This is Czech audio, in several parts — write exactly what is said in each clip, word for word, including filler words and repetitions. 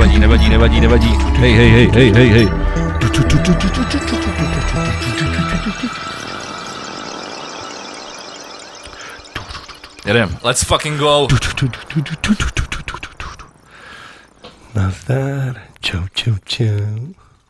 Nevadí, nevadí, nevadí, nevadí. Hej, hej, hej, hej, hej, hej. Jedem, let's fucking go. Nazdar, čau, čau, čau.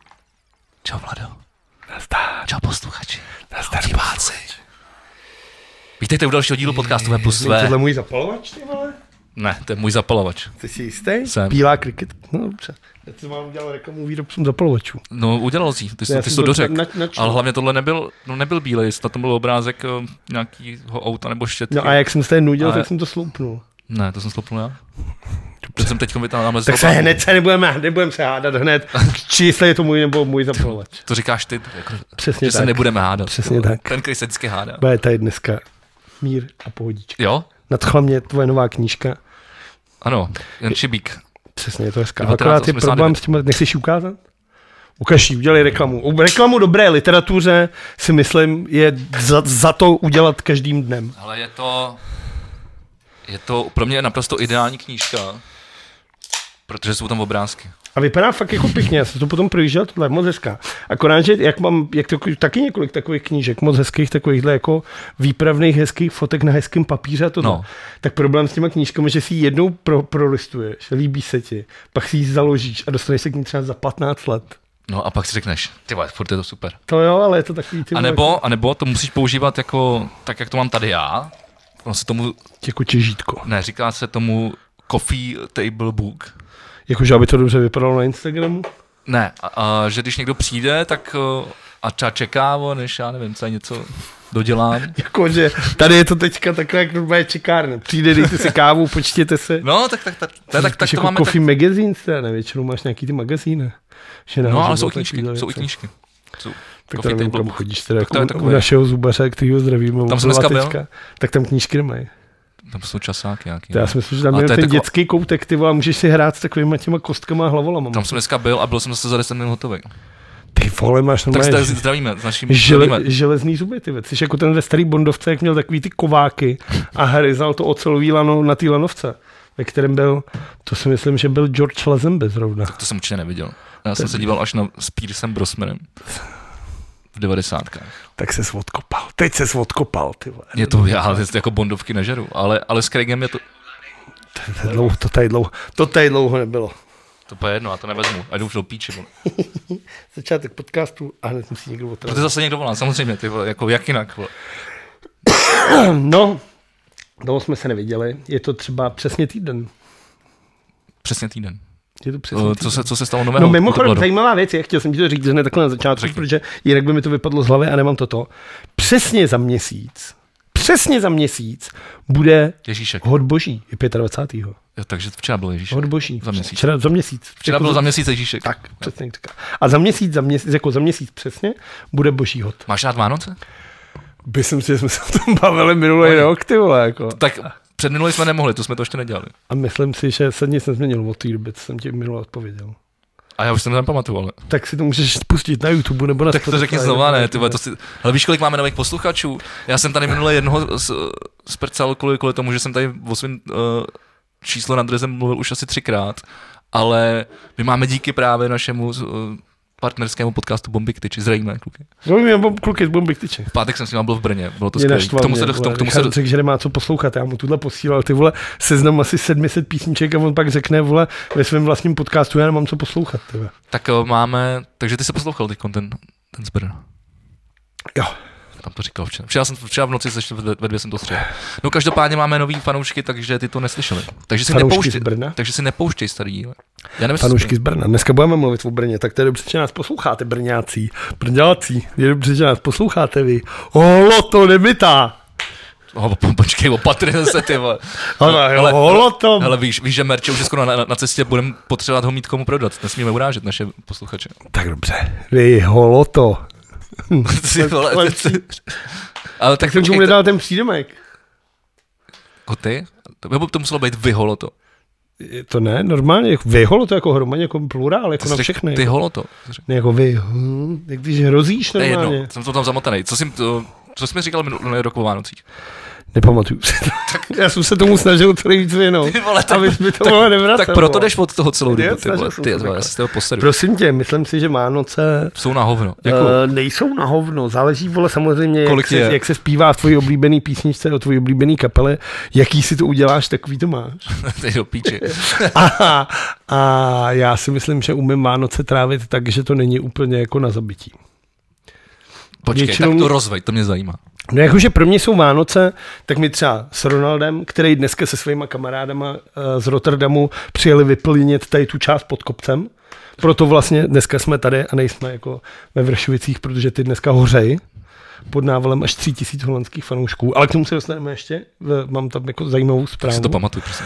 Čau, Vlado. Nazdar. Čau, posluchači. Nazdar, diváci. Vítejte u dalšího dílu podcastu V plus V. Je tohle můj zapalovač, ty vole? Ne, to je můj zapalovač. Jsi si jistý? Jsem. Bílá kriket. No dobře. Já si mám udělat reklamu výrobcům zapalovačů. No, udělal jsi, ty jsi, ty jsi to dořekl. Na, ale hlavně tohle nebyl, no nebyl bílej, na tom byl obrázek uh, nějakýho auta nebo štětky. No a jak jsem se tady nudil, ale... tak jsem to sloupnul. Ne, to jsem sloupnul já. Teď jsem teď vytáhl Tak se hned se nebudeme, nebudeme se hádat hned, či jestli je to můj nebo můj zapalovač. To, to říkáš ty, jako, přesně že tak. se nebudeme hádat. Přesně tak. Ten, který se vždycky hádá. Bude tady dneska mír a pohodička. Jo? Nadchla mě tvoje nová knížka. Ano, jen Čibík. Přesně, je to hezká. Akorát je problém s tím, nechceš ji ukázat? Ukaž ji, udělej reklamu. Reklamu dobré literatuře si myslím je za, za to udělat každým dnem. Ale je to, je to pro mě naprosto ideální knížka, protože jsou tam obrázky. A vypadá fakt jako pěkně, já jsem to potom projížděl, tohle je moc hezká. Akorát, že jak mám jak to, taky několik takových knížek, moc hezkých, takovýchhle jako výpravných hezkých fotek na hezkém papíře a to, no. Tak problém s těma knížkami, že si ji jednou pro, prolistuješ, líbí se ti, pak si ji založíš a dostaneš se k ní třeba za patnáct let. No a pak si řekneš, ty vole, furt je to super. To jo, ale je to takový... Ty a nebo, a nebo to musíš používat jako, tak jak to mám tady já, ono se tomu... Jako těžítko. Ne, říká se tomu coffee table book. Jakože, aby to dobře vypadalo na Instagramu? Ne, a, a že když někdo přijde, tak a třeba čeká, než já nevím, co něco dodělám. Jakože, tady je to teďka takhle, jak normálně čekárna. Přijde, dejte si kávu, počtěte se. No, tak, tak, tak, tak, tak, tak to jako máme... Coffee tak... Magazine, ne, většinou máš nějaký ty magazíny. No, ale jsou knížky, jsou i knížky. Jsou. Tak to nevím, kam chodíš, teda tak jako u, u našeho zubaře, kterýho zdravíme. Tam jsem dneska byl. Tak tam knížky nemají. Tam jsou časáky nějaký. To já si myslím, že tam je ten taková... dětský koutek, ty vole, můžeš si hrát s takovýma těma kostkama a hlavolama. Tam jsem dneska byl a byl jsem zase za deset minut hotový. Ty vole, máš normálně... Tak se zdravíme s naším... Žele, železný zuby, ty věci. Jsi jako ten ve starý Bondovce, jak měl takový ty kováky a hryzal to ocelový lano na té lanovce, ve kterém byl, to si myslím, že byl George Lazenby zrovna. Tak to jsem určitě neviděl. Já jsem se díval až na s Piercem Brosmanem. V devadesátkách. Tak ses odkopal. Teď ses odkopal, ty vole. Je to, já jako Bondovky nežeru, ale, ale s Craigem je to... To, to, dlouho, to, tady dlouho, to tady dlouho nebylo. To je jedno, já to nevezmu. A jdu už do píči. Začátek podcastu a hned musí někdo otravit. To zase někdo volá, samozřejmě, ty vole, jako jak jinak. Vole. No, dlouho jsme se neviděli. Je to třeba přesně týden. Přesně týden. Je to přesně co, se, co se stalo nového? No mimochodem, zajímavá věc je, chtěl jsem ti to říct hned takhle na začátku, Řekni. Protože jinak by mi to vypadlo z hlavy a nemám toto. Přesně za měsíc, přesně za měsíc bude Ježíšek. Hod boží, je dvacátého pátého Jo, takže včera byl Ježíšek. Hod boží. Za měsíc. Včera, za měsíc. Včera jako byl za měsíc Ježíšek. Tak, přesně tak. A za měsíc, za měsíc, jako za měsíc přesně, bude boží hod. Máš rád Vánoce? Myslím si, že jsme se o tom bavili minulý rok, ty vole, jako. Tak před minulý jsme nemohli, to jsme to ještě nedělali. A myslím si, že se nic nezměnilo od té doby, co jsem ti minule odpověděl. A já už jsem to nepamatuju, ale... Tak si to můžeš pustit na YouTube nebo na Tak to řekni znova, ne, tyhle, to si... Hele, víš, kolik máme nových posluchačů? Já jsem tady minule jednoho zprcal kvůli, kvůli tomu, že jsem tady o svým uh, číslo nad drezem mluvil už asi třikrát, ale my máme díky právě našemu uh, partnerskému podcastu Bomby Ktyči, zřejmě, kluky. No, kluky z Bomby Ktyči. V pátek jsem s ním byl v Brně, bylo to skvělé. K tomu se do, k tomu se řekl, že nemá co poslouchat, já mu tuhle posílal, ty vole, seznam asi sedm set písniček a on pak řekne, vole, ve svém vlastním podcastu, já nemám co poslouchat, ty vole. Tak uh, máme, takže ty se poslouchal teď ten, ten z Brna. Jo. Tam to říkal včera. Včera, jsem, včera v noci sešel, ve, ve dvě jsem to střelil. No každopádně máme nový fanoušky, takže ty to neslyšeli. Takže si nepouštěj, takže si nepouštěj starý díle. Já nevím, fanoušky z Brna. Dneska budeme mluvit o Brně, tak to je dobře, že nás posloucháte, Brňáci. Brňáci, je dobře, že nás posloucháte vy. Holo, to nebytá. Oh, počkej, opatrně se, ty vole. Ale, ale, holo to. Hele, víš, víš, že merče už je skoro na, na, na cestě, budeme potřebovat ho mít komu prodat. Nesmíme urážet naše posluchače. Tak dobře. Vy, holo to. Ale tak jsem mu nedal ten přídomek. Jako ty? Nebo to muselo být vyholo to. To ne, normálně, vyholo to jako hromadně, jako plurál, jako na všechny. Ty holo to. Ne, jako vy, hm, jak když hrozíš normálně. Jedno, jsem to tam zamotaný. Co jsi, to, Co jsi mi říkal minulý rok o Vánocích? Nepamatuju si to. Já jsem se tomu snažil co nejvíc věnout, abys mi to mohlo nevracet. Tak proto jdeš od toho celou dobu, ty vole, ty vole, já si toho posedu. Prosím tě, myslím si, že Vánoce jsou na hovno. Uh, nejsou na hovno, záleží, vole, samozřejmě, jak se, jak se zpívá v tvojí oblíbený písničce o tvojí oblíbený kapele, jaký si to uděláš, takový to máš. Ty do píči. a, a já si myslím, že umím Vánoce trávit tak, že to není úplně jako na zabití. Počkej, Většinou... tak to rozveď, to mě zajímá. No jakože pro mě jsou Vánoce, tak my třeba s Ronaldem, který dneska se svýma kamarádama uh, z Rotterdamu přijeli vyplnit tady tu část pod kopcem. Proto vlastně dneska jsme tady a nejsme jako ve Vršovicích, protože ty dneska hořejí pod návalem až tři tisíce holandských fanoušků. Ale k tomu se dostaneme ještě, mám tam jako zajímavou zprávu. Tak si to pamatuju, prosím.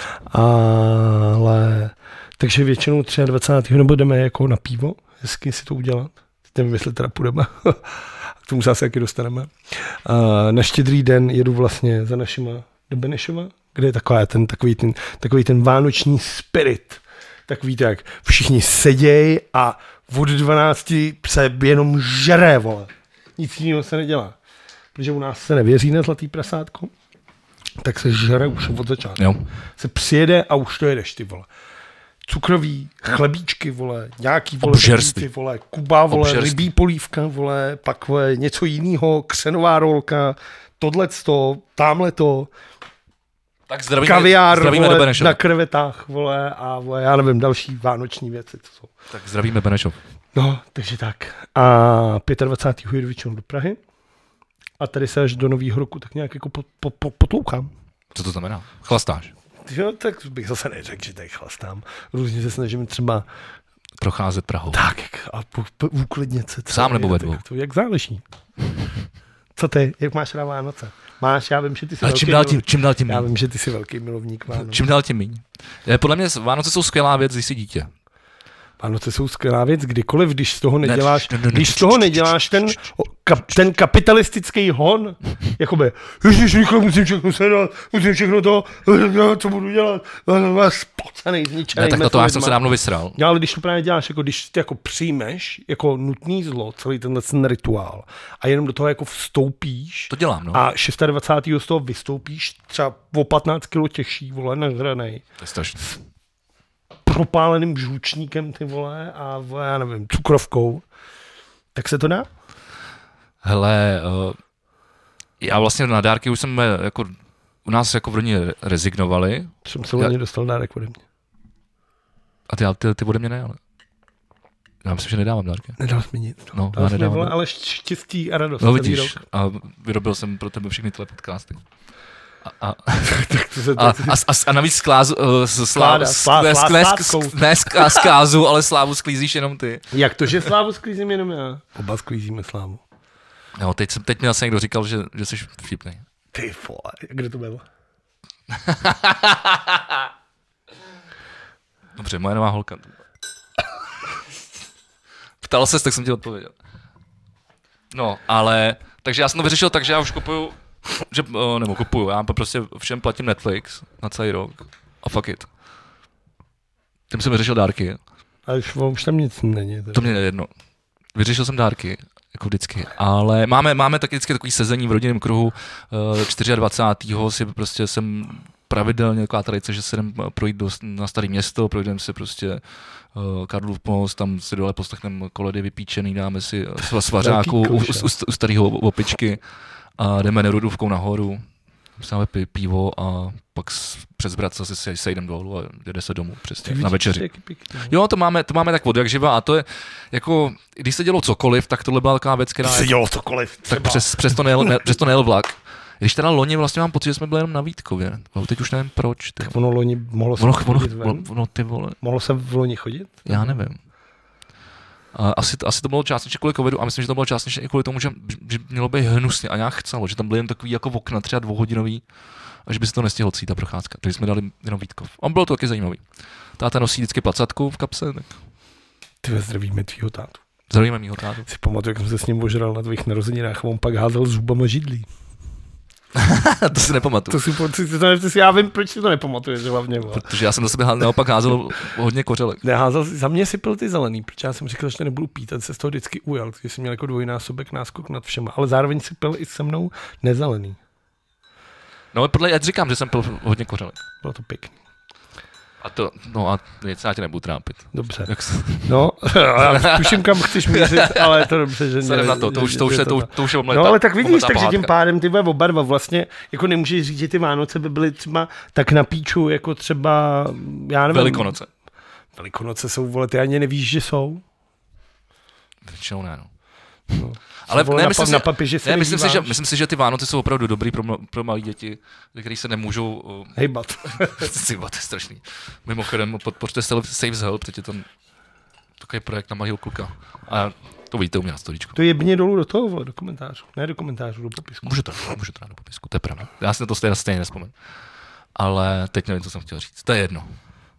Ale takže většinou dvacátého třetího nebo jdeme jako na pivo, hezky si to udělat. Nevím, jestli teda půjdeme. K tomu se asi taky dostaneme. Uh, na Štědrý den jedu vlastně za našima do Benešova, kde je taková ten, takový, ten, takový ten vánoční spirit. Takový tak, všichni sedějí a od dvanácti se jenom žere, vole. Nic jiného se nedělá. Protože u nás se nevěří na zlatý prasátko, tak se žere už od začátku. Jo. Se přijede a už to jedeš, ty vole. Cukrový, chlebíčky, vole, nějaký, vole, ty, vole, Kuba, vole, rybí polívka, vole, pak, vole, něco jinýho, křenová rolka, tohleto, támhleto, tak zdravíme, kaviár, zdravíme vole, na krevetách, vole, a vole, já nevím, další vánoční věci, co jsou. Tak zdravíme Benešov. No, takže tak. A dvacátého pátého jedu většinou do Prahy a tady se až do nového roku tak nějak jako po, po, po, potloukám. Co to znamená? Chlastáš? Jo, tak bych zase neřekl, že tady chlastám. Různě se snažím třeba procházet Prahou. Tak, a po, po, uklidnit se. Sám nebo ve dvou? To, jak záleží. Co ty? Jak máš rád Vánoce? Máš, já vím, že ty jsi ale velký čím dál tím, čím dál tím Já vím, že ty jsi velký milovník Vánoc. Čím dál tím míň. Podle mě Vánoce jsou skvělá věc, když jsi dítě. Vánoce jsou skvělá věc, kdykoliv, když z toho neděláš, ne, ne, ne, když z toho neděláš ten, kap, ten kapitalistický hon, jakoby, ježiš, musím všechno sedat, musím všechno to, co budu dělat, spocenej, zničenej. Ne, tak na to já jsem se dávno vysral. No, ale když to právě děláš, jako když ty jako přijmeš jako nutný zlo, celý tenhle ten rituál a jenom do toho jako vstoupíš. To dělám, no. A dvacátého šestého z toho vystoupíš třeba o patnáct kilo těžší, vole, nažranej. To je strašný. Propáleným žlučníkem, ty vole, a já nevím, cukrovkou, tak se to dá? Hele, uh, já vlastně na dárky už jsme jako, u nás jako v rodině rezignovali. Jsem se loni dostal dárek ode mě. A ty, ty, ty ode mě ne, ale já myslím, že nedávám dárky. Nedal jsi mi nic. No, já nedávám. Vole, ale štěstí a radost. No vidíš, a vyrobil jsem pro tebe všechny tyhle podcasty. A, a, a, a, a, a navíc sklázu, uh, slávu, ne zkázu, ale slávu sklízíš jenom ty. Jak to, že slávu sklízím jenom já? Oba sklízíme slávu. No, teď, jsem, teď mi zase někdo říkal, že, že jsi vtipnej. Ty vole, kde to bylo? Dobře, moje nová holka. Ptal ses, tak jsem ti odpověděl. No, ale, takže já jsem to vyřešil tak, že já už kupuju že, nebo kupuju, já prostě všem platím Netflix na celý rok a fuck it. Tím jsem vyřešil dárky. Ale už, už tam nic není. Tady. To mě nejedno. Vyřešil jsem dárky, jako vždycky, ale máme, máme taky vždycky takový sezení v rodinném kruhu dvacátého čtvrtého si prostě jsem pravidelně taková tradice, že se jdem projít do, na staré město, projdeme si prostě uh, Karlův most, tam si dole poslechneme koledy vypíčený, dáme si svařáku u, u, u, u starého opičky. A jdeme Nerudovkou nahoru, dáme pivo a pak přes brat se sejdem dolů a jde se domů přesně na večeři. Jo, to máme, to máme tak od jak živa a to je jako, když se dělo cokoliv, tak tohle byla taková věc, která... Když se dělo cokoliv, tak přes, přes, to nejel, ne, přes to nejel vlak. Když teda loni vlastně mám pocit, že jsme byli jenom na Vítkově, ale teď už nevím proč. Ty. Tak ono loni mohlo se ono, chodit ono, ono, ono, ty vole. Mohlo se v loni chodit? Já nevím. A asi, asi to bylo částečně kvůli covidu a myslím, že to bylo částečně i kvůli tomu, že, že mělo být hnusně a nějak chcelo, že tam byly jen takový jako okna třeba dvouhodinový a že by se to nestihlo celý ta procházka. Takže jsme dali jenom Vítkov. A bylo to taky zajímavý. Táta nosí vždycky placatku v kapse. Tak... Ty zdravíme tvýho tátu. Zdravíme mýho tátu. Si pamatuju, jak jsem se s ním ožral na tvých narozeninách a on pak házel zubama židlí. To si nepamatuju. To si, to, to, to si, já vím, proč si to nepamatuješ hlavně. Vole. Protože já jsem do sebe naopak házel hodně kořelek. Neházel, za mě si pil ty zelený, protože já jsem říkal, že to nebudu pít, a se z toho vždycky ujel, takže jsem měl jako dvojnásobek náskok nad všema, ale zároveň si pil i se mnou nezelený. No, podle, já říkám, že jsem pil hodně kořelek. Bylo to pěkný. A to, no a nic, já tě nebudu trápit. Dobře. No, já tuším, kam chceš mířit, ale to dobře, že ne. na to, to už, to, už je, to, už, to už je omletá. No ale tak vidíš, takže tím pádem ty oba dva vlastně, jako nemůžeš říct, že ty Vánoce by byly třeba tak na píču, jako třeba, já nevím. Velikonoce. Velikonoce jsou, vole, ty ani nevíš, že jsou. Většinou ne, no. no. Ale ne, na, myslím, na si, papi, že ne myslím, si, že, myslím si, že ty Vánoce jsou opravdu dobrý pro, pro malé děti, který se nemůžou... Uh, hejbat. Hejbat, to je strašný. Mimochodem, podpořte Saves Help, teď je to takový projekt na malého kluka. A to vidíte u mě na storíčku. To jebně dolů do toho, vole, do komentářů. Ne do komentářů, do popisku. Může to, může to dát do popisku, to je pravda. Já si na to stejně, stejně nespomenu. Ale teď nevím, co jsem chtěl říct. To je jedno.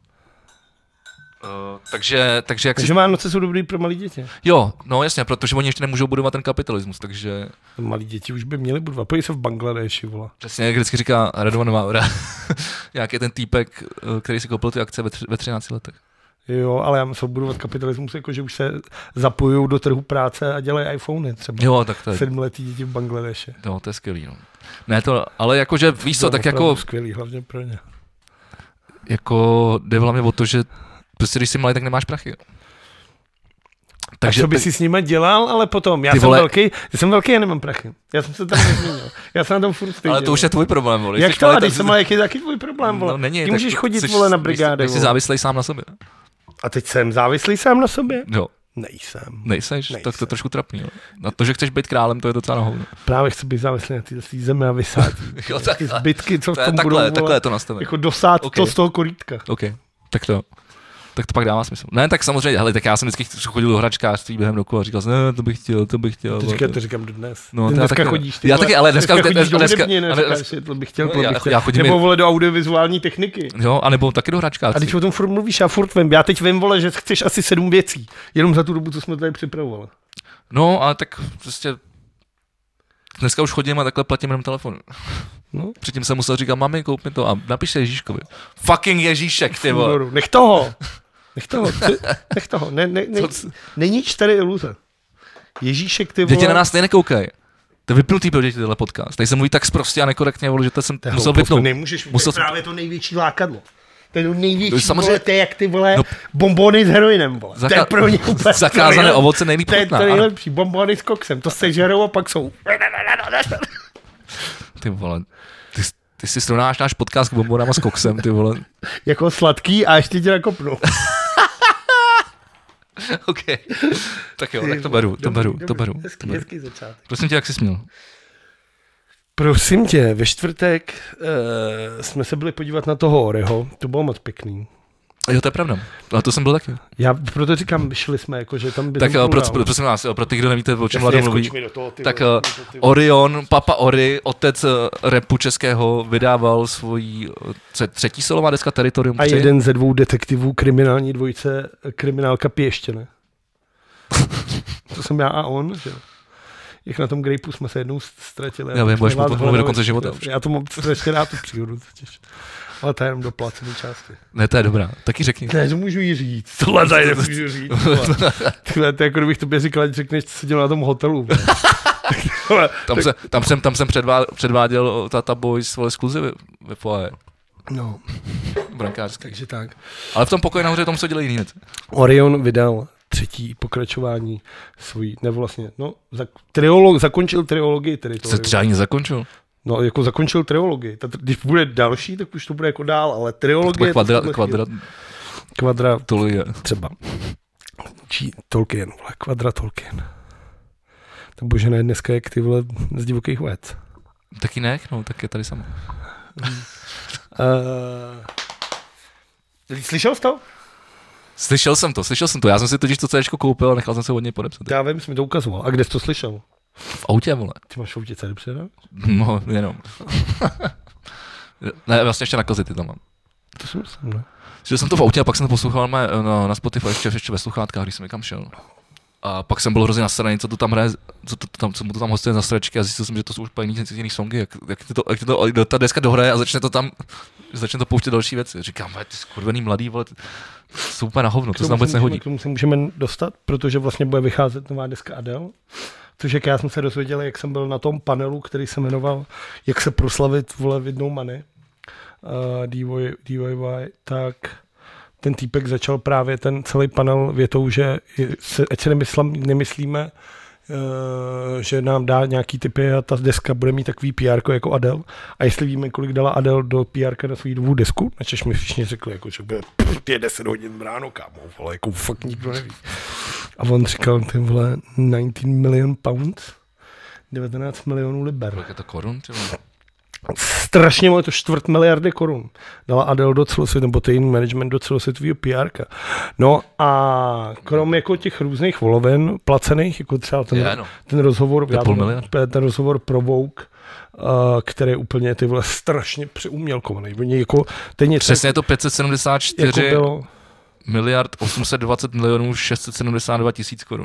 Uh, takže, takže jak takže si... Vánoce jsou dobrý pro malé děti. Jo, no jasně, protože oni ještě nemůžou budovat ten kapitalismus, takže... Malí děti už by měli budovat. Pojď se v Bangladeši, vola. Přesně, jak vždycky říká Radovan Maura. Nějaký ten týpek, který si koupil ty akce ve, tři, ve třinácti letech. Jo, ale já musel budovat kapitalismus, jako že už se zapojují do trhu práce a dělají iPhony třeba. Jo, tak to je... Sedmletý děti v Bangladeši. No, to je skvělý, no. Ne to, ale jakože víš co, tak jako... skvělý, hlavně pro ně. Jako jde hlavně o to, že prostě když jsi malý, tak nemáš prachy. Takže, a co by tak... si s nima dělal, ale potom, já jsem vole... velký, já jsem velký a nemám prachy. Já jsem se tam nezměnil. Já jsem na tom furt stejně. Ale to už je tvůj problém, vole. Jak to, když jsem malý, jak je taky tvůj problém, vole. No, není, ty můžeš chodit, jsi, vole, na brigády. Ty jsi závislej sám na sobě. A teď jsem závislý sám na sobě? Jo. Nejsem. Nejseš? Nejsem. Tak to je trošku trapný. Jo. Na to, že chceš být králem, to je docela nahovno. Právě chci být závislý na té zemi a vysát. Ty zbytky, co v tom budou, vole, takhle je to nastavené. Jako dosát okay. to z toho korítka. OK, tak to tak to pak dává smysl. Ne, tak samozřejmě, hele, tak já jsem vždycky chodil do hračkářství během roku a říkal jsem, ne, to bych chtěl, to bych chtěl. To říkám, to říkám dnes. No, dneska taky, chodíš. Ty já taky, ale dneska, dneska chodíš do dneska, hudebně, neříkáš, to bych chtěl, to bych chtěl. Já, já nebo, vole, do audiovizuální techniky. Jo, anebo taky do hračkářství. A když o tom furt mluvíš, já furt vím, já teď vím, vole, že chceš asi sedm věcí, jenom za tu dobu, co jsme tady připravovali. No, ale tak prostě dneska už chodím a takhle platím jenom telefon. No. Předtím jsem musel říkat, mami, koup mi to a napiš se Ježíškovi. Fucking Ježíšek, ty vole. Nech toho. Nech toho, nech toho, ne, ne, ne, neníč tady iluze. Ježíšek, ty vole. Děti na nás nekoukají. To je vypnutý pro děti tenhle podcast. Tady se mluví tak sprostě a nekorektně, vole, že to jsem to musel vypnout. Nemůžeš, musel to je právě to největší lákadlo. To je to největší, to samozřejmě... vole, to je jak ty, vole, no, bonbony s heroinem, vole. Zaka... To je pro ně úplně... Zakázané ovoce nejlíp chutná. To je to nejlepší, bonbony s koksem, to sežerou a pak jsou... Ty vole, ty, ty si srovnáš náš podcast s bonbonama s koksem, ty vole. Jako sladký a ještě tě nakopnu. OK. Tak jo, tak to beru, to beru, to beru. Hezký, hezký začátek. Prosím tě, jak jsi směl? Prosím tě, ve čtvrtek uh, jsme se byli podívat na toho Oreho, to bylo moc pěkný. Jo, to je pravda. A to jsem byl taky. Já proto říkám, šli jsme, jako, že tam by tak pro, pro, prosím vás, pro ty, kdo nevíte, o čem Mladou mluví, toho, tak vole, uh, Orion, Papa Ori, otec uh, rapu českého, vydával svoji uh, třetí solová deska Teritorium tři. A jeden ze dvou detektivů kriminální dvojice, kriminálka Pěštěne. To jsem já a on, že jak na tom Grapeu jsme se jednou ztratili. Já vím, budeš mu to mluvit do konce života. Já to mám strašně rád tu příhodu totiž. Ale to je jenom do placené části. Ne, to je dobrá. Taky řekni. Ne, to můžu jí říct. Tohle tady nemůžu říct. Tohle, to je jako kdybych tobě říkal, ať řekneš, co dělal na tom hotelu. tam, se, tam jsem, tam jsem předváděl, předváděl Tata Boys svoje skluzivy ve foaje. No. Brankářský. Takže tak. Ale v tom pokoji nahoře tam se dělají jiný věci. Orion vydal třetí pokračování svojí, nebo vlastně, no, zak, triolog, zakončil triologii Teritorium. Se třeba ani zakončil. No, jako zakončil triologii. Ta, když bude další, tak už to bude jako dál, ale triologie... Kvadra, kvadra, kvadra, Tolkien. Třeba. Či Tolkien, vole, kvadra Tolkien. Ta bože ne, dneska jak ty, vole, z divokých let. Taky nech, no, tak je tady sama. uh, slyšel jsi to? Slyšel jsem to, slyšel jsem to. Já jsem si totiž to céčko koupil a nechal jsem se od něj podepsat. Já vím, jsi mi to ukazoval. A kde jsi to slyšel? V autě, vole. Ty máš v autě C D předat? No, jenom. Ne, vlastně ještě na kazety tam mám. To jsem myslím, ne? Slyšel jsem to v autě a pak jsem to poslouchal na, na, na Spotify ještě, ještě ve sluchátkách, když jsem někam šel. A pak jsem byl hrozně nasraný, co to tam hraje, co, to, tam, co mu to tam hostuje za stračky a zjistil jsem, že to jsou už úplně jiný songy, jak, jak, to, jak to, ta deska dohraje a začne to tam, začne to pouštět další věci. Říkám, ty skurvený mladý, vole, jsou úplně na hovno, to se tam vůbec nehodí. K tomu se můžeme dostat, protože vlastně bude vycházet nová deska Adele, což jak já jsem se dozvěděl, jak jsem byl na tom panelu, který se jmenoval Jak se proslavit, vole, vidnou money, uh, D I Y, tak ten týpek začal právě ten celý panel větou, že se, ať se nemyslím, nemyslíme, uh, že nám dá nějaký typy a ta deska bude mít takový P R jako Adele. A jestli víme, kolik dala Adele do P R na svou novou desku, načež mi všichni řekli, jako, že bude pět deset hodin ráno, kámo, vole, jako fakt nikdo neví. A on říkal, ty vole, devatenáct milion pounds, devatenáct milionů liber. Kolik je to korun, ty vole? Strašně moc, to čtvrt miliardy korun dala Adele do celosvětového, nebo ten management do celosvětového P R ka. No a krom jako těch různých volovin placených, jako třeba ten, yeah, no. ten rozhovor, já ten rozhovor pro Vogue, uh, který úplně ty vole strašně přeumělkovaný. Jako, přesně je to pět set sedmdesát čtyři jako bylo, miliard osm set dvacet milionů šest set sedmdesát dva tisíc korun.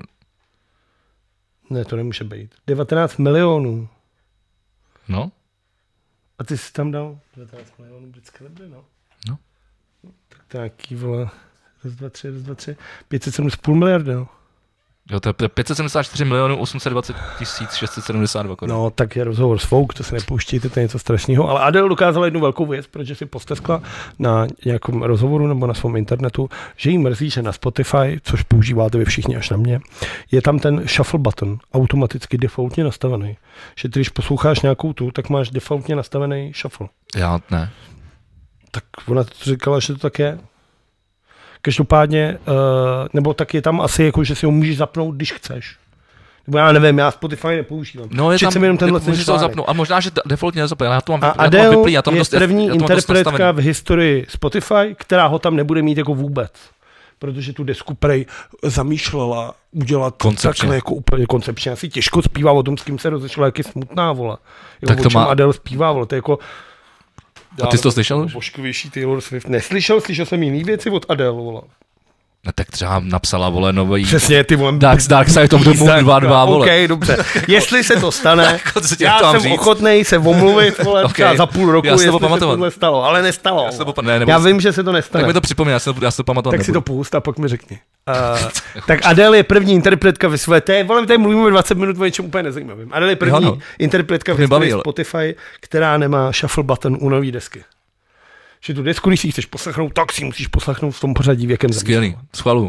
Ne, to nemůže být. devatenáct milionů. No. A ty jsi tam dal devatenáct milionů britské libry, no. No. Tak to nějaký, vole, raz, dva, tři, raz, dva, tři, pět set sedmdesát půl miliardy, no. Jo, to je pět set sedmdesát čtyři milionů osm set dvacet tisíc šest set sedmdesát dva korun. No, tak je rozhovor s Vogue, to se nepouštíte, to je něco strašného. Ale Adele dokázala jednu velkou věc, protože si posteskla na nějakém rozhovoru nebo na svém internetu, že jí mrzí, že na Spotify, což používáte vy všichni až na mě, je tam ten shuffle button automaticky defaultně nastavený. Že ty, když posloucháš nějakou tu, tak máš defaultně nastavený shuffle. Já ne. Tak ona to říkala, že to tak je. Každopádně, uh, nebo tak je tam asi jako, že si ho můžeš zapnout, když chceš. Nebo já nevím, já Spotify nepoužívám. No je tam, jenom tenhle můžeš to zapnout. A možná, že defaultně nezapne, já to mám, a já Adele to mám vyplý, já tam je dost, první já to interpretka v historii Spotify, která ho tam nebude mít jako vůbec. Protože tu desku prej zamýšlela udělat koncepčně. Takhle jako úplně koncepčně. Asi těžko zpívá o tom, s kým se rozešla, jak je smutná, vole. Tak to má... Adele zpívá, vole. To je jako... A ty jsi to slyšel? Božkovější Taylor Swift. Neslyšel, slyšel jsem jiný věci od Adele, vole. No tak třeba napsala, vole, nový... Přesně, ty vole... Dark, Dark Side of the Moon dva dva, vole. Okej, okay, dobře. Jestli se to stane, já jsem říct. ochotnej se omluvit, vole, okay. Třeba za půl roku, jestli se tohle stalo, ale nestalo. Já, to, ne, já vím, že se to nestane. Tak mi to připomíná, já si to, já si to pamatovat Tak nebudu. si to pust a pak mi řekni. Uh, tak Adele je první interpretka ve své, té, vole, tady mluvíme dvacet minut o něčem úplně nezajímavým. Adele je první no. interpretka ve své Spotify, která nemá shuffle button u nový desky. Že tu desku, když si chceš poslechnout, tak si musíš poslechnout v tom pořadí, v jakém skvělý, schvaluju.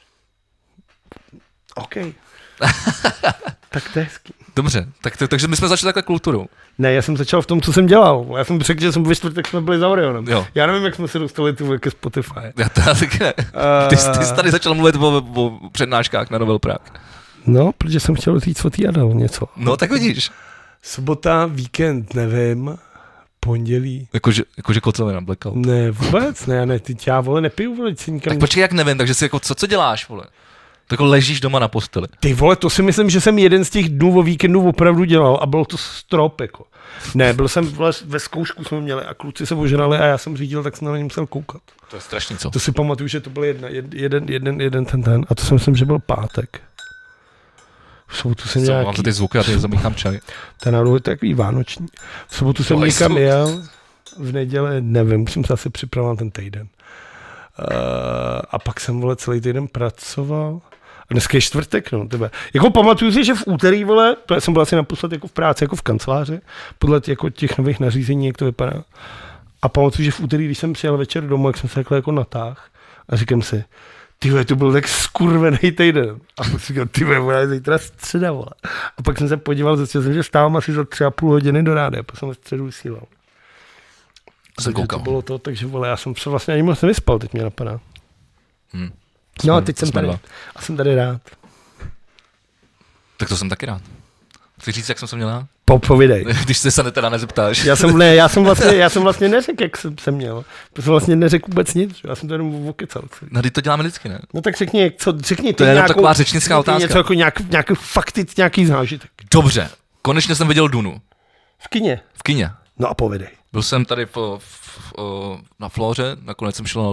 OK. Tak to je hezký. Dobře, tak, takže my jsme začali takhle kulturou. Ne, já jsem začal v tom, co jsem dělal. Já jsem řekl, že jsem ve čtvrtek jsme byli za Orionem. Jo. Já nevím, jak jsme se dostali tu ke Spotify. Já to taky ne. Uh... Ty, ty jsi tady začal mluvit o, o přednáškách na Novel Prague. No, protože jsem chtěl říct o té Adele něco. No, tak vidíš. Sobota, víkend, nevím. Pondělí. Jakože, jakože kocovina, blackout. Ne, vůbec, ne, já ne, ty já, vole, nepiju, vole, si nikam... Tak počkej, jak nevím, takže si jako, co, co děláš, vole? Tak jako ležíš doma na posteli. Ty vole, to si myslím, že jsem jeden z těch dnů o víkendu opravdu dělal a bylo to strop, jako. Ne, byl jsem vole, ve zkoušku jsme měli a kluci se ožrali a já jsem řídil, tak jsem na ně musel koukat. To je strašný, co? To si pamatuju, že to byl jedna, jeden, jeden, jeden ten ten a to si myslím, že byl pátek. V sobotu jsem nějaký... Mám ty zvuky a ty zamíchám čaj. Ten náhodou je takový vánoční. V sobotu jsem někam jel, v neděli, nevím, musím se asi připravit na ten týden. Uh, a pak jsem, vole, celý týden pracoval. A dneska je čtvrtek, no, tebe. Jako pamatuju si, že v úterý, vole, to jsem byl asi naposled jako v práci, jako v kanceláři, podle jako těch nových nařízení, jak to vypadá. A pamatuju, že v úterý, když jsem přijel večer domů, jak jsem se takhle jako natáhl a říkám si, tyhle, to byl tak skurvený týden. A pak si říkal, tyhle, vole, je zítra středa, vole. A pak jsem se podíval, zjistil jsem, že stávám asi za tři a půl hodiny do rády, a pak jsem ve středu vysílal. Jsem koukal. To bylo to, takže vole, já jsem se vlastně ani moc nevyspal, teď mě napadá. Hmm. No a teď jsem tady. Dva. A jsem tady rád. Tak to jsem taky rád. Chci říct, jak jsem se měl rád? Popovídej. Když se teda nezeptáš. Já jsem, ne, já jsem vlastně, já jsem vlastně neřekl, jak jsem se měl. Protože jsem vlastně neřekl vůbec nic. Já jsem to jenom okecal. No, teď to děláme vždycky, ne? No tak řekni, co, řekni. To je jenom taková řečnická otázka. Něco jako nějak, nějaký faktic, nějaký zážitek. Dobře, konečně jsem viděl Dunu. V kině? V kině. No a povědej. Byl jsem tady po, v, v, na Flóře, nakonec jsem šel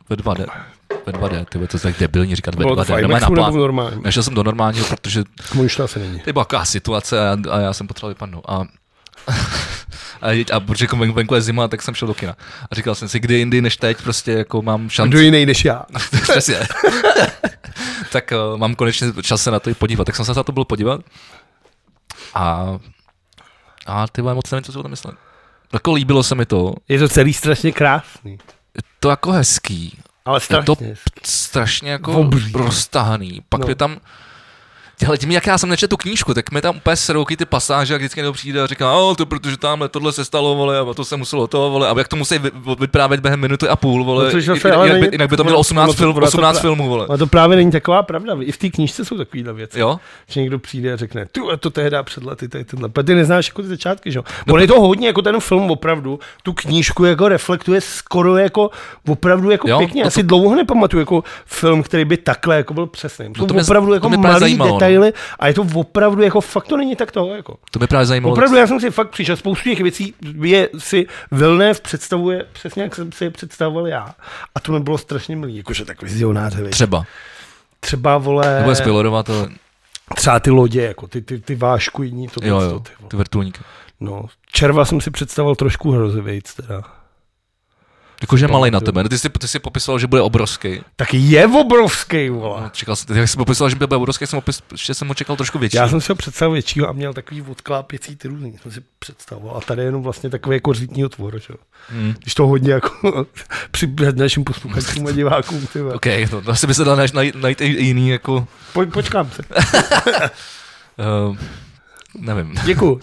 ve dva dé. Ve dva dé, ty to je tak debilní říkat ve Bylo dva to dé. v IMAXu nebo v normálním? Nešel jsem do normálního, protože Komuništa asi není. to byla taková situace a, a já jsem potřeboval vypadnout. A, a, a protože venku je zima, tak jsem šel do kina. A říkal jsem si, kdy jindy než teď prostě jako mám šanci. Kdo jiný než já. Přesně. Tak uh, mám konečně čas se na to podívat. Tak jsem se na to byl podívat. A, a ty moc nevím, co si o tom myslím. Jako líbilo se mi to. Je to celý strašně krásný. Je to jako hezký. Ale strašně je to hezký. strašně jako Obří. roztahaný. Pak no. je tam... Těhle, tím, jak já jsem nečetl tu knížku, tak mi tam úplně serouky ty pasáže, jak vždycky někdo přijde a říká, o, to protože tamhle tohle se stalo, vole, a to se muselo toho, vole, a jak to musí vyprávět během minuty a půl, vole, no, jinak, jinak, by, jinak by to mělo osmnáct, film, to, osmnáct filmů, vole. A to právě není taková pravda, i v té knížce jsou takovýhle věci. Jo? Že někdo přijde a řekne, ty to tehdy před lety, tady tenhle. Ty neznáš jako ty začátky, že jo? No, on je to hodně jako ten film opravdu, tu knížku jako reflektuje skoro jako opravdu jako jo, pěkně. Já si dlouho nepamatuju jako film, který by takhle jako byl přesný. To, no to opravdu mě, jako to malý detaily a je to opravdu jako fakt to není tak toho jako. To by právě zajímalo. Opravdu já jsem si fakt přišel, spoustu těch věcí je si Villeneuve představuje přesně jak jsem si je představoval já. A to mi bylo strašně milý, jakože takový vizionář. Třeba. Třeba vole. Nebo je spoilerovat, ale... Třeba ty lodě, jako ty, ty, ty vášku jiní. To jo, jo, ty, ty vrtulníky. No, červa jsem si představoval trošku hrozivějc teda. Jakože malej na tebe, ty jsi, ty jsi popisoval, že bude obrovský. Tak je obrovský, vole. No, čekal jsem, jak jsi popisoval, že bude obrovský, jsem opis, že jsem ho čekal trošku větší. Já jsem si ho představil většího a měl takový odklápěcí ty různý, jsem si představoval. A tady je jenom vlastně takový jako řítní otvor, že? Hmm. Když to hodně jako při našim posluchačům a divákům, ty. OK, to, to asi by se dal najít, najít i jiný jako... Po, počkám se. uh, nevím. Děkuju.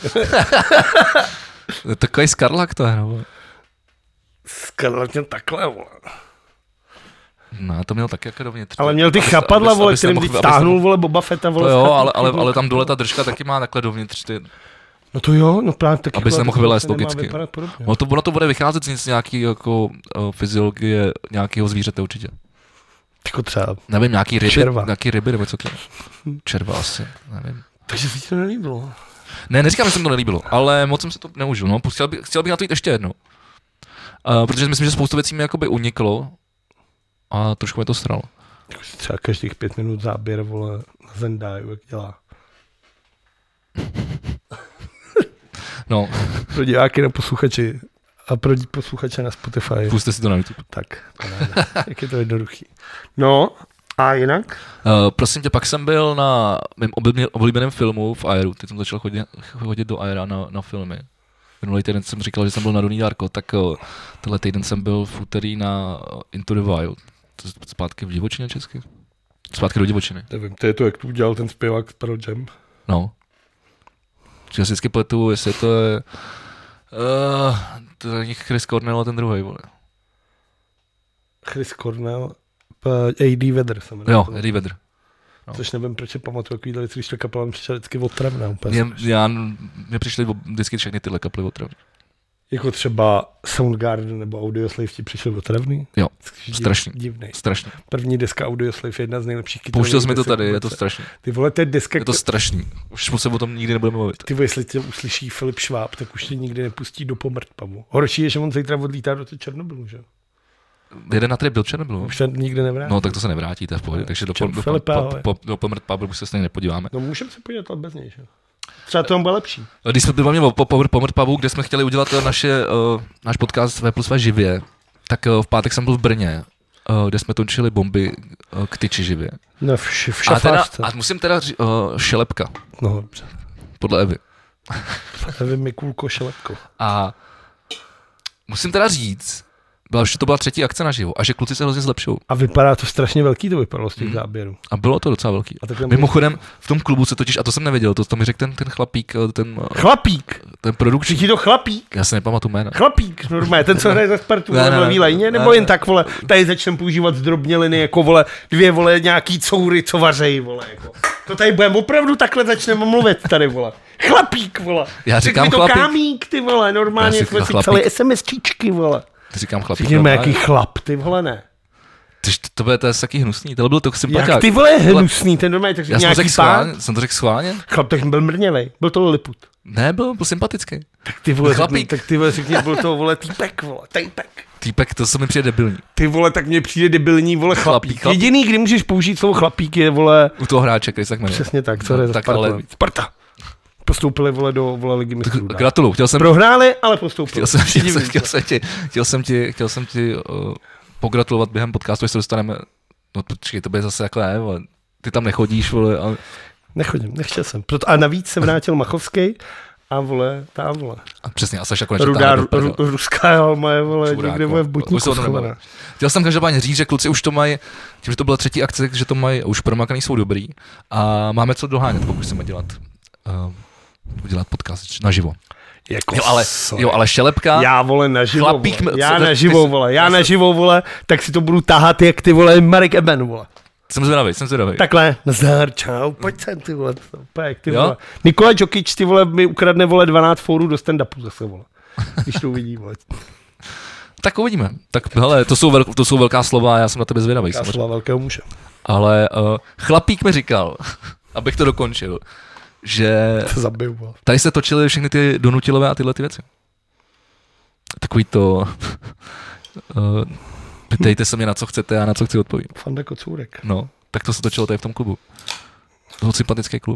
Takový Skarlak to je, nebo... Skarlak měl takhle, vole. No, to měl taky jako dovnitř. Ale měl ty chapadla, vole, kterým teď stáhnul, vole, Boba Fetta, vole. To jo, ale, ale, ale tam dole ta držka taky má takhle dovnitř, ty... No to jo, no právě taky. Aby se nemohl vylézt logicky. No to, ono to bude vycházet z nějaký jako uh, fyziologie nějakého zvířete určitě. Jako třeba... Nevím, nějaký ryby, Červa. nějaký ryby nebo co to je. Červa asi, nevím. Takže se ti to nelíbilo. Ne, neříkám, že se mi to nelíbilo, ale moc jsem se to neužil, no. Chtěl, by, chtěl bych na to jít ještě jednou. Uh, protože myslím, že spoustu věcí mi jakoby uniklo a trošku mě to sralo. Třeba každých pět minut záběr, vole, na Zendaju, jak dělá. No. Pro diváky na posluchači a pro posluchače na Spotify. Puste si to na YouTube. Tak, to ne, jak je to jednoduchý. No, a jinak? Uh, prosím tě, pak jsem byl na mém oblíbeném filmu v Airu. Teď jsem začal chodit, chodit do Aira na, na filmy. Minulý týden jsem říkal, že jsem byl na Donnie Darko, tak uh, tenhle týden jsem byl v úterý na uh, Into the Wild. To je zpátky v divočině česky? Zpátky do divočiny. Nevím, to je to, jak tu udělal ten zpěvák z Pearl Jam. No. Já si vždycky pletu, jestli to je... Uh, to je Chris Cornell a ten druhý, vole. Chris Cornell, A D Vedder se jmenuje. Jo, Eddie Vedder. No. Což nevím, proč je pamatuju, takovýhle věci, když ta kapela mi přišla vždycky otravná. Mě, já, mě přišly vždycky všechny tyhle kapely otravné. Jako třeba Soundgarden nebo Audioslave ti přišly otravný? Jo, strašný. Divný. Strašný. První deska Audioslave je jedna z nejlepších kytarových. Pouštěl jsi mi to tady, je to strašný. Ty vole, to je deska... Je to strašný. Už se o tom nikdy nebudeme mluvit. Ty vole, jestli tě uslyší Filip Šváb, tak už tě nikdy nepustí do pomrtpavu. Horší je, že on zítra odlítá do Černobylu, že? Jeden na trip byl Černobylu. Už se nikdy nevrátí. No, tak to se nevrátí, to je v pohodě. Takže do, do, Filipa, po, po, do pomrtpavu už se stejně nepodíváme. No, můžeme se podívat ale bez něj, že? Třeba to bude lepší. Když jsme byli po, po pomrtpavu, kde jsme chtěli udělat naše, uh, náš podcast V plus V živě, tak uh, v pátek jsem byl v Brně, uh, kde jsme točili bomby uh, k tyči živě. No, v, š- v a, teda, a musím teda říct, uh, šelepka. No, dobře. Podle Evy. Evy Mikulko šelepko. A musím teda říct, byla, že to byla třetí akce naživo a že kluci se hrozně zlepšují. A vypadá to strašně velký, to vypadalo z těch hmm. záběrů. A bylo to docela velký. Mimochodem, v tom klubu se totiž, a to jsem nevěděl, to, to mi řekl ten, ten chlapík, ten... Chlapík? Ten produkční. Všichni to chlapík? Já se nepamatuju jména. Chlapík, normálně, ten, co hraje za Spartu, ne, ne, na výlejně, nebo ne, jen tak, vole, tady začneme používat zdrobněliny, jako, vole, dvě, vole, nějaký coury, co vařejí, vole, jako. To tady budeme opravdu takhle začneme mluvit tady, vole. Chlapík, vole. Já říkám to chlapík. Kámík, ty vole, normálně jsme si psali SMSčíčky, vole. Ty říkám chlapík. Říkám nějaký chlap, ty vole, ne. Tyž, to bude to je taky hnusný, tohle byl to sympatiák. Jak ty vole hnusný, ten normálně tak já nějaký jsem, schválně, jsem to řekl schválně. Chlap, tak byl mrněvej, byl to Lilliput. Ne, byl, byl sympatický. Tak ty vole, chlapík. Tak ty vole, řekni, byl to vole týpek, vole, týpek. Týpek, to se mi přijde debilní. Ty vole, tak mně přijde debilní, vole, chlapík. Chlapík, chlapík. Jediný, kdy můžeš použít slovo chlapík je, vole... U toho hráče, který se tak jmenuje. Přesně tak, co je za Sparta. Ale... Sparta. Postoupili, vole, do vole ligy mistrů. Gratuluju, chtěl jsem... Prohráli, ale postoupili. Chtěl jsem, chtěl jsem, chtěl jsem ti, chtěl jsem ti, chtěl jsem ti uh, pogratulovat během podcastu, až se dostaneme... No počkej, to bude zase jako ne, vole. Ty tam nechodíš, vole, ale... Nechodím, nechtěl jsem. Proto, a navíc se vrátil Machovský a vole, tá vole. A přesně, a Saša konečně Rudá, ru, ru, ruská halma je, vole, Čurák, někde vole v Butníku. Chtěl jsem každopádně říct, že kluci už to mají, tím, že to byla třetí akce, že to mají už promakaný, jsou dobrý a máme co dohánět, pokud chceme dělat, uh, dělat podcast naživo. Jako jo, ale, jo, ale šelepka. Já vole naživo, chlapík, vole. Já naživo, vole. Já naživo, vole, tak si to budu tahat jak ty, vole, Marek Eben, vole. Jsem zvědavý, jsem zvědavý. Takhle, nazdar, čau, pojď sem, ty vole, pojď, ty vole. Nikola Jokic, ty vole, mi ukradne, vole, dvanáct fórů do stand-upu zase, vole. Když to uvidí, vole. Tak uvidíme. Tak hele, to jsou, vel, to jsou velká slova a já jsem na tebe zvědavý. Velká slova velkého muže. Ale uh, chlapík mi říkal, abych to dokončil, že to zabiju, vole. Tady se točily všechny ty donutilové a tyhle ty věci. Takový to... uh, Ptejte se mě, na co chcete a na co chci odpovím. Fanda Kocůrek. No, tak to se točilo tady v tom klubu. To byl sympatický klub.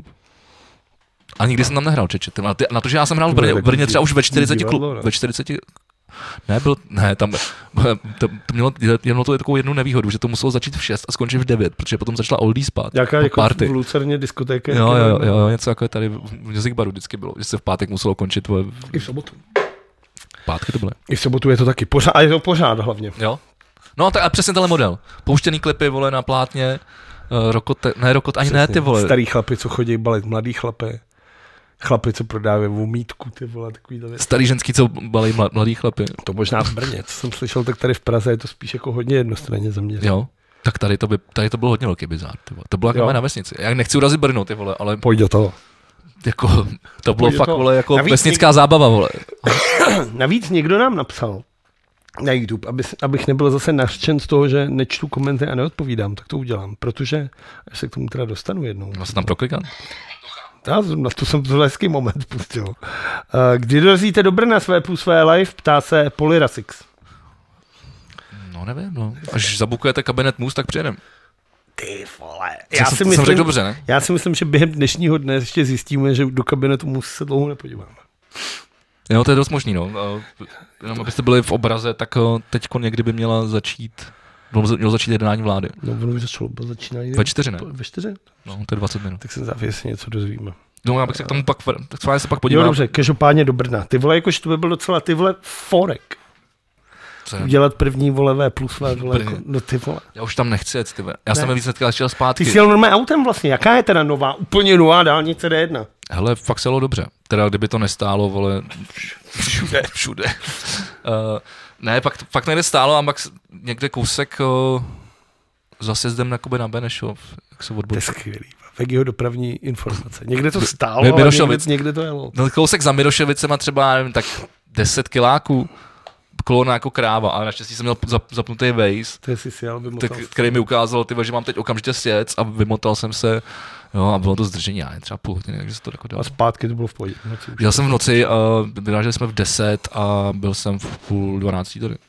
A nikdy jsem tam nehrál, čeče. Na to, že já jsem hrál v Brně, v Brně třeba už ve čtyřiceti klubů. Ve čtyřiceti... Ne, byl, ne, tam to, to mělo, mělo to takovou jednu nevýhodu, že to muselo začít v šest a skončit v devět, protože potom začala oldie spát. Jaká jako party. V Lucerně diskotéky. Jo, jo, jo, něco jako tady v Music Baru vždycky bylo, že se v pátek muselo končit. V... I v sobotu. Pátky to byly. I v sobotu je to taky pořád, a je to pořád hlavně. Jo. No tak a přesně tenhle model. Pouštěný klipy, vole, na plátně, uh, rokote, ne rokot, ani přesně. Ne ty, vole. Starý chlapi, co chodí balit, mladý chlapy. Chlapi, co prodávají vomítku, ty vole, takovýhle věc. Starý ženský, co balí mladý chlapy. To možná v Brně, co jsem slyšel, tak tady v Praze je to spíš jako hodně jednostranně zaměřené. Jo, tak tady to, by, tady to bylo hodně velký bizár, ty vole. To bylo jako na vesnici. Já nechci urazit Brno, ty vole, ale... Pojď do toho. Jako, to bylo Pojď fakt, vole, jako navíc vesnická něk... zábava, vole. Navíc někdo nám napsal na YouTube, aby, abych nebyl zase nařčen z toho, že nečtu komenty a neodpovídám, tak to udělám, protože až se k tomu teda dostanu jednou. Má se tam proklikat? Já, na to jsem to hezký moment pustil. Kdy dorazíte do Brna své plus své live, ptá se Polyrasix. No nevím, no. Až zabukujete kabinet Mus, tak přijedem. Ty vole. Já jsem, si, myslím, jsem dobře, ne? já si myslím, že během dnešního dne ještě zjistíme, že do kabinetu Mus se dlouho nepodíváme. Jo, to je dost možný, no. Jenom abyste byli v obraze, tak teďko někdy by měla začít, mělo začít jednání vlády. No, ono už začalo, začínají. Ve čtyři, ne? Ve čtyři? No, to je dvacet minut. Tak se závěr si něco dozvíme. No, já bych se k tomu pak, tak se pak podíval. Jo, dobře, každopádně do Brna. Ty vole, jakož to by byl docela, ty vole, forek. Co? Udělat první vole plus vole, vole jako, no ty vole. Já už tam nechci jet, ty vole. Já ne. jsem víc netkal šel zpátky. Ty jsi jel normálně autem vlastně, jaká je teda nová, úplně nová dálnice D jedna? Hele, fakt se jelo dobře. Teda kdyby to nestálo, vole, všude, všude. uh, ne, pak, fakt někde stálo a pak někde kousek uh, za sjezdem na Kobe na Benešov, jak se odbočil. To je skvělý. Vegiho dopravní informace. Někde to stálo, ale někde, někde to jelo. No kousek za Miroševicema třeba, nevím, tak deset kiláků. Kolona jako kráva, ale naštěstí jsem měl zapnutý Waze, to jsi sjel, tak, který mi ukázal, tyhle, že mám teď okamžitě sjet a vymotal jsem se, jo, a bylo to zdržení, já třeba půl hodiny, takže se to jako dalo. A zpátky to bylo v pohodě. Jel jsem v noci, uh, vyráželi jsme v deset a byl jsem v půl dvanáctí tady.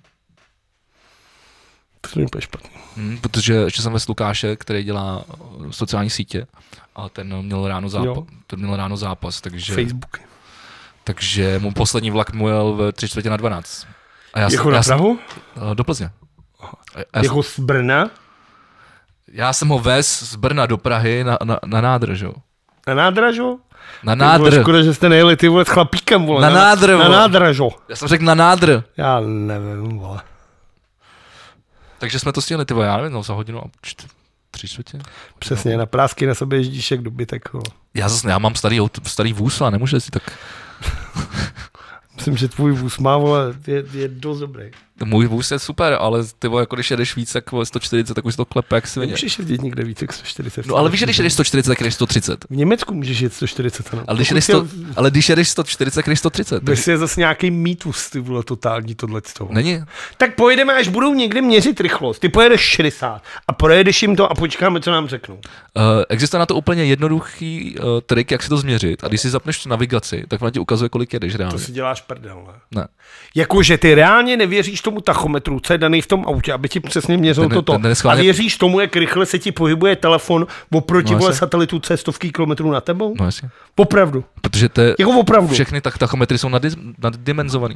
To není úplně špatný. Hmm, protože ještě jsem ve Lukáše, který dělá sociální sítě a ten měl ráno zápas, ten měl ráno zápas, takže... Facebook. Takže můj poslední vlak mu jel v tři čtvrtě na dvanáct. A já jako jsem, na já Prahu? Jsem, do Plzně. Jako z Brna? Já jsem ho vez z Brna do Prahy na, na, na nádrž, jo. Na nádrž, jo? Na nádr. Škoda, že jste nejeli ty vole s chlapíkem, vole. Na, na nádr, Na nádrž, jo. Já jsem řekl na nádr. Já nevím, vole. Takže jsme to stihli, ty vole, já nevím, no, za hodinu a čty, tři čtvrtě. Přesně, na prásky na sobě jezdíš jak dobytek, vole. Já zase, já mám starý, starý vůz, a nemůžu si tak... Myslím, že tvůj vůz má, vole, je, je dost dobrý. Můj vůz je super, ale ty vole, jako když jedeš víc, jak sto čtyřicet, tak už to klepe, jak svině. Můžeš jezdit někde víc jak sto čtyřicet. No ale víš, že když jedeš sto čtyřicet, tak jedeš sto třicet. V Německu můžeš jet sto čtyřicet. No. Ale, když jedeš sto, ale když jedeš sto čtyřicet, tak jedeš sto třicet. To je zase nějaký mýtus, ty vole, totální tohle z toho. Není. Tak pojedeme, až budou někde měřit rychlost. Ty pojedeš šedesát a projedeš jim to a počkáme, co nám řeknou. Uh, existuje na to úplně jednoduchý uh, trik, jak si to změřit. A když si zapneš tu navigaci, tak ona ti ukazuje, kolik jedeš reálně. To si děláš prdel, ne? Ne. Jakože ty reálně nevěříš tomu tachometru, co je daný v tom autě, aby ti přesně měřil ten, toto. Ten, ten schválně... A věříš tomu, jak rychle se ti pohybuje telefon oproti no, vole satelitu C stovky kilometrů nad tebou? No jasně. Opravdu. Protože te... jako opravdu. Všechny tak tachometry jsou naddi- naddimenzovaný.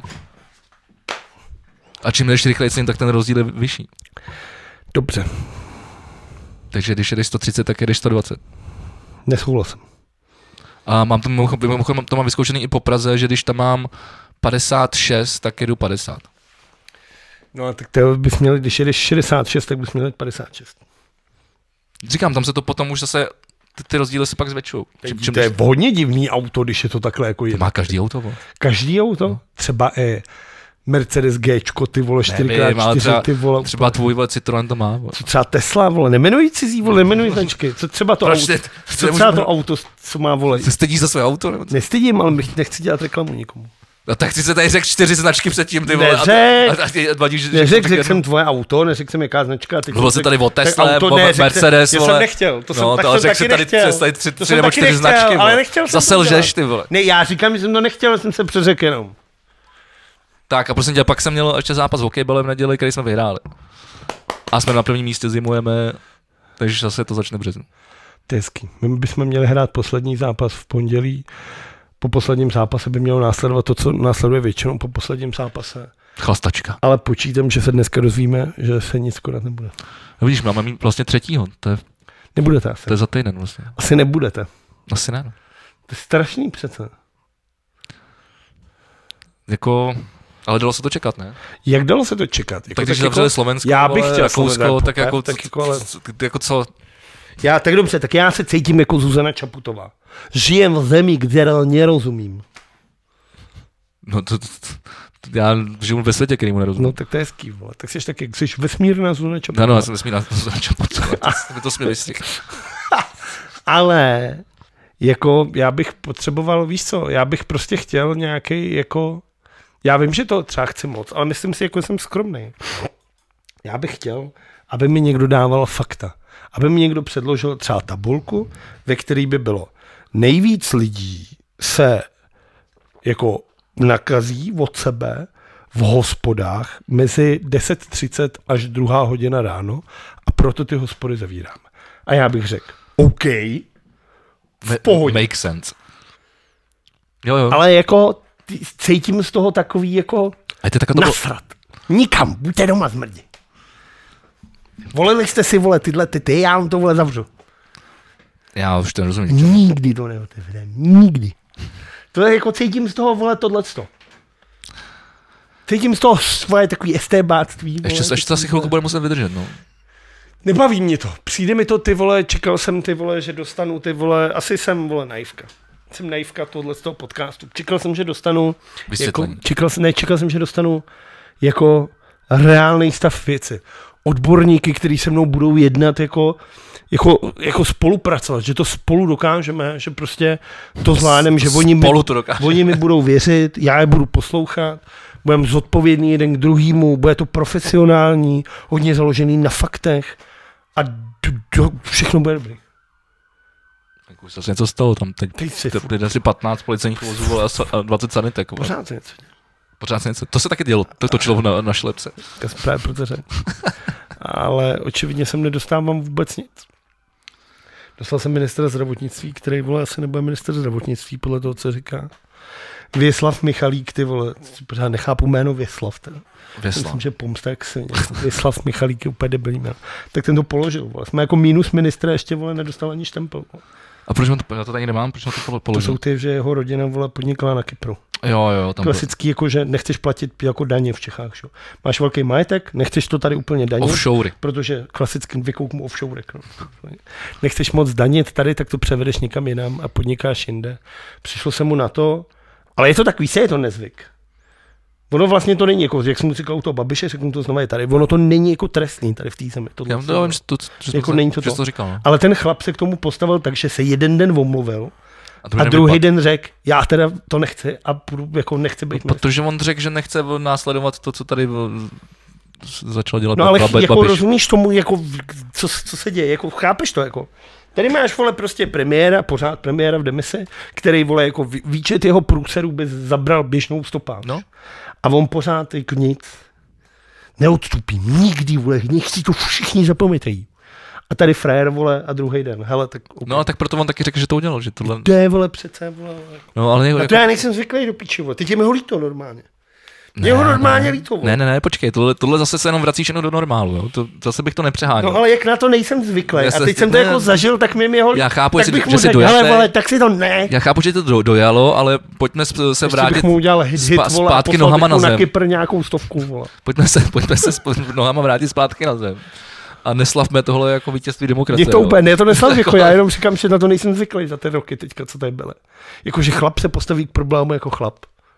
A čím jdeš rychleji, tak ten rozdíl je vyšší. Dobře. Takže když jedeš sto třicet, tak jedeš sto dvacet. Nesouhlasím. A mám to, mimochodem, to mám vyzkoušený i po Praze, že když tam mám padesát šest, tak jedu padesát. No a tak to bys měl, když jedeš šedesát šest, tak bys měl padesát šest. Říkám, tam se to potom už zase, ty, ty rozdíly se pak zvětšují. To je hodně divný auto, když je to takhle jako je. To má každý auto, bo. Každý auto? No. Třeba i Mercedes Gčko, ty vole, čtyři krát čtyři, ty vole. Třeba tvůj vole Citroen to má. Bo. Co třeba Tesla, vole, nemenují cizí, vole, nemenují značky. Co třeba to Proč auto, ne, co třeba to auto, co má, vole. Se stydíš za své auto? Nebo? Nestydím, ale nechci dělat reklamu nikomu. No tak ty se tady řekl čtyři značky předtím, ty vole. Neřek, a, a, a, vadíš, neřek, řekl jsem tvoje auto, neřekl jsem jaká značka. Mluvil jsem tady o Tesla, o Mercedes, vole. Já jsem nechtěl, to jsem, no, tak to, jsem řekl taky tady, nechtěl. Tady tři, to tři nebo čtyři nechtěl, značky, ale nechtěl jsem zase lžeš, ty vole. Ne, já říkám, že jsem to nechtěl, jsem se přeřekl jenom. Tak a prosím tě, pak jsem měl ještě zápas hokejbalem v neděli, který jsme vyhráli. A jsme na prvním místě, zimujeme, takže zase to začne březnu. To je hezký. My bychom měli hrát poslední zápas v pondělí. Po posledním zápase by mělo následovat to, co následuje většinou po posledním zápase. Chlastačka. Ale počítám, že se dneska dozvíme, že se nic konat nebude. No vidíš, máme mít vlastně třetího. To je, nebudete asi. To je za týden vlastně. Asi nebudete. Asi ne. To je strašný přece. Jako... Ale dalo se to čekat, ne? Jak dalo se to čekat? Jako, tak když zavřeli jako, Slovensko, já bych chtěl Rakousko, tak jako, tak jako, ale... jako co? Já, tak dobře, tak já se cítím jako Zuzana Čaputová. Žijem v zemi, kde nerozumím. No to, to, to já žiju ve světě, který mu nerozumím. No tak to je hezký, vole. Tak jsi taky, jsi vesmírná Zuzana Čaputová. No, no, já jsem vesmírná Zuzana Čaputová. To, to jsme vystřih. Ale jako já bych potřeboval, víš co, já bych prostě chtěl nějaký jako... Já vím, že to třeba chci moc, ale myslím si, jako jsem skromný. Já bych chtěl, aby mi někdo dával fakta. Aby mi někdo předložil třeba tabulku, ve které by bylo nejvíc lidí se jako nakazí od sebe v hospodách mezi deset třicet až druhá hodina ráno a proto ty hospody zavírám. A já bych řekl, OK, v pohodě. Make sense. Jo, jo. Ale jako cítím z toho takový jako nasrat. Nikam, buďte doma zmrdi. Volili jste si, vole, tyhle ty, ty, já vám to, vole, zavřu. Já už to nerozumím. Nikdy to neotevřem, nikdy. To je jako cítím z toho, vole, tohleto. Cítím z toho svoje takový estébáctví. Ještě, ještě to asi chvilku bude muset vydržet, no. Nebaví mě to. Přijde mi to, ty vole, čekal jsem, ty vole, že dostanu, ty vole, asi jsem, vole, naivka. Jsem naivka tohle z toho podcastu. Čekal jsem, že dostanu, jako, čekal, ne, čekal jsem, že dostanu jako reálný stav věci. Odborníky, kteří se mnou budou jednat jako, jako, jako spolupracovat, že to spolu dokážeme, že prostě to zvládneme, že oni mi, oni mi budou věřit, já je budu poslouchat, budeme zodpovědný jeden k druhému, bude to profesionální, hodně založený na faktech a d- d- všechno bude dobrý. Tak už se něco stalo tam teď. Teď asi patnáct policejních vozů a dvacet sanitek. Pořád se něco. Pořád se něco. To se taky dělo, to točilo na, na šlepce. To je právě proto řekl. Ale očividně jsem nedostávám vůbec nic. Dostal jsem ministra zdravotnictví, který, vole, asi nebude minister zdravotnictví, podle toho, co říká. Věslav Michalík, ty vole, pořád nechápu jméno Věslav. Teda. Věslav. Myslím, že pomsta jak svině. Věslav Michalík je úplně debilní jméno. Tak ten to položil, vole. Jsme jako minus ministra ještě, vole, nedostal ani štempel. Vole. A proč to, já to tady nemám, proč to položil? To jsou ty, že jeho rodina, vole, podnikala na Kypru. Jo, jo. Tam klasický, jako, že nechceš platit jako daně v Čechách. Šo? Máš velký majetek, nechceš to tady úplně danit. Offshory. Protože klasicky vykouk mu offshore. No. Nechceš moc danit tady, tak to převedeš někam jinam a podnikáš jinde. Přišlo se mu na to, ale je to takový, se je to nezvyk. Ono vlastně to není, jako, jak jsem říkal u toho Babiše, řeknu to znovu je tady, ono to není jako trestný tady v té zemi. Já to, že to, že jako to, není to, že to. to říkal. No. Ale ten chlap se k tomu postavil tak, že se jeden den omluvil a druhý, a druhý den řekl, já teda to nechci a půjdu, jako nechci být. No, protože on řekl, že nechce následovat to, co tady začal dělat. No ale Babiš. jako rozumíš tomu, jako, co, co se děje, jako chápeš to, jako. Tady máš, vole, prostě premiéra, pořád premiéra v demisi, který, vole, jako výčet jeho průserů by zabral běžnou stopáž. No. A on pořád jako nic neodstupí. Nikdy, vole, nech si to všichni zapamatují. A tady frajer, vole, a druhý den. Hele, tak úplně. No a tak proto on taky řekl, že to udělal, že tohle... To je, vole, přece, vole. No, ale jako... A to já nejsem zvyklý do píči, vole. Teď je mi ho líto normálně. Ne, jeho normálně líto. Ne, ne, ne, počkej, tohle, tohle zase se jenom vrací všechno do normálu, jo? To, zase bych to nepřeháněl. No ale jak na to nejsem zvyklý a teď jsem to ne, jako zažil, tak mi jeho já chápu, tak že, bych že mu si řekl, dojete, ale vole, tak si to ne. Já chápu, že to do, dojalo, ale pojďme se vrátit. Ještě bych mu udělal hit, hit, vole, zpátky nohama na zem. Na Kypr nějakou stovku, vole. Pojďme se, pojďme se nohama vrátit zpátky na zem. A neslavme tohle jako vítězství demokracie. Je to úplně, ne, to neslav, jako já jenom říkám, že na to nejsem zvyklý za ty roky teďka, co tady byly. Jakože chlap se postaví k problému jako chlap.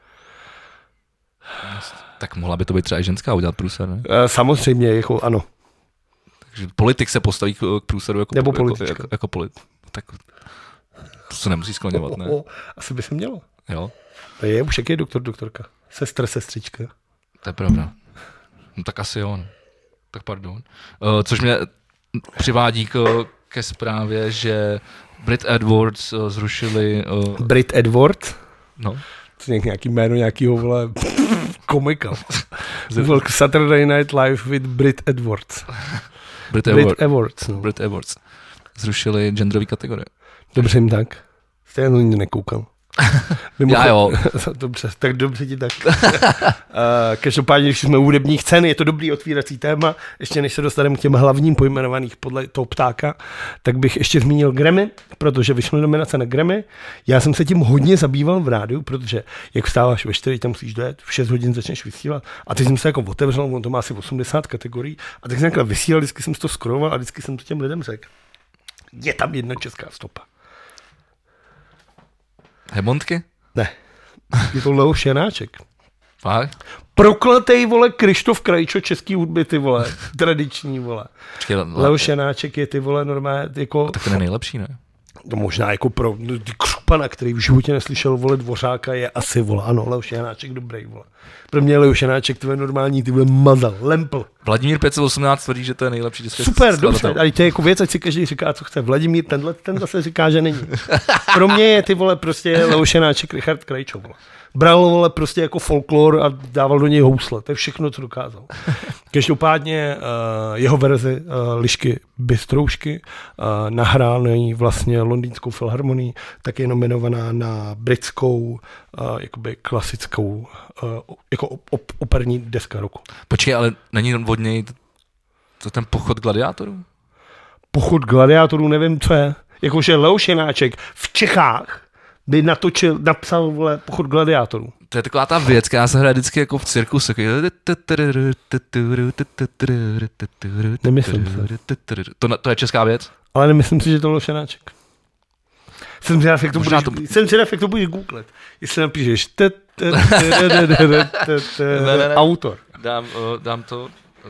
Tak mohla by to být třeba i ženská udělat průser, ne? Samozřejmě, jako ano. Takže politik se postaví k, k průseru jako, Nebo jako, jako, jako politik. Tak to se nemusí skloňovat, ne? O, o, asi by se mělo. Jo. To je už jaký doktor, doktorka. Sestra, sestřička. To je pravda. No tak asi jo. Tak pardon. Uh, což mě přivádí k, ke zprávě, že Brit Edwards uh, zrušili... Uh, Brit Edwards? No. To je nějaký jméno nějakýho, vole, komika. Saturday Night Live with Brit Edwards. Brit, Brit Edward, Edwards. No. Brit Edwards. Zrušili genderový kategorie. Dobře jim tak. Stejně to nikdy nekoukal. Já jo. Dobře, tak dobře ti tak. uh, každopádně, když jsme u hudebních cen, je to dobrý otvírací téma. Ještě než se dostaneme k těm hlavním pojmenovaných podle toho ptáka, tak bych ještě zmínil Grammy, protože vyšly nominace na Grammy. Já jsem se tím hodně zabýval v rádiu, protože jak vstáváš ve čtyři, tam musíš dojet, v šest hodin začneš vysílat. A teď jsem se jako otevřel, on to má asi osmdesát kategorií. A tak jsem jako vysílal, vždycky jsem to scrolloval a vždycky jsem to těm lidem řekl. Je tam jedna česká stopa. Hemontky? Ne. Je to Leoš Janáček. Fakt? Prokletej, vole, Krištof Krajčo český hudby, ty vole, tradiční, vole. Počkej, Leoš Janáček je, ty vole, normálně, jako... A tak to je nejlepší, ne? To možná jako pro no, křupana, který v životě neslyšel, vole, Dvořáka, je asi, vole, ano, Leoš Janáček dobrý, vole. Pro mě Leoš Janáček, to je normální, ty vole, mazal, lempl. Vladimír pět set osmnáct tvrdí, že to je nejlepší český super, dobře, ale to je jako věc, ať si každý říká, co chce. Vladimír, tenhle, ten zase říká, že není. Pro mě je, ty vole, prostě Leoš Janáček, Richard Krajčo, vole. Bral, vole, prostě jako folklor a dával do něj housle. To je všechno, co dokázal. Každopádně uh, jeho verzi uh, Lišky Bystroušky uh, nahrál na ní vlastně londýnskou filharmonii, tak je nominovaná na britskou uh, jakoby klasickou uh, jako op- operní deska roku. Počkej, ale není od něj to ten pochod gladiátorů? Pochod gladiátorů, nevím, co je. Jakože Leoš Janáček v Čechách by natočil, napsal, vole, Pochod gladiátorů. To je taková ta věc, která se hraje vždycky jako v cirkuse. Nemyslím si. To, to je česká věc? Ale nemyslím si, že to Leoš Janáček. Jsem zvědav, jak to budeš, to... jsem zvědav, jak to budeš googlet. Jestli napíšeš autor. Dám, dám to...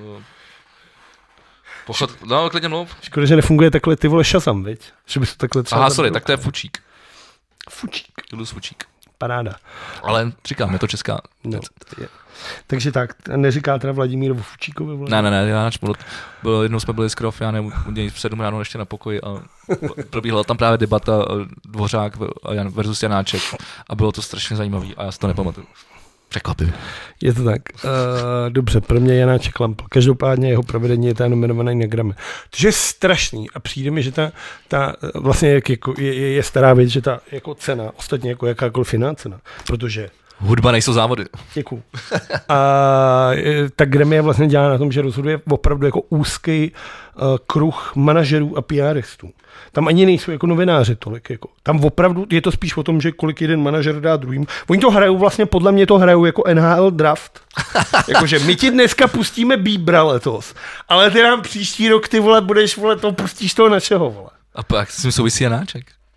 Pochod, no, klidně mluv. Škoda, že nefunguje takhle, ty vole, Shazam, viď? Že bys to takhle třeba... Aha, sorry, tak to je Fučík. Fučík. Julus Fučík. Paráda. Ale říkám, je to česká. No, je. Takže tak, neříká teda Vladimírovu Fučíkovi? Vole? Ne, ne, ne, já bylo, jednou jsme byli s Krov, já nevím, u něj v sedm ráno ještě na pokoji a probíhala tam právě debata Dvořák versus Janáček a bylo to strašně zajímavý a já si to nepamatuju. Překvapivě. Je to tak. Uh, dobře, pro mě Janáček Lampl. Každopádně jeho provedení je ta nominovaný na Grammy. To je strašný a přijde mi, že ta, ta vlastně jak, jako, je, je stará věc, že ta jako cena, ostatně jako jakákoliv jiná cena, protože hudba nejsou závody. Děkuju. A ta Grammy je vlastně dělá na tom, že rozhoduje opravdu jako úzký uh, kruh manažerů a PRistů. Tam ani nejsou jako novináři tolik. Jako. Tam opravdu je to spíš o tom, že kolik jeden manažer dá druhým. Oni to hrajou vlastně, podle mě to hrajou jako N H L draft. Jakože my ti dneska pustíme Bíbra letos, ale ty nám příští rok, ty vole, budeš, vole, to pustíš toho našeho, vole. A pak s tím souvisí Janáček.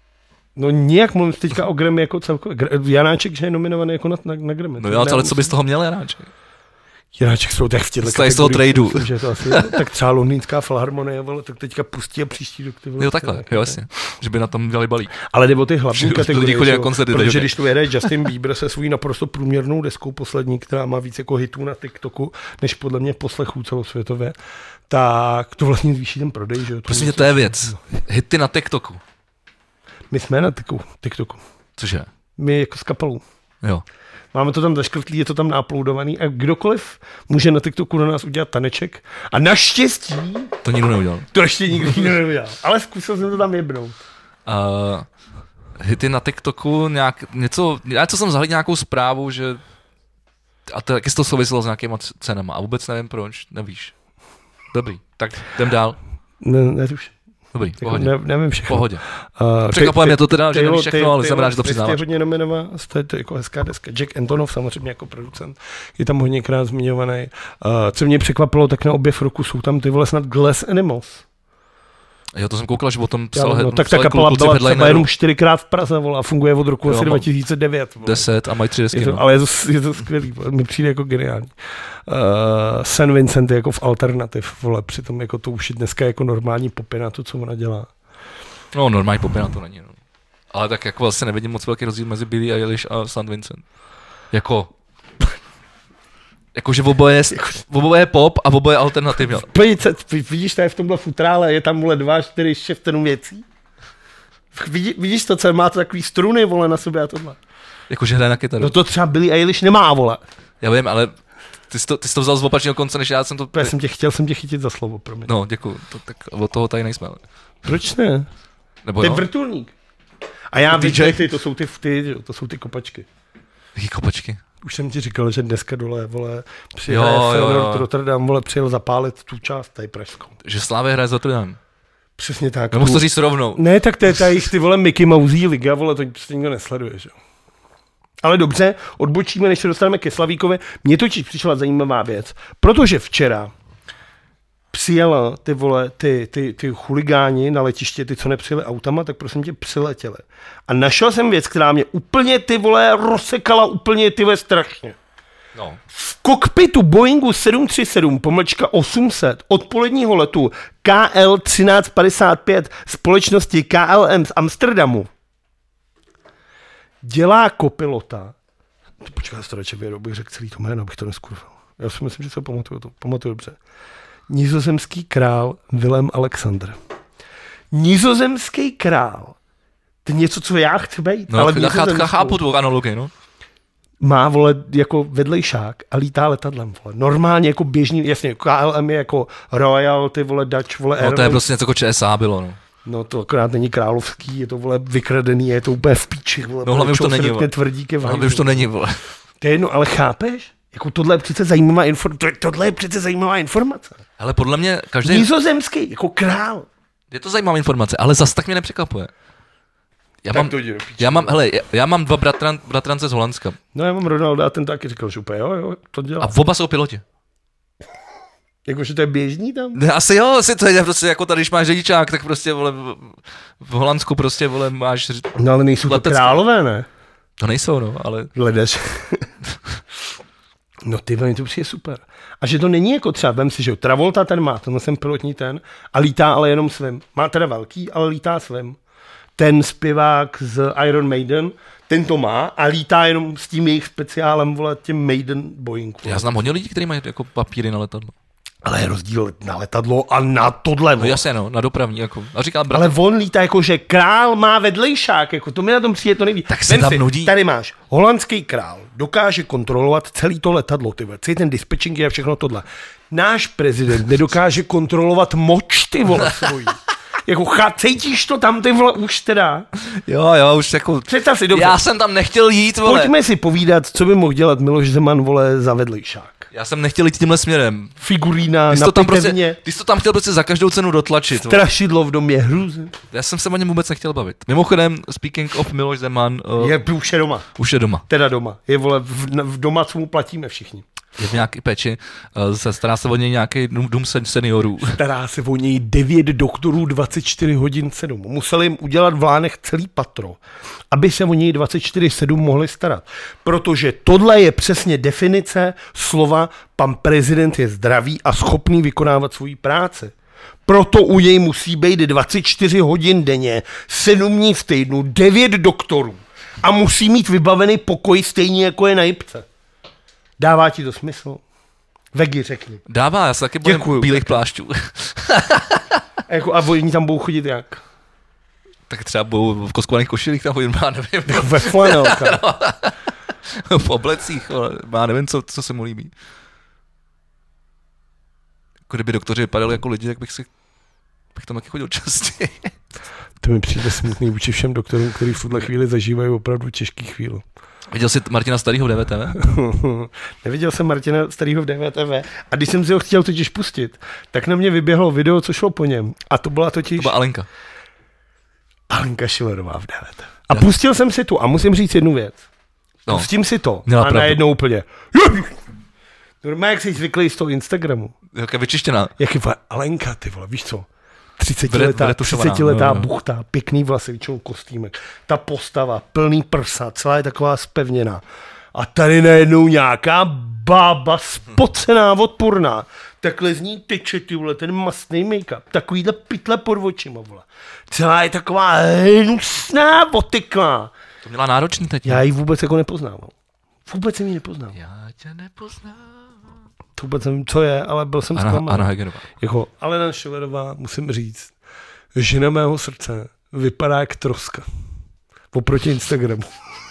No nijak mluvím teďka o Grammy jako celkově. Janáček, že je nominovaný jako na, na, na Grammy. No jo, ale co bys toho měl Janáček? Janáček jsou tak v těchto kategorii. Z toho tradu. Myslím, že to asi, tak třeba Londýnská filharmonie, vole, tak teďka pustí a příští rok. Ty vole, jo, takhle, jo, jasně. Že by na tom dělali balík. Ale jde o ty hlavní kategorie, koncerty, protože takže když to jede Justin Bieber se svou naprosto průměrnou deskou poslední, která má víc jako hitů na TikToku, než podle mě poslechů celosvětově, tak to vlastně zvýší ten prodej. Že? Prosím tě, to je věc. Hity na TikToku. My jsme na TikToku. Cože? My jako s kapelou. Jo. Máme to tam zaškrtlý, je to tam nauploadovaný a kdokoliv může na TikToku na nás udělat taneček a naštěstí... To nikdo neudělal. To ještě nikdo neudělal, ale zkusil jsem to tam jebnout. Uh, hity na TikToku, nějak, něco, něco jsem zahledl nějakou zprávu, že a to taky to souviselo s nějakýma cenama a vůbec nevím proč, nevíš. Dobrý, tak jdem dál. Ne, netuším. Dobrý, pohodě. Ne, nevím všechno. Pohodě. Uh, Překvapuje mě to teda, že nevíš všechno, ale znamená, že to přiznáváš. Je hodně nominovaná, to je to jako hezká deska. Jack Antonoff samozřejmě jako producent, je tam hodněkrát zmiňovaný. Uh, co mě překvapilo, tak na objev roku jsou tam ty vole snad Glass Animals. Jo, to jsem koukal, že o tom psal, no, tak ta kapela byla třeba jenom čtyřikrát v Praze, vole, a funguje od roku jo, asi dva tisíce devět. Vole. deset a mají tři desky. Je to, no. Ale je to, je to skvělý, vole, mi přijde jako geniální. Uh, Saint Vincent je jako v alternativ, vole, přitom jako to už je dneska jako normální popina, to, co ona dělá. No, normální popina to není, no. Ale tak jako vlastně nevidím moc velký rozdíl mezi Billie Eilish a Saint Vincent. Jako... Jakože oboje je, oboje je pop a oboje je alternativ. Vidíš, to je v tomhle futrále, je tam vole dva, čtyři, šest tenů věcí. Vidí, vidíš to, co má to takový struny, vole, na sobě a tohle. Jakože hraje na kytaru. No to třeba Billie Eilish nemá, vole. Já vím, ale ty jsi to, ty jsi to vzal z opačného konce, než já jsem to... Já jsem tě chtěl jsem tě chytit za slovo, promiň. No, děkuju, to, tak od toho tady nejsme. Ale. Proč ne? Nebo ty no? vrtulník. A já vím, ty, to jsou ty, ty, to jsou ty kopačky. Jaký kopačky? Už jsem ti říkal, že dneska dole, vole, přijel Feyenoord Rotterdam, vole, přijel zapálit tu část tady pražskou. Že Slavia hraje z Rotterdam. Přesně tak. Nemohu to říct rovnou. Ne, tak to je ta jich, ty vole, Mickey Mousí liga, vole, to prostě nikdo nesleduje, že jo. Ale dobře, odbočíme, než se dostaneme ke Slavíkovi. Mně totiž přišla zajímavá věc, protože včera přijela ty vole, ty, ty, ty chuligáni na letiště, ty, co nepřijeli autama, tak prosím tě přiletěli. A našel jsem věc, která mě úplně ty vole rozsekala úplně ty vole strašně. No. V kokpitu Boeingu sedm tři sedm pomlčka osm set odpoledního letu K L třináct padesát pět společnosti K L M z Amsterdamu dělá kopilota. Počkej, to radši věděl, bych řekl celý to jméno, abych to neskurval. Já si myslím, že se pamatuju, to pamatuju dobře. Nizozemský král Willem Alexander. Nizozemský král. To je něco, co já chci být. No, ale já chápu tu analogii, no. Má, vole, jako vedlejšák a lítá letadlem, vole. Normálně jako běžný, jasně, K L M je jako Royal, ty vole, Dutch, vole, Airways. No to je prostě něco jako Č S A bylo, no. No to akorát není královský, je to, vole, vykradený, je to úplně v píči, vole. No hlavně už to není, vole. Tvrdíky, hlavně už to není, vole. To je jedno, ale chápeš? Jako tohle je přece zajímavá informace. Tohle je přece zajímavá informace. Ale podle mě každý... Nizozemský, jako král. Je to zajímavá informace, ale zas tak mě nepřekvapuje. Já tak mám, to jde, já mám, hele, já, já mám dva bratran, bratrance z Holandska. No já mám Ronalda a ten taky říkal, že úplně jo, jo, to dělá. A oba jsou piloti. Jakože to je běžný tam? Ne, asi jo, asi to je prostě jako tady, když máš řidičák, tak prostě, vole, v Holandsku prostě, vole, máš... No ale nejsou letecké. To králové, ne? To nejsou, no, ale... Hledáš. No ty vole, to přijde super. A že to není jako třeba, vem si, že Travolta ten má, tenhle jsem pilotní ten, a lítá ale jenom svým. Má teda velký, ale lítá svým. Ten zpěvák z Iron Maiden, ten to má a lítá jenom s tím jejich speciálem, vole, tím Maiden Boeing. Já znám hodně lidí, kteří mají jako papíry na letadlo. Ale je rozdíl na letadlo a na tohle. No jasně, no, na dopravní, jako. A říkal brat... Ale on lítá jako, že král má vedlejšák, jako to mi na tom přijde to nejvíc. Tak se tam nudí. Tady máš, holandský král dokáže kontrolovat celý to letadlo, ty vole, celý ten dispatching a všechno tohle. Náš prezident nedokáže kontrolovat moč, ty vole, svojí. Jako, chá, cítíš to tam, ty vole, už teda? Jo, jo, už jako... Představ si, dobře. Já jsem tam nechtěl jít, vole. Pojďme si povídat, co by mohl dělat Miloš Zeman, vole, za vedlejšák. Já jsem nechtěl jít tímhle směrem. Figurína na pitevně. Prostě, ty jsi to tam chtěl prostě za každou cenu dotlačit. Strašidlo v domě hrůzy. Já jsem se o něm vůbec nechtěl bavit. Mimochodem, speaking of Miloš Zeman... Uh, je, už je doma. Už je doma. Teda doma. Je, vole, v, v doma, co mu platíme všichni. Je v nějaké péči, se stará se o něj nějaký dům seniorů. Stará se o něj devět doktorů dvacet čtyři hodin sedm. Museli jim udělat v Lánech celý patro, aby se o něj dvacet čtyři sedm mohli starat. Protože tohle je přesně definice slova pan prezident je zdravý a schopný vykonávat svoji práci. Proto u něj musí být dvacet čtyři hodin denně, sedm dní v týdnu, devět doktorů. A musí mít vybavený pokoj stejně jako je na Jipce. Dává ti to smysl? Vegi, řekni. Dává, já se taky bojím Děkuju, bílých taky. plášťů. A, jako, a oni tam budou chodit jak? Tak třeba budou v koskovaných košilích tam chodit, já nevím. Ve flanelkách. No, v oblecích, ale já nevím, co, co se mu líbí. Jako kdyby doktoři vypadali jako lidi, tak bych si bych tam taky chodil častěji. To mi přijde smutný vůči všem doktorům, kteří v tuhle chvíli zažívají opravdu těžký chvíli. Viděl jsi Martina Starýho v D V T V? Neviděl jsem Martina Starýho v D V T V a když jsem si ho chtěl totiž pustit, tak na mě vyběhlo video, co šlo po něm. A to byla totiž... To byla Alenka. Alenka Schillerová v D V T V. A já. Pustil jsem si tu a musím říct jednu věc. No. Pustím si to Měla a pravdu. najednou úplně... Normálně, jak jsi zvyklý z toho Instagramu. Jak je vyčištěná. Jak je Alenka, ty vole, víš co? Vede- třicetiletá no, no. buchta, pěkný vlasy, většinou kostýmek. Ta postava, plný prsa, celá je taková spevněná. A tady najednou nějaká bába spocená, odporná. Takhle z ní teče, ty vole, ten mastný make-up. Takovýhle pytle pod očima, vole. Celá je taková hnusná, oteklá. To měla náročný teď. Já ji vůbec jako nepoznával. Vůbec jsem ji nepoznal. Já tě nepoznám. To vůbec nevím, co je, ale byl jsem Anna, zklamaný. Anna Hegerová. Jako Alena Schillerová, musím říct, žena mého srdce vypadá jak troska. Oproti Instagramu.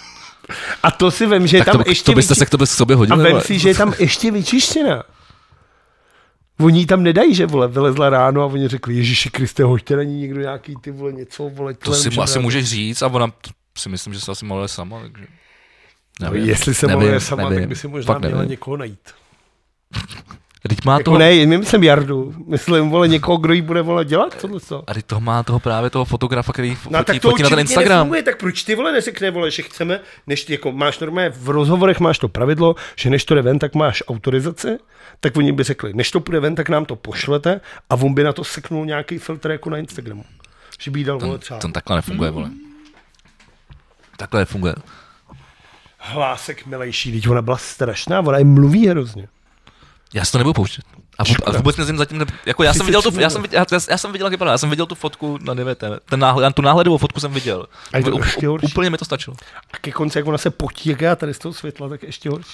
A to si vem, že je Tak tam to, ještě to byste vyči... se k tobě k sobě A hodili. vem ale- si, že je tam ještě vyčištěná. Oni jí tam nedají, že vole, vylezla ráno a oni řekli, Ježíši Kriste, hoďte na ní někdo nějaký ty vole něco, vole. To si mu asi můžeš říct a ona t- si myslím, že se asi maluje sama. Takže... No, jestli se nevím, maluje sama, nevím. tak by si možná Fakt měla nevím. někoho najít. Teď má Jako toho, ne, nemyslím Jardu, myslím, vole, někoho, kdo jí bude, vole, dělat tohle co. a teď toho má toho právě toho fotografa, který fotí, No tak to fotí na ten určitě Instagram. nefunguje, tak proč ty vole neřekne, vole, že chceme, než ty, jako máš normálně v rozhovorech máš to pravidlo, že než to jde ven, tak máš autorizaci, tak oni by řekli, než to půjde ven, tak nám to pošlete a on by na to seknul nějaký filtr jako na Instagramu. Že by jí dal, vole, Ten, třeba ten takhle nefunguje, vole. Takhle nefunguje. hlásek milejší, teď ona byla strašná, ona je mluví hrozně. Já si to nebudu pouštět. A, vůbec, a vůbec nezím zatím, ne, jako já jsem viděl tu, já jsem viděl, já, já jsem viděl, jak vypadá, já jsem viděl tu fotku na D V T V, ten náhled, tu náhledovou fotku jsem viděl. A je to U, ještě u, horší. úplně mi to stačilo. A ke konci, jak ona se potí, jak já tady z toho světla, tak ještě horší.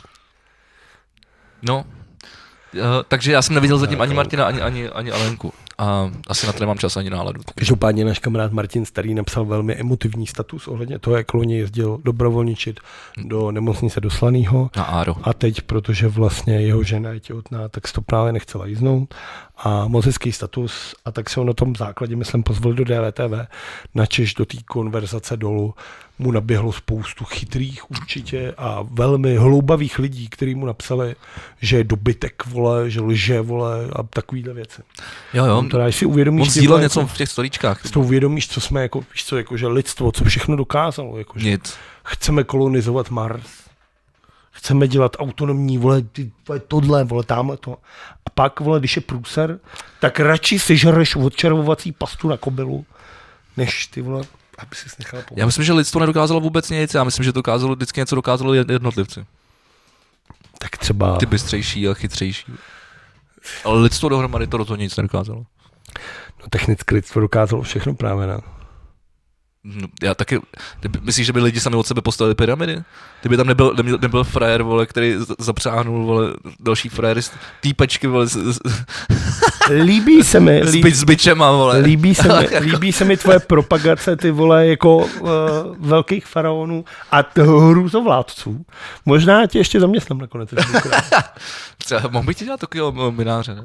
No, uh, takže já jsem neviděl zatím ani Martina, ani, ani, ani Alenku. A asi na to nemám čas ani náladu. Každopádně náš kamarád Martin Starý napsal velmi emotivní status ohledně toho, jak loni jezdil dobrovolničit do nemocnice do Slanýho. Na Áro. A teď, protože vlastně jeho žena je těhotná, tak to právě nechcela jíznout. A moc hezký status. A tak se ho na tom základě, myslím, pozvali do D V T V. Načež do té konverzace dolů mu naběhlo spoustu chytrých určitě a velmi hloubavých lidí, kteří mu napsali, že je dobytek, vole, že lže, vole, a takovýhle věci. Jo, jo. To si uvědomíš, On ty sdílel vole, něco jako, v těch storíčkách. si to uvědomíš, co jsme, jako, víš co, jako, že lidstvo, co všechno dokázalo, jako, že Nic. chceme kolonizovat Mars, chceme dělat autonomní, vole, ty, vole tohle, vole, tamhle to. A pak, vole, když je průser, tak radši sežereš odčervovací pastu na kobylu, než ty, vole, aby si nechal pomoct. Já myslím, že lidstvo nedokázalo vůbec nic, já myslím, že to dokázalo, vždycky něco dokázalo jednotlivci. Tak třeba... Ty bystřejší a chytřejší. Ale lidstvo dohromady to rozhodně nic nedokázalo. No technicky lidstvo dokázalo všechno právě, ne? No, já taky, ty, myslíš, že by lidi sami od sebe postavili pyramidy? Kdyby tam nebyl, nebyl, nebyl frajer, vole, který zapřáhnul, vole, další frajery, týpečky, vole, s, s, Líbí se mi, s, líbí, byč, s byčema, vole. líbí, se mi, líbí se mi tvoje propagace, ty vole, jako uh, velkých faraonů a hrůzovládců. Možná tě ještě zaměstnám nakonec. Třeba mohl bych ti dělat takového mináře, ne?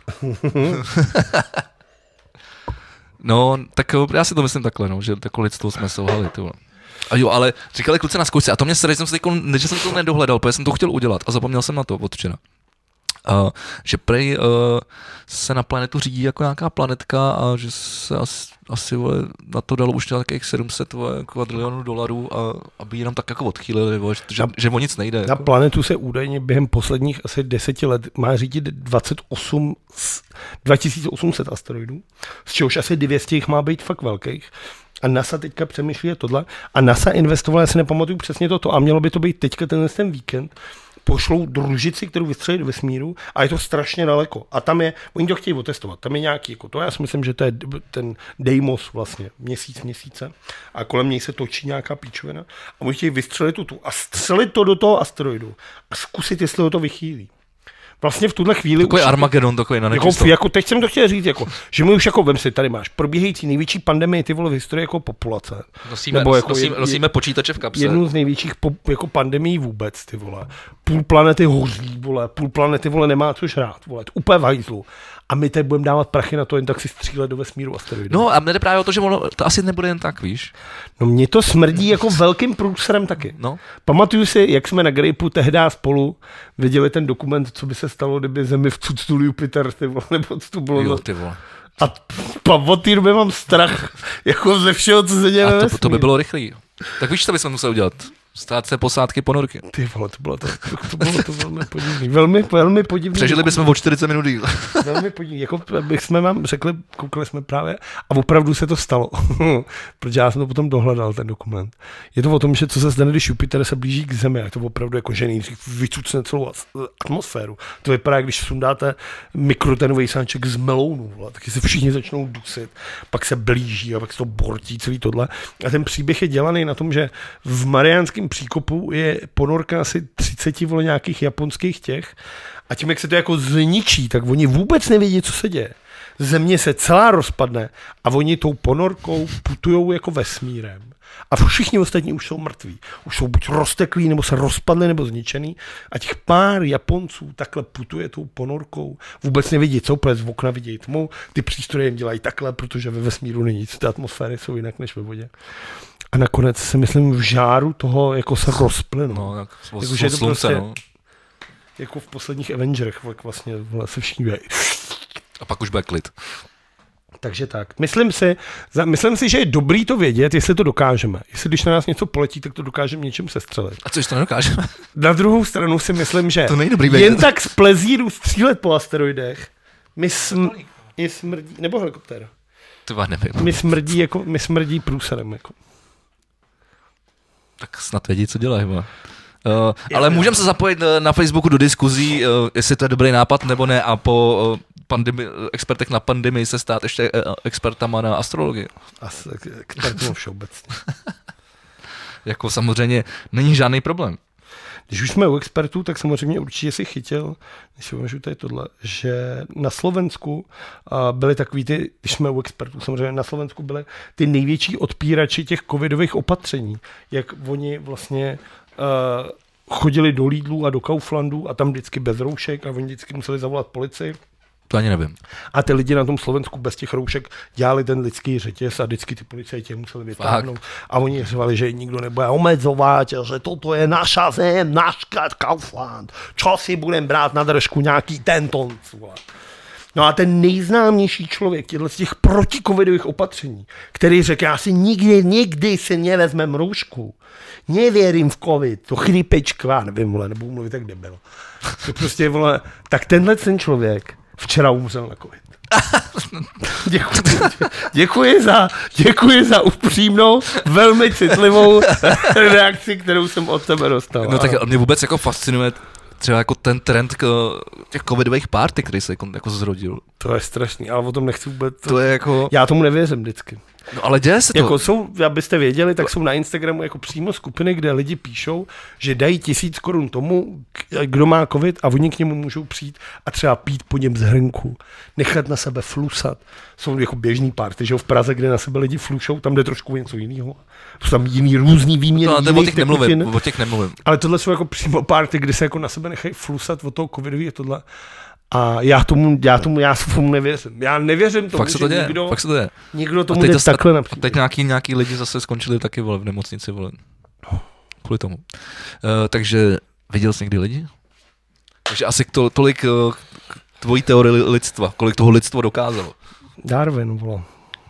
No, tak jo, já si to myslím takhle, no, že jako lidstvo jsme selhali, ty vole. A jo, ale říkali kluci na zkoušce, a to mě sere, jsem se teďko, že jsem to nedohledal, protože jsem to chtěl udělat a zapomněl jsem na to od včera. Uh, že prej uh, se na planetu řídí jako nějaká planetka a že se asi asi vole, na to dalo už nějakých sedm set kvadrilionů dolarů, a aby jenom tak jako odchýlili, vole, že, že o nic nejde. Na jako. planetu se údajně během posledních asi deseti let má řídit dvacet osm, dva tisíce osm set asteroidů, z čehož asi dvě stě jich má být fakt velkých. A NASA teďka přemýšlí tohle. A NASA investovala, já si nepamatuju přesně toto, a mělo by to být teďka tenhle ten víkend, pošlou družici, kterou vystřelí do vesmíru, a je to strašně daleko. A tam je, oni to chtějí otestovat, tam je nějaký, jako to já si myslím, že to je ten Deimos vlastně, měsíc, měsíce, a kolem něj se točí nějaká píčovina, a oni chtějí vystřelit tu, tu a střelit to do toho asteroidu a zkusit, jestli ho to vychýlí. Vlastně v tuhle chvíli... Takový Armagedon, takový na nečisto. Jako, jako, teď jsem to chtěl říct, jako, že my už jako, vem si, tady máš probíhající největší pandemii, ty vole, v historii jako populace. Nosíme, Nebo jako nosíme, je, nosíme počítače v kapse. Jednu z největších po, jako pandemií vůbec, ty vole. Půl planety hoří, vole, půl planety, vole, nemá co žrát, vole, úplně v hajzlu. A my teď budeme dávat prachy na to, jen tak si střílet do vesmíru asteroidů. No a mne jde právě o to, že ono, to asi nebude jen tak, víš. No mně to smrdí jako velkým průserem taky. No. Pamatuju si, jak jsme na Grapeu tehdy spolu viděli ten dokument, co by se stalo, kdyby Zemi vcucnul Jupiter, ty vole, nebo co to bylo. Jo, ty vole. A pa, od té doby mám strach, jako ze všeho, co se děje. A to, to by bylo rychlý. Tak víš, co bychom museli udělat? Stát se posádky ponorky. Ty vole, to bylo to, to, to, bylo to velmi podivný. Velmi, velmi podivný. Přežili bychom o čtyřicet minut díl. Velmi podivný. Jako bych jsme vám řekli, koukali jsme právě, a opravdu se to stalo. Protože já jsem to potom dohledal, ten dokument. Je to o tom, že co se stane, když Jupiter se blíží k Zemi, jak to opravdu jako že nejdřív vycucne celou atmosféru. To vypadá, když sundáte mikrotenový sáček z melounu, vole, taky se všichni začnou dusit, pak se blíží a pak se to bortí celý tohle. A ten příběh je dělaný na tom, že v Mariánském příkopu je ponorka asi třicet vole nějakých japonských těch, a tím, jak se to jako zničí, tak oni vůbec nevědí, co se děje. Země se celá rozpadne a oni tou ponorkou putujou jako vesmírem. A všichni ostatní už jsou mrtví. Už jsou buď rozteklí, nebo se rozpadli, nebo zničený. A těch pár Japonců takhle putuje tou ponorkou. Vůbec nevidí, co, protože z okna vidějí tmu. Ty přístroje jim dělají takhle, protože ve vesmíru není nic. Ty atmosféry jsou jinak než ve vodě. A nakonec si myslím v žáru toho jako se rozplynou. No, tak jako, že je to slunce, prostě, no. Jako v posledních Avengerech vlastně se všichni dělají. A pak už bude klid. Takže tak. Myslím si, myslím si, že je dobrý to vědět, jestli to dokážeme. Jestli když na nás něco poletí, tak to dokážeme něčem sestřelit. A což to nedokážeme? Na druhou stranu si myslím, že to nejde dobrý jen vědět. Tak z plezíru střílet po asteroidech mi sm- je smrdí, nebo helikoptéra. To vám nevím. Mi smrdí, jako, mi smrdí průserem. Jako. Tak snad vědí, co dělají. Uh, ale můžeme se zapojit na Facebooku do diskuzí, uh, jestli to je dobrý nápad nebo ne, a po uh, pandemi, expertech na pandemii se stát ještě uh, expertama na astrologii. Asi expertům všeobecně. Jako samozřejmě není žádný problém. Když už jsme u expertů, tak samozřejmě určitě si chytil, když si uvažuji tady tohle, že na Slovensku uh, byly takový ty, když jsme u expertů, samozřejmě na Slovensku byly ty největší odpírači těch covidových opatření, jak oni vlastně uh, chodili do Lidlu a do Kauflandu a tam vždycky bez roušek a oni vždycky museli zavolat policii. To ani nevím. A ty lidi na tom Slovensku bez těch roušek dělali ten lidský řetěz a vždycky ty policajti museli vytáhnout. A oni řvali, že nikdo nebude omezovat, že toto je naša zem, náš Kaufland. Čo si budem brát na držku nějaký tenton. No a ten nejznámější člověk těchto z těch protikovidových opatření, který řekl, já si nikdy, nikdy si nevezmem roušku. Nevěřím v covid, to chřipečka, nevím, vole, nebudu mluvit tak debil. To prostě, vole, tak tenhle ten člověk včera umřel na covid. Děkuji, děkuji, za, děkuji za upřímnou, velmi citlivou reakci, kterou jsem od tebe dostal. No tak mě vůbec jako fascinuje třeba jako ten trend k, těch covidových party, který se jako, jako zrodil. To je strašný, ale o tom nechci vůbec. To je jako... Já tomu nevěřím vždycky. No ale děje se to. Jako jsou, abyste věděli, tak jsou na Instagramu jako přímo skupiny, kde lidi píšou, že dají tisíc korun tomu, kdo má covid, a oni k němu můžou přijít a třeba pít po něm z hrnku, nechat na sebe flusat. Jsou jako běžný party, že v Praze, kde na sebe lidi flušou, tam jde trošku něco jiného. To jsou tam jiný různý výměny. No, o těch nemluvím, o těch nemluvím. Ale tohle jsou jako přímo party, kdy se jako na sebe nechají flusat od toho covidu a tohle. A já tomu, já tomu, já tomu nevěřím. Já nevěřím tomu, fakt se to děje, někdo, fakt se to děje. někdo tomu jde takhle například. A teď nějaký, nějaký lidi zase skončili taky, vole, v nemocnici, vole. Kvůli tomu. Uh, takže viděl jsi někdy lidi? Takže asi to, tolik uh, tvojí teorie lidstva, kolik toho lidstvo dokázalo. Darwin, vole.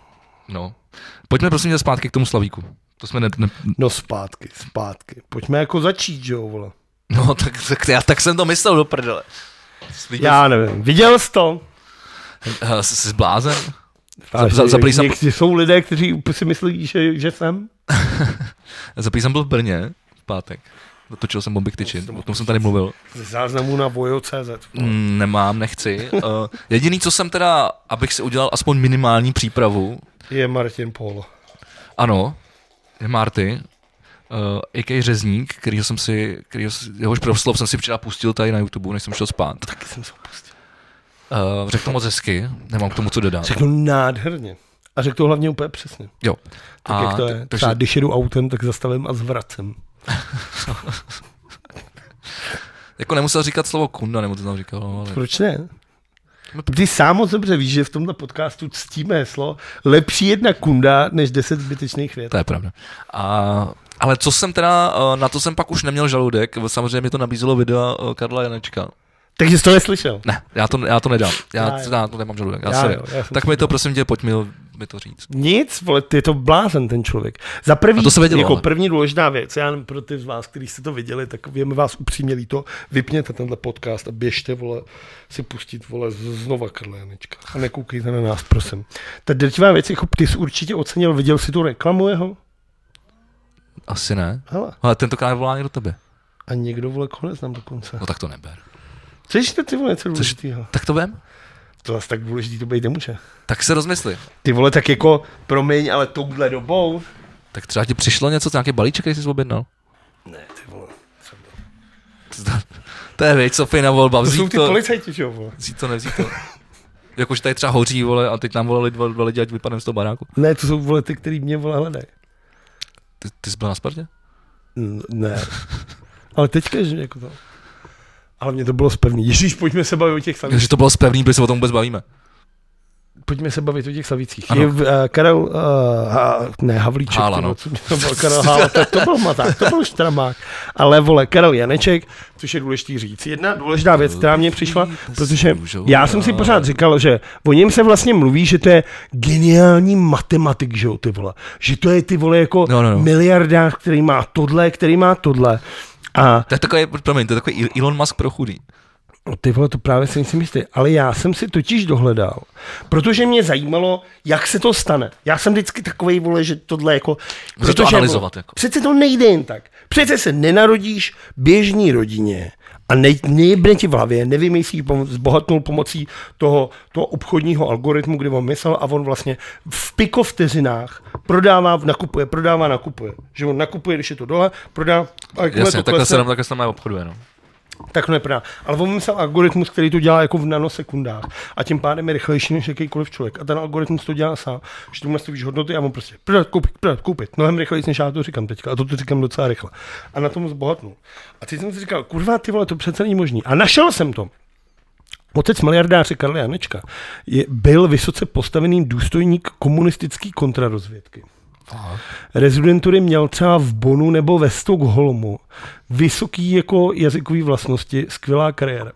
No. Pojďme prosím tě zpátky k tomu Slavíku. To jsme ne, ne... No zpátky, zpátky. Pojďme jako začít, že jo, vole. No, tak, tak, já tak jsem to myslel do prdele. Viděl já nevím, viděl jsi to? Uh, jsi zblázen? Za, za, jsem... Jsou lidé, kteří si myslí, že, že jsem? Zaprý jsem byl v Brně v pátek. Točil jsem Bomby k tyči, o tom jsem tady mluvil. Z záznamů na vojo tečka cé zet. Mm, nemám, nechci. Uh, jediný, co jsem teda, abych si udělal aspoň minimální přípravu. Je Martin Polo. Ano, je Marty. Uh, A K Řezník, kterýho jsem si, kterýho, jehož proslov jsem si včera pustil tady na YouTube, než jsem šel spát. Taky jsem se pustil. Uh, řekl to moc hezky, nemám k tomu co dodat. Řekl nádherně. A řekl to hlavně úplně přesně. Jo. Tak a jak to je. T- Třeba když jedu autem, tak zastavím a zvracím. Jako nemusel říkat slovo kunda, nebo to tam říkal. Ale... Proč ne? Ty sám moc dobře víš, že v tomto podcastu ctíme heslo lepší jedna kunda, než deset zbytečných vět. To je pravda. A, ale co jsem teda, na to jsem pak už neměl žaludek, samozřejmě mi to nabízelo video Karla Janečka. Takže jsi to neslyšel? Ne, já to, já to nedám. Já, já, já to nemám žaludek. Já já, jo, já tak mi to prosím tě, pojď mi, mi to říct. Nic, vole, je to blázen ten člověk. Za první, to se vědělo, jako ale. první důležitá věc, já pro ty z vás, kteří jste to viděli, tak věme vás upřímně líto, vypněte tenhle podcast a běžte, vole, si pustit, vole, znova Karla Janečka. A nekoukejte na nás, prosím. Ta drtivá věc, jako ty jsi určitě ocenil, viděl jsi tu reklamu jeho? Asi ne. Hele. Ale tentokrát volání do tebe. A někdo, vole, konec nám dokonce. No tak to neber. Což ty vole, něco důležitýho? Tak to vem. To asi tak důležitý to být nemůže. Tak se rozmysli. Ty vole, tak jako, promiň, ale touhle dobou. Tak třeba ti přišlo něco, nějaký balíček, který jsi objednal? Ne, ty vole. To, to je věc, Sofina volba. To jsou ty to, policajti, že jo, vole. Vzít to, nevzít to. Jakože tady třeba hoří, vole, a teď nám volali dva, dva lidi, ať vypadneme z toho baráku. Ne, to jsou, vole, ty, který mě, vole, hledají. Ty, ty jsi byl na Spartě? Ne. Ale teďka, že jako to. Ale mě to bylo spevný. Ježíš, pojďme se bavit o těch Savicích. Že to bylo spevný, protože se o tom vůbec bavíme. Pojďme se bavit o těch Savicích. Je uh, Karel, uh, ha, ne, Havlíček. Hála, no. To byl Karel Hála, to, to byl maták, to byl štramák. Ale vole, Karel Janeček, což je důležitý říct. Jedna důležitá věc, která mě přišla, protože já jsem si pořád říkal, že o něm se vlastně mluví, že to je geniální matematik, že jo, ty vole. Že to je ty vole jako no, no, no. miliardář, který má tohle, který má tohle. A to je takový, promiň, to je takový Elon Musk pro chudý. No ty vole, to právě si myslím jistý. Ale já jsem si totiž dohledal, protože mě zajímalo, jak se to stane. Já jsem vždycky takovej, vole, že tohle jako... Můžeš to analyzovat. Jako. Přece to nejde jen tak. Přece se nenarodíš běžný rodině a ne, nejebne ti v hlavě, nevymyslíš, zbohatnul pomocí toho, toho obchodního algoritmu, kdy on myslel a on vlastně v pikovteřinách prodává, nakupuje, prodává, nakupuje. Že on nakupuje, když je to dole, prodá... Jasně, takhle se, takhle se nám obchoduje, no. Tak to neprává. Ale on myslel algoritmus, který to dělá jako v nanosekundách. A tím pádem je rychlejší než jakýkoliv člověk. A ten algoritmus to dělá sám. Že tomu nastavíš hodnoty a on prostě prodat, koupit, prodat, koupit. Mnohem rychlejší, než já to říkám teďka. A to to říkám docela rychle. A na tom zbohatnul. A teď jsem si říkal, kurva, ty vole, to přece není možný. A našel jsem to. Otec miliardáře Karla Janečka je, byl vysoce postavený důstojník komunistické kontrarozvědky. Aha. Rezidentury měl třeba v Bonu nebo ve Stockholmu. Vysoký jako jazykový vlastnosti, skvělá kariéra.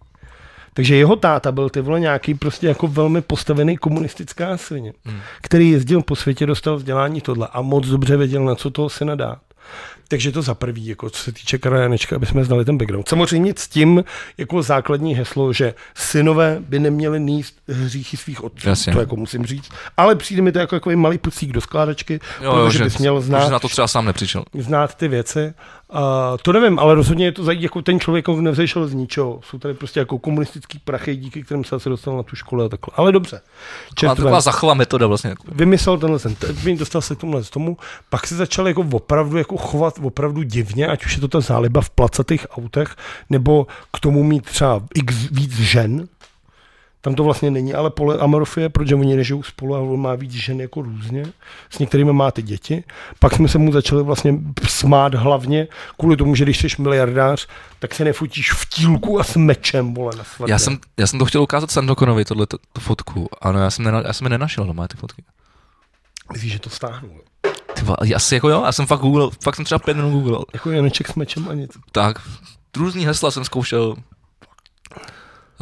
Takže jeho táta byl ty vole nějaký prostě jako velmi postavený komunistická svině, hmm. který jezdil po světě, dostal vzdělání tohle a moc dobře věděl, na co toho syna dát. Takže to za prvý, jako co se týče Karla Janečka, aby jsme znali ten background. Samozřejmě s tím jako základní heslo, že synové by neměli nést hříchy svých otců, Jasně. to jako musím říct, ale přijde mi to jako takový malý pucík do skládačky, jo, protože jo, bys měl znát, že na to třeba sám nepřišel. Znát ty věci. Uh, to nevím, ale rozhodně je to zajímavé, jako ten člověk nevzešel z ničeho. Jsou tady prostě jako komunistický prachy, díky kterým se asi dostal na tu školu a takhle. Ale dobře. A taková zachová metoda vlastně. Vymyslel tenhle ten termín, dostal se k tomuhle z tomu, pak se začal jako opravdu jako chovat opravdu divně, ať už je to ta záliba v placatých autech, nebo k tomu mít třeba x víc žen. Tam to vlastně není, ale polyamorofie, protože oni nežijou spolu a on má víc žen jako různě. S některými má ty děti. Pak jsme se mu začali vlastně smát hlavně kvůli tomu, že když jsi miliardář, tak se nefotíš v tílku a s mečem, vole, na svatbě. Já jsem, já jsem to chtěl ukázat Sandokonovi, tohle tu fotku, ale já jsem, nena, já jsem je nenašel doma, ty fotky. Myslíš, že to stáhnu? Ty vole, asi jako jo, já jsem fakt googlil, fakt jsem třeba pět minut googlil. Jako Janeček s mečem a nic. Tak, různý hesla jsem zkoušel.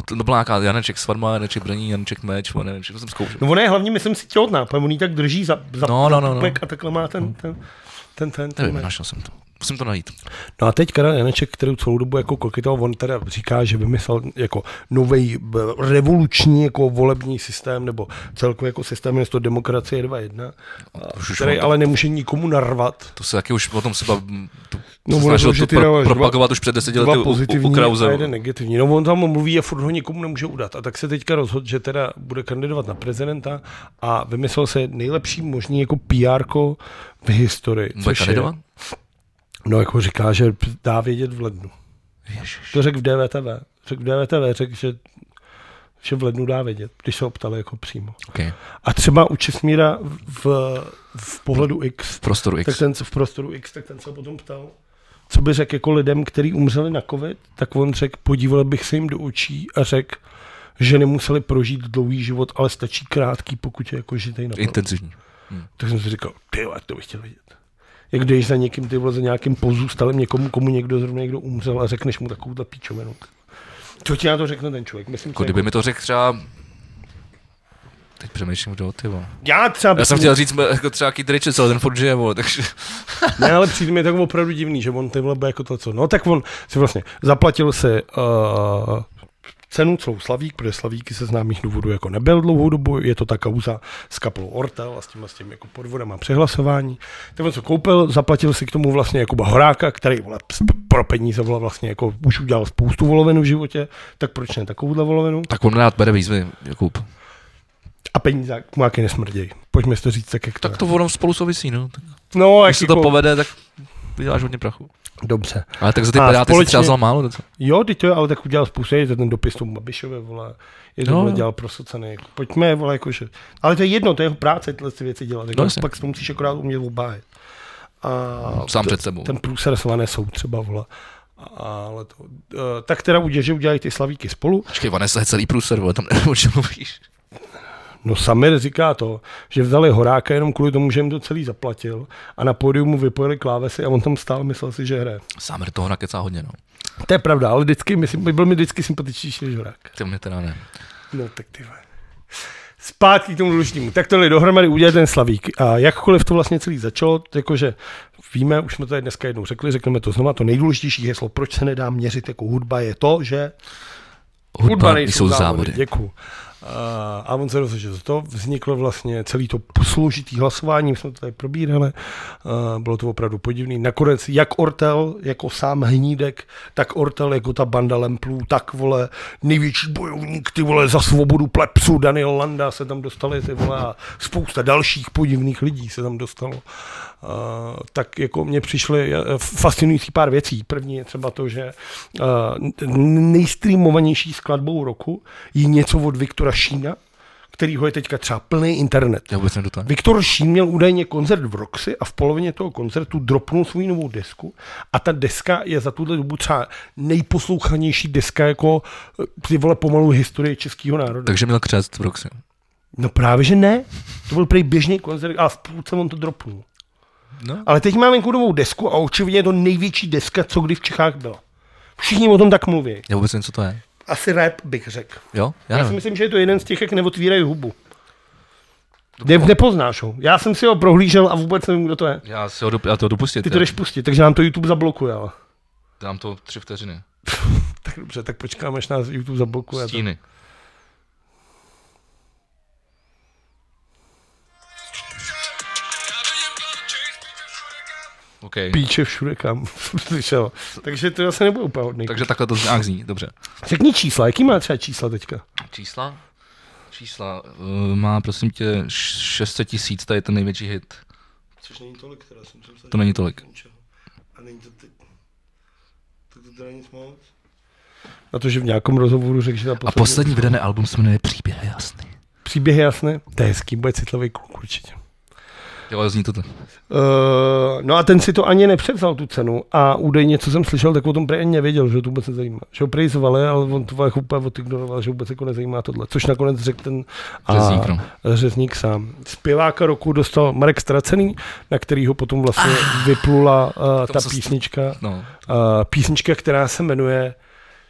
to byla nějaká Janeček Svarma, Janeček Braní, Janeček Meč, Janeček, to jsem zkoušel. No ona je hlavně, myslím si, těhotná, protože on jí tak drží za, za no, no, no, no. a takhle má ten, ten, ten, ten, ten Nevím, našel jsem to. Musím to najít. No a teď Karel Janeček, který celou dobu jako koketoval, on teda říká, že vymyslel jako nový revoluční jako volební systém, nebo celkově jako systém město demokracie dva jedna, který ale nemůže nikomu narvat. To se taky už potom se bav... No, snažil to pro, propagovat dva, už před deseti lety u, u Krause. A jeden negativní. No on tam mluví a furt ho nikomu nemůže udat. A tak se teďka rozhodl, že teda bude kandidovat na prezidenta a vymyslel se nejlepší možný jako P R ko v historii. Bude kandidovat? No jako říká, že dá vědět v lednu. Ježiš. To řekl v D V T V. Řekl v D V T V, řekl, že, že v lednu dá vědět, když se ho ptali jako přímo. Okay. A třeba u Česmíra v, v pohledu X. V prostoru X. Tak ten, v prostoru X, tak ten se potom ptal, co by řekl jako lidem, kteří umřeli na covid, tak on řekl, podíval bych se jim do očí a řekl, že nemuseli prožít dlouhý život, ale stačí krátký, pokud je jako žitej napadl. Intenzivní. Hmm. Tak jsem si říkal, tyjo, to bych chtěl vidět. Jak jdeš za někým, ty vole, za nějakým pozůstalým někomu, komu někdo zrovna někdo umřel a řekneš mu takovouhle píčovinu. Co ti na to řekne ten člověk? Myslím, jako, kdyby jako... mi to řekl třeba... Teď přemýšlím, kdo ty, vole. Já třeba... Já jsem chtěl říct, jako třeba jaký Dričec, ale ten furt žije, vole, takže... Ne, ale přijde mi tak opravdu divný, že on ty vole jako to, co... No tak on si vlastně zaplatil si uh, cenu celou Slavík, protože Slavíky se známých důvodů jako nebyl dlouhou dobu, je to ta kauza s kapelou Ortel a s tím, s tím jako podvodem a přehlasování. Tak on se koupil, zaplatil si k tomu vlastně Jakuba Horáka, který vole, pro peníze vole, vlastně jako už udělal spoustu volovinu v životě, tak proč ne takovouhle volovinu? Tak on rád bere výzvy, Jakub. A peníze kumáky nesmrdějí. Pojďme si to říct tak, jak to Tak to ono spolu souvisí, no. No, když se to jako... povede, tak vyděláš hodně prachu. Dobře. Ale tak za ty Piráty společně... si třeba vzal málo docela. Jo, teď to je, ale tak udělal spoustu, je to ten dopis tomu Babišovi, vole, je to, no, vole, dělal pro socany, jako, pojďme, vole, jakože, ale to je jedno, to je jeho práce, tyhle ty věci dělat, jako, no, pak si to musíš akorát umět obájet. A sám před sebou. Ten průsrasované jsou třeba, vole, ale to, uh, tak teda udělal, že udělají ty Slavíky spolu. Počkej, Vanessa je celý průser, vole, tam nevím, o čem mluvíš. No Samir říká to, že vzali Horáka jenom kvůli tomu, že jim to celý zaplatil a na pódium mu vypojili klávesy a on tam stál, myslel si, že hraje. Samir toho nakecá hodně, no. To je pravda, ale vždycky, myslím, byl mi vždycky sympatičnější než Horák. To mě teda ne. No tak ty vole. Zpátky k tomu důležitému. Tak tohle dohromady udělat ten Slavík. A jakkoliv to vlastně celý začalo, jakože víme, už jsme to tady dneska jednou řekli, řekneme to znova, to nejdůležitější heslo, proč se nedá měřit jako hudba, je to, že hudba, hudba nejsou závody. závody. Děkuju. A on se rozhodl, že to vzniklo vlastně celý to složitý hlasování, jsme to tady probírali, bylo to opravdu podivný. Nakonec jak Ortel, jako sám Hnídek, tak Ortel, jako ta banda Lemplů, tak vole, největší bojovník, ty vole, za svobodu plebsu, Daniel Landa se tam dostali, ty vole, a spousta dalších podivných lidí se tam dostalo. Uh, tak jako mně přišly fascinující pár věcí. První je třeba to, že uh, nejstreamovanější skladbou roku je něco od Viktora Šína, kterýho je teďka třeba plný internet. Viktor Šín měl údajně koncert v Roxy a v polovině toho koncertu dropnul svou novou desku a ta deska je za tuhle dobu třeba nejposlouchanější deska jako ty vole pomalu historie českého národa. Takže měl křest v Roxy. No právě, že ne. To byl prý běžný koncert a v půlce on to dropnul. No. Ale teď máme nějakou novou desku a očividně je to největší deska, co kdy v Čechách byla. Všichni o tom tak mluví. Já vůbec nevím, co to je. Asi rap bych řekl. Jo? Já, Já si myslím, že je to jeden z těch, jak neotvírají hubu. Ne, nepoznáš ho. Já jsem si ho prohlížel a vůbec nevím, kdo to je. Já si ho do, já to dopustit. Ty to jdeš pustit, takže nám to YouTube zablokuje. Ale. Dám to tři vteřiny. Tak dobře, tak počkáme, až nás YouTube zablokuje. Stíny. Okay. Píče všude kam. Slyšel. Takže to asi nebude úplně hodný. Takže takhle to nějak zní, dobře. Řekni čísla, jaký má třeba čísla teďka? Čísla? Čísla. Uh, má prosím tě šest set tisíc, to je ten největší hit. Což není tolik, teda jsem se To není tolik. A není to ty... To to teda nic moc? Na to, že v nějakém rozhovoru řekl, že ta poslední... A poslední vydaný album se jmenuje Příběhy jasný. Příběhy jasné? To je hezký, bude citlivý kluk určitě. Jo, zní to to. Uh, no a ten si to ani nepřevzal tu cenu a údajně, co jsem slyšel, tak o tom prej ani nevěděl, že to vůbec nezajímá. Že ho prej zvali, ale on to jako úplně odignoroval, že vůbec jako nezajímá tohle. Což nakonec řekl ten řezník, no. řezník sám. Zpěváka roku dostal Marek Stracený, na kterýho potom vlastně ah, vyplula uh, ta písnička. No. Uh, písnička, která se jmenuje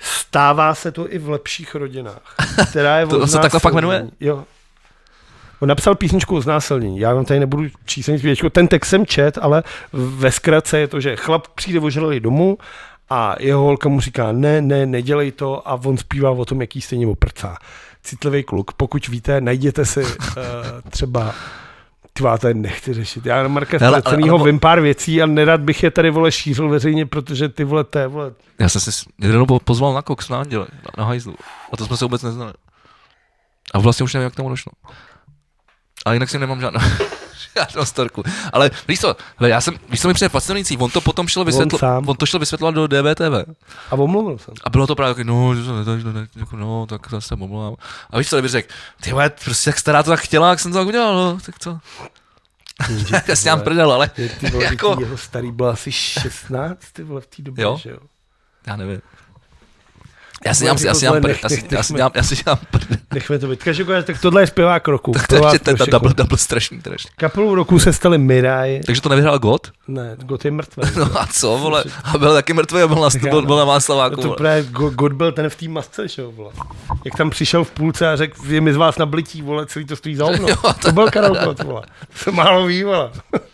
Stává se to i v lepších rodinách. Která je to se takhle fakt jmenuje? Jo. On napsal písničku o znásilnění. Já vám tady nebudu číselnit písničku. Ten text jsem čet, ale ve zkratce je to, že chlap přijde ožralý domů a jeho holka mu říká ne, ne, nedělej to a on zpívá o tom, jaký stejně oprcá. Citlivý kluk. Pokud víte, najděte si uh, třeba Tvá, tady nechci řešit. Já na Marka Ztracenýho vím pár věcí a nerad bych je tady, vole, šířil veřejně, protože ty, vole, té, vole. Já jsem si jednou pozval na koks na Anděle, na hajzlu. A to jsme se vůbec neznali. A vlastně už nevím, jak k tomu došlo. A jinak si nemám žádnou, žádnou storku. Ale víš co, já jsem, víš co mi přijde fascinující, on to potom šel vysvětlovat, on, on to šel vysvětlovat do D V T V. A omluvil jsem. A bylo to právě jako, no, no, tak zase omluvám. A víš co, kdyby řekl, ty vole, prostě jak stará to tak chtěla, jak jsem to tak udělal, no, tak co. Já si nám prdel, ale ty vole, jako... jeho starý byl asi šestnáct, ty vole, v té době, jo? Že jo? Já nevím. Já si dělám, já si dělám prd, já si, já si dělám, já si dělám prd. Nechme to být. Každopádně, tak tohle je zpěvák roku. Tak to je ten double, double strašný trash. Kapelou roku se stali Miraj. Takže to nevyhrál God? Ne, God je mrtvý. No a co, vole? A byl taky mrtvý a byl na, byl, byl na Václaváku. No to právě God byl ten v té masce, že jo, vole. Jak tam přišel v půlce a řekl, že mi z vás nablití, vole, celý to stojí za hovno. To... to byl Karel God, vole. To se málo ví, vole.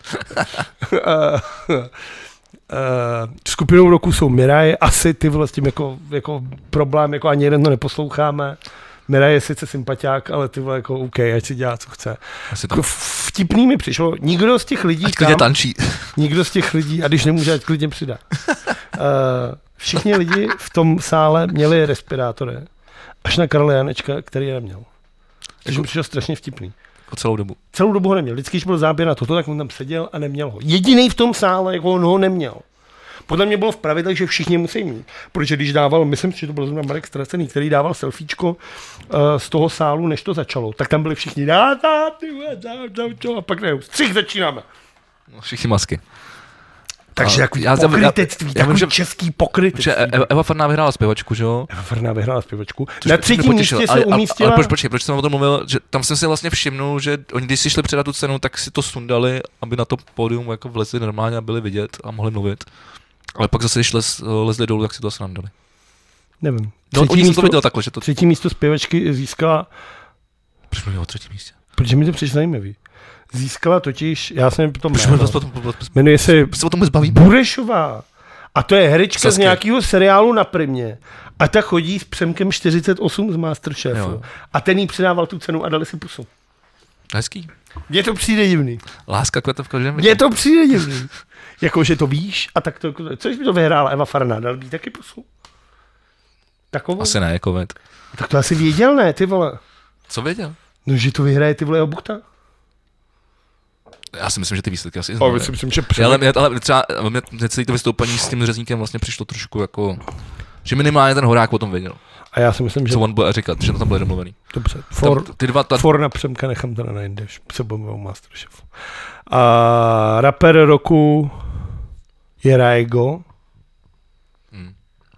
Uh, skupinou roku jsou Miraj, asi ty vole s tím jako, jako problém, jako ani jeden to neposloucháme. Miraj je sice sympatiák, ale ty vole jako OK, ať si dělá, co chce. Jako vtipný mi přišlo, nikdo z těch lidí ať tam, tančí. Nikdo z těch lidí, a když nemůže, ať klidně přidá. Uh, všichni lidi v tom sále měli respirátory, až na Karla Janečka, který je neměl. Takže jako, mi přišlo strašně vtipný. Jako celou dobu. Celou dobu ho neměl. Vždycky, když byl záběr na toto, tak on tam seděl a neměl ho. Jediný v tom sále, jako on ho neměl. Podle mě bylo v pravidlech, že všichni musí mít. Protože když dával, myslím si, že to byl zrovna Marek Ztracený, který dával selfiečko uh, z toho sálu, než to začalo, tak tam byli všichni dá, dá, ty dá, dá, dá, a pak ne, střih začínáme. No, všichni masky. Takže jako pokrytectví, takový že, český pokrytectví. Eva Farná vyhrála zpěvačku, že jo? Eva Farná vyhrála zpěvačku. Na třetím místě se umístila... Ale, ale proč, proč jsem o tom mluvil, že tam jsem si vlastně všimnul, že oni když si šli předat tu cenu, tak si to sundali, aby na to pódium jako vlezli normálně a byli vidět a mohli mluvit. Ale pak zase, když les, lezli dolů, tak si to srandali. Nevím. No, oni místo, to viděl takhle, že to... Třetí místo zpěvačky získala... Proč mluvil o třetím místě? Protože mi to přišlo zajímavý. Získala totiž, já jsem potom jméno, jmenuje se o tom zbaví? Burešová. A to je herečka Sasky. Z nějakého seriálu na Primě. A ta chodí s Přemkem čtyřicet osm z Masterchefu. Jo. A ten jí předával tu cenu a dali si pusu. Hezký. Mně to přijde divný. Láska kvete v každém Mně to přijde divný. Jakože to víš a tak to, což by to vyhrála Eva Farná, dal by taky pusu. Takovou? Asi ne, jako ved. Tak to asi věděl, ne, ty vole. Co věděl? No, že to vyhraje ty vole jeho buchta. Já si myslím, že ty výsledky asi znamená. Ale si myslím, že před... ale, mě, ale třeba mě celý to vystoupení s tím řezníkem vlastně přišlo trošku jako, že minimálně ten Horák o tom věděl. A já si myslím, že... Co on bude říkat, že to tam bylo domluvený. Dobře. For, tam, ty dva, ta... for na Přemka nechám teda na jinde, se bavíme o Masterchefu. A rapper roku je Raigo. Hmm.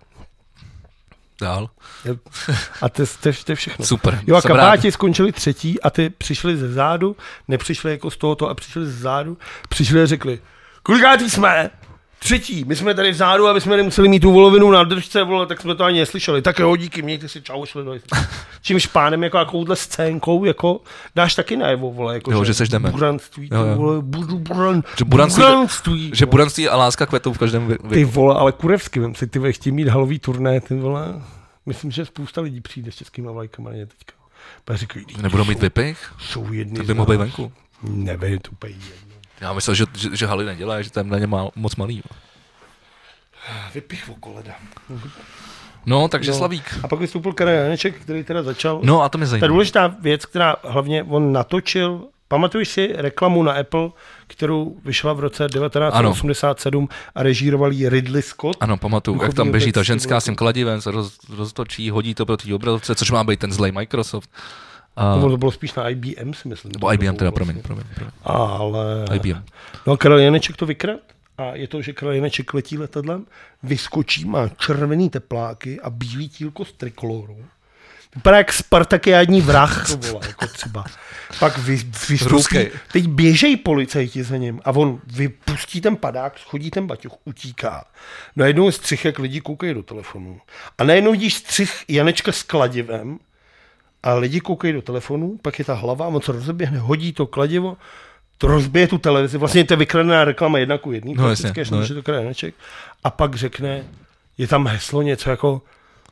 Dál. A to, to, to je všechno. Super. Jo, a Kabáti skončili třetí a ty přišli ze zádu, nepřišli jako z tohoto a přišli ze zádu, přišli a řekli, kolikátý jsme? Třetí, my jsme tady v zádu, aby jsme nemuseli mít tu volovinu na držce, vole, tak jsme to ani neslyšeli. Tak jo, díky, mějte si čau, šli do čímž pánem jako takovouhle scénkou, jako dáš taky najevo, vole, jako jo, že, že seš jdeme. Buranství, jo, jo. Vole, budu, buran, že buranství, buranství, že buranství a láska kvetou v každém věku. Ty vole, ale kurevsky, vem si, ty vole, chtějí mít halový turné, ty vole. Myslím, že spousta lidí přijde s českýma vlajkama na ně teďka. Pak říkají, nebudou mít vypich? Jsou jedni. To by mohl být venku. Nevím, to úplně jedno. Já myslel, že, že, že haly nedělají, že tam na ně má moc malý. Vypich o koleda. No, takže no. Slavík. A pak vystoupil Karel Janeček, který teda začal. No a to mě zajímá. Ta důležitá věc, která hlavně on natočil, pamatuješ si reklamu na Apple, kterou vyšla v roce devatenáct set osmdesát sedm ano. A režíroval ji Ridley Scott. Ano, pamatuju, jak tam běží ta ženská s tím kladivem, se roz, roztočí, hodí to pro té obrazovce, což má být ten zlej Microsoft. A... To bylo spíš na I B M, si myslím. Nebo I B M teda, promiň, promiň, promiň. Ale... I B M. No a Karel Janeček to vykrát. A je to, že Karel Janeček letí letadlem, vyskočí, má červený tepláky a bílý tílko z trikoloru. Vypadá jak spartakiádní vrah, to bylo, jako třeba. Pak vy, vystoupí, teď běžejí policajti za ním a on vypustí ten padák, schodí ten baťoch, utíká. Najednou je střih, jak lidi koukají do telefonu. A najednou vidíš střih Janečka s kladivem a lidi koukají do telefonu, pak je ta hlava, on se rozeběhne, hodí to kladivo, to rozbije tu televizi, vlastně to je vykradená reklama jedna ku jedný, no, jasně, no. To krade Janeček, a pak řekne, je tam heslo něco jako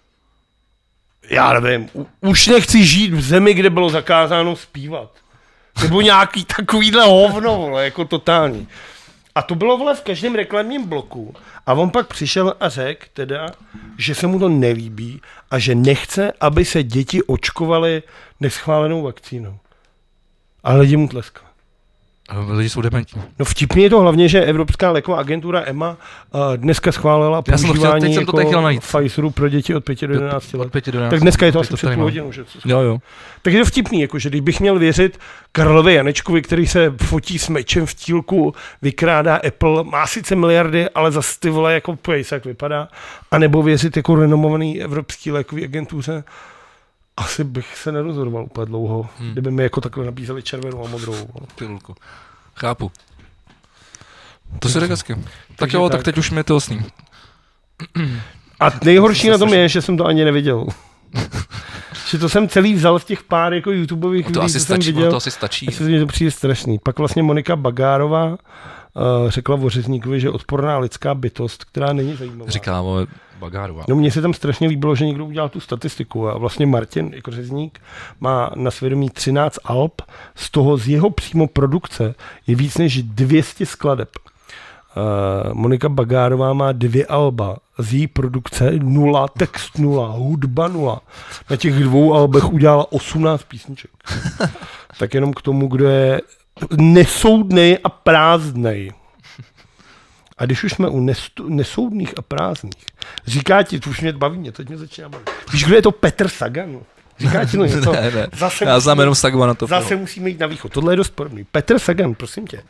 já nevím, u, už nechci žít v zemi, kde bylo zakázáno zpívat. Nebo nějaký takovýhle hovno, vole, jako totální. A to bylo, vole, v každém reklamním bloku. A on pak přišel a řekl teda, že se mu to nelíbí a že nechce, aby se děti očkovaly neschválenou vakcínou. Ale lidi mu tleskali. Lidi jsou dementní. No vtipně je to hlavně, že Evropská léková agentura E M A uh, dneska schválila používání jako Pfizeru pro děti od pěti do jedenácti let. do jedenácti tak dneska je to asi před půl hodinou. Že jo, jo. Tak je to vtipný, jako, že když bych měl věřit Karlovi Janečkovi, který se fotí s mečem v tílku, vykrádá Apple, má sice miliardy, ale zase ty vole jako pojď, jak vypadá, anebo věřit jako renomovaný Evropský lékový agentuře, asi bych se nerozhodoval úplně dlouho, hmm. kdyby mi jako takhle nabízeli červenou a modrou. Pilulku. Chápu. To si tak hezky. Tak jo, tak, tak teď už mi je to osný. A nejhorší na tom je, že jsem to ani neviděl. Že to jsem celý vzal v těch pár jako YouTubeových videí, co jsem viděl. To asi stačí. Asi mě to přijde strašný. Pak vlastně Monika Bagárová uh, řekla o Řezníkovi, že odporná lidská bytost, která není zajímavá. Říká o Bagárová. No mně se tam strašně líbilo, že někdo udělal tu statistiku a vlastně Martin jako Řezník má na svědomí třináct alb, z toho z jeho přímo produkce je víc než dvě stě skladeb. Uh, Monika Bagárová má dvě alba, z její produkce nula, text nula, hudba nula. Na těch dvou albech udělala osmnáct písniček. Tak jenom k tomu, kdo je nesoudnej a prázdnej. A když už jsme u nestu, nesoudných a prázdných, říká ti, to už mě baví, mě teď mě začíná bavit. Víš, kdo je to Petr Sagan? Říká ti no něco? Ne, ne. Zase já znám jenom Sagana to. Zase musíme jít na východ. Tohle je dost podobný. Petr Sagan, prosím tě.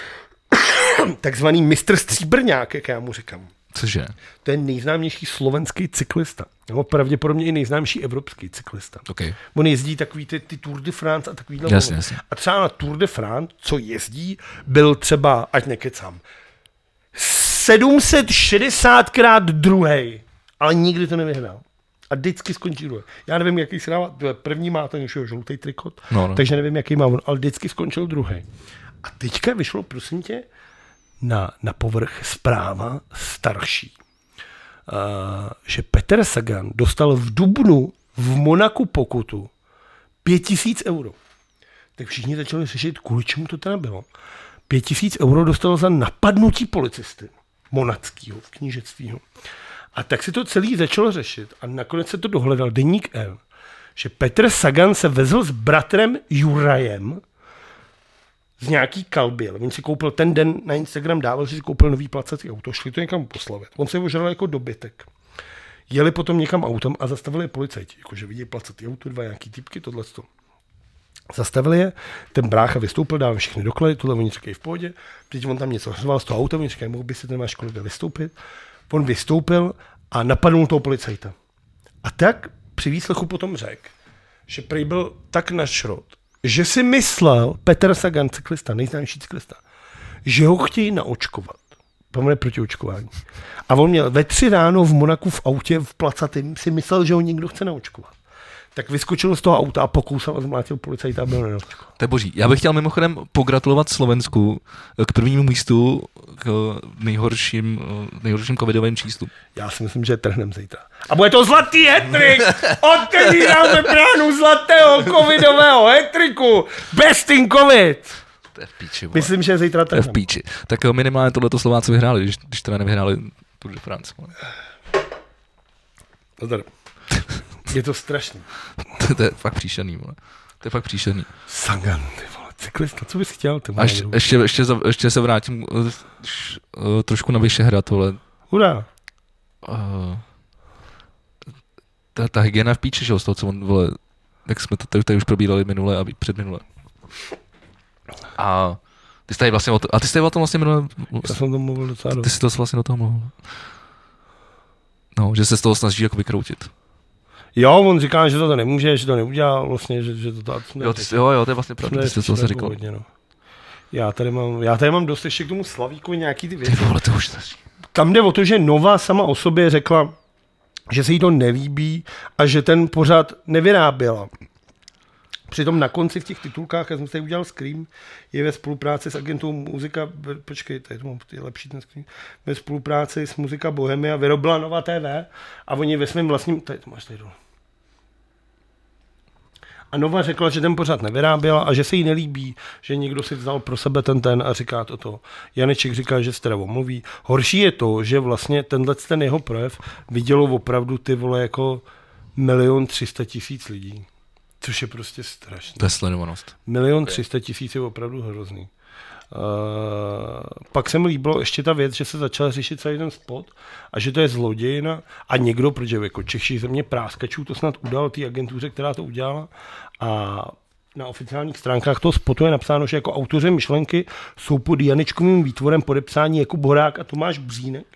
Takzvaný mistr Stříbrňák, jak já mu říkám. Cože? To je nejznámější slovenský cyklista. Nebo pravděpodobně i nejznámější evropský cyklista. Okay. On jezdí takový ty, ty Tour de France a takovýhle. Jasně, jasně. A třeba na Tour de France, co jezdí, byl třeba, ať nekecám, sedm set šedesátkrát druhej, ale nikdy to nevyhrál. A vždycky skončí druhý. Já nevím, jaký se dává, první má ten už žlutý trikot, no, no. Takže nevím, jaký má on, ale vždycky skončil druhý. A teďka vyšlo, prosím tě, na, na povrch zpráva starší, uh, že Petr Sagan dostal v dubnu v Monaku pokutu pět tisíc euro. Tak všichni začali řešit, kvůli čemu to teda bylo. Pět tisíc euro dostal za napadnutí policisty monackýho, knížectvího. A tak se to celý začalo řešit a nakonec se to dohledal deník L, že Petr Sagan se vezl s bratrem Jurajem z nějaký kalběl. On si koupil ten den na Instagram, dával, že si koupil nový placecí auto, šli to někam poslavit. On se ožral jako dobytek. Jeli potom někam autem a zastavili policajti, jakože vidí placecí auto, dva nějaký typky, tohleto. Zastavili je, ten brácha vystoupil, dával všechny doklady, tohle oni říkají v pohodě, teď on tam něco hřval z toho auta, oni říkají, mohl by si ten váš kolega vystoupit. On vystoupil a napadnul toho policajta. A tak při výslechu potom řekl, že prej byl tak na šrot, že si myslel Petr Sagan, cyklista, nejznámější cyklista, že ho chtějí naočkovat. Pomůže proti očkování. A on měl ve tři ráno v Monaku v autě v placatým, si myslel, že ho někdo chce naočkovat. Tak vyskočil z toho auta a pokousal a zmlátil policajta a byl nenaočkovat. To je boží. Já bych chtěl mimochodem pogratulovat Slovensku k prvnímu místu k nejhorším, nejhorším covidovým číslu. Já si myslím, že trhnem zítra. A bude to zlatý hetrik! Otevíráme bránu zlatého covidového hetriku! Best in covid! To je v píči, vole. Myslím, že zítra trhnem. To je v píči. Tak minimálně tohleto Slováci vyhráli, když, když teda nevyhráli Tour de France. Zdar. Je to strašný. to, to je fakt příšerný, vole. To je fakt příšerný. Sagan, ty vole, cyklista, co bys chtěl? Ty vole, A ještě, ještě, ještě, za, ještě se vrátím uh, š, uh, trošku na Vyšehrad, vole. Hurá. Uh, ta, ta hygiena v píči, že z toho, co on, vole, jak jsme to tady, tady už probírali minule a předminule. A ty jsi tady vlastně o to, a ty jsi tady o tom vlastně minule... Já jsem to mluvil docela. Ty jsi to vlastně do toho mluvil. No, že se z toho snaží jako vykroutit. Jo, on říká, že to nemůže, že to neudělal, vlastně, že, že to tak... Jo, ty, jo, jo, to je vlastně pravda, ty jsi to se říkal. No. Já tady mám, já tady mám dost ještě k tomu Slavíkovi nějaký ty věci. Ty vole, to už Tam jde o to, že Nova sama o sobě řekla, že se jí to nelíbí a že ten pořad nevyráběla. Přitom na konci v těch titulkách, já jsem tady udělal screen, je ve spolupráci s agentou Muzika, počkej, tady to mám je lepší ten screen, ve spolupráci s Muzika Bohemia vyrobila Nova T V a oni ve svém vlastním, tady to máš tady dolů. A Nova řekla, že ten pořad nevyráběla a že se jí nelíbí, že někdo si vzal pro sebe ten ten a říká toto. Janeček říká, že se teda omluví. Horší je to, že vlastně tenhle ten jeho projev vidělo opravdu ty vole jako milion třista tisíc lidí. Což je prostě strašný. To je sledovanost. Milion třista tisíc je opravdu hrozný. Uh, pak se mi líbilo ještě ta věc, že se začal řešit celý ten spot a že to je zlodějina a někdo, protože jako Češi země práskačů to snad udal té agentuře, která to udělala a na oficiálních stránkách toho spotu je napsáno, že jako autoři myšlenky jsou pod Janečkovým výtvorem podepsání Jakub Horák a Tomáš Břínek.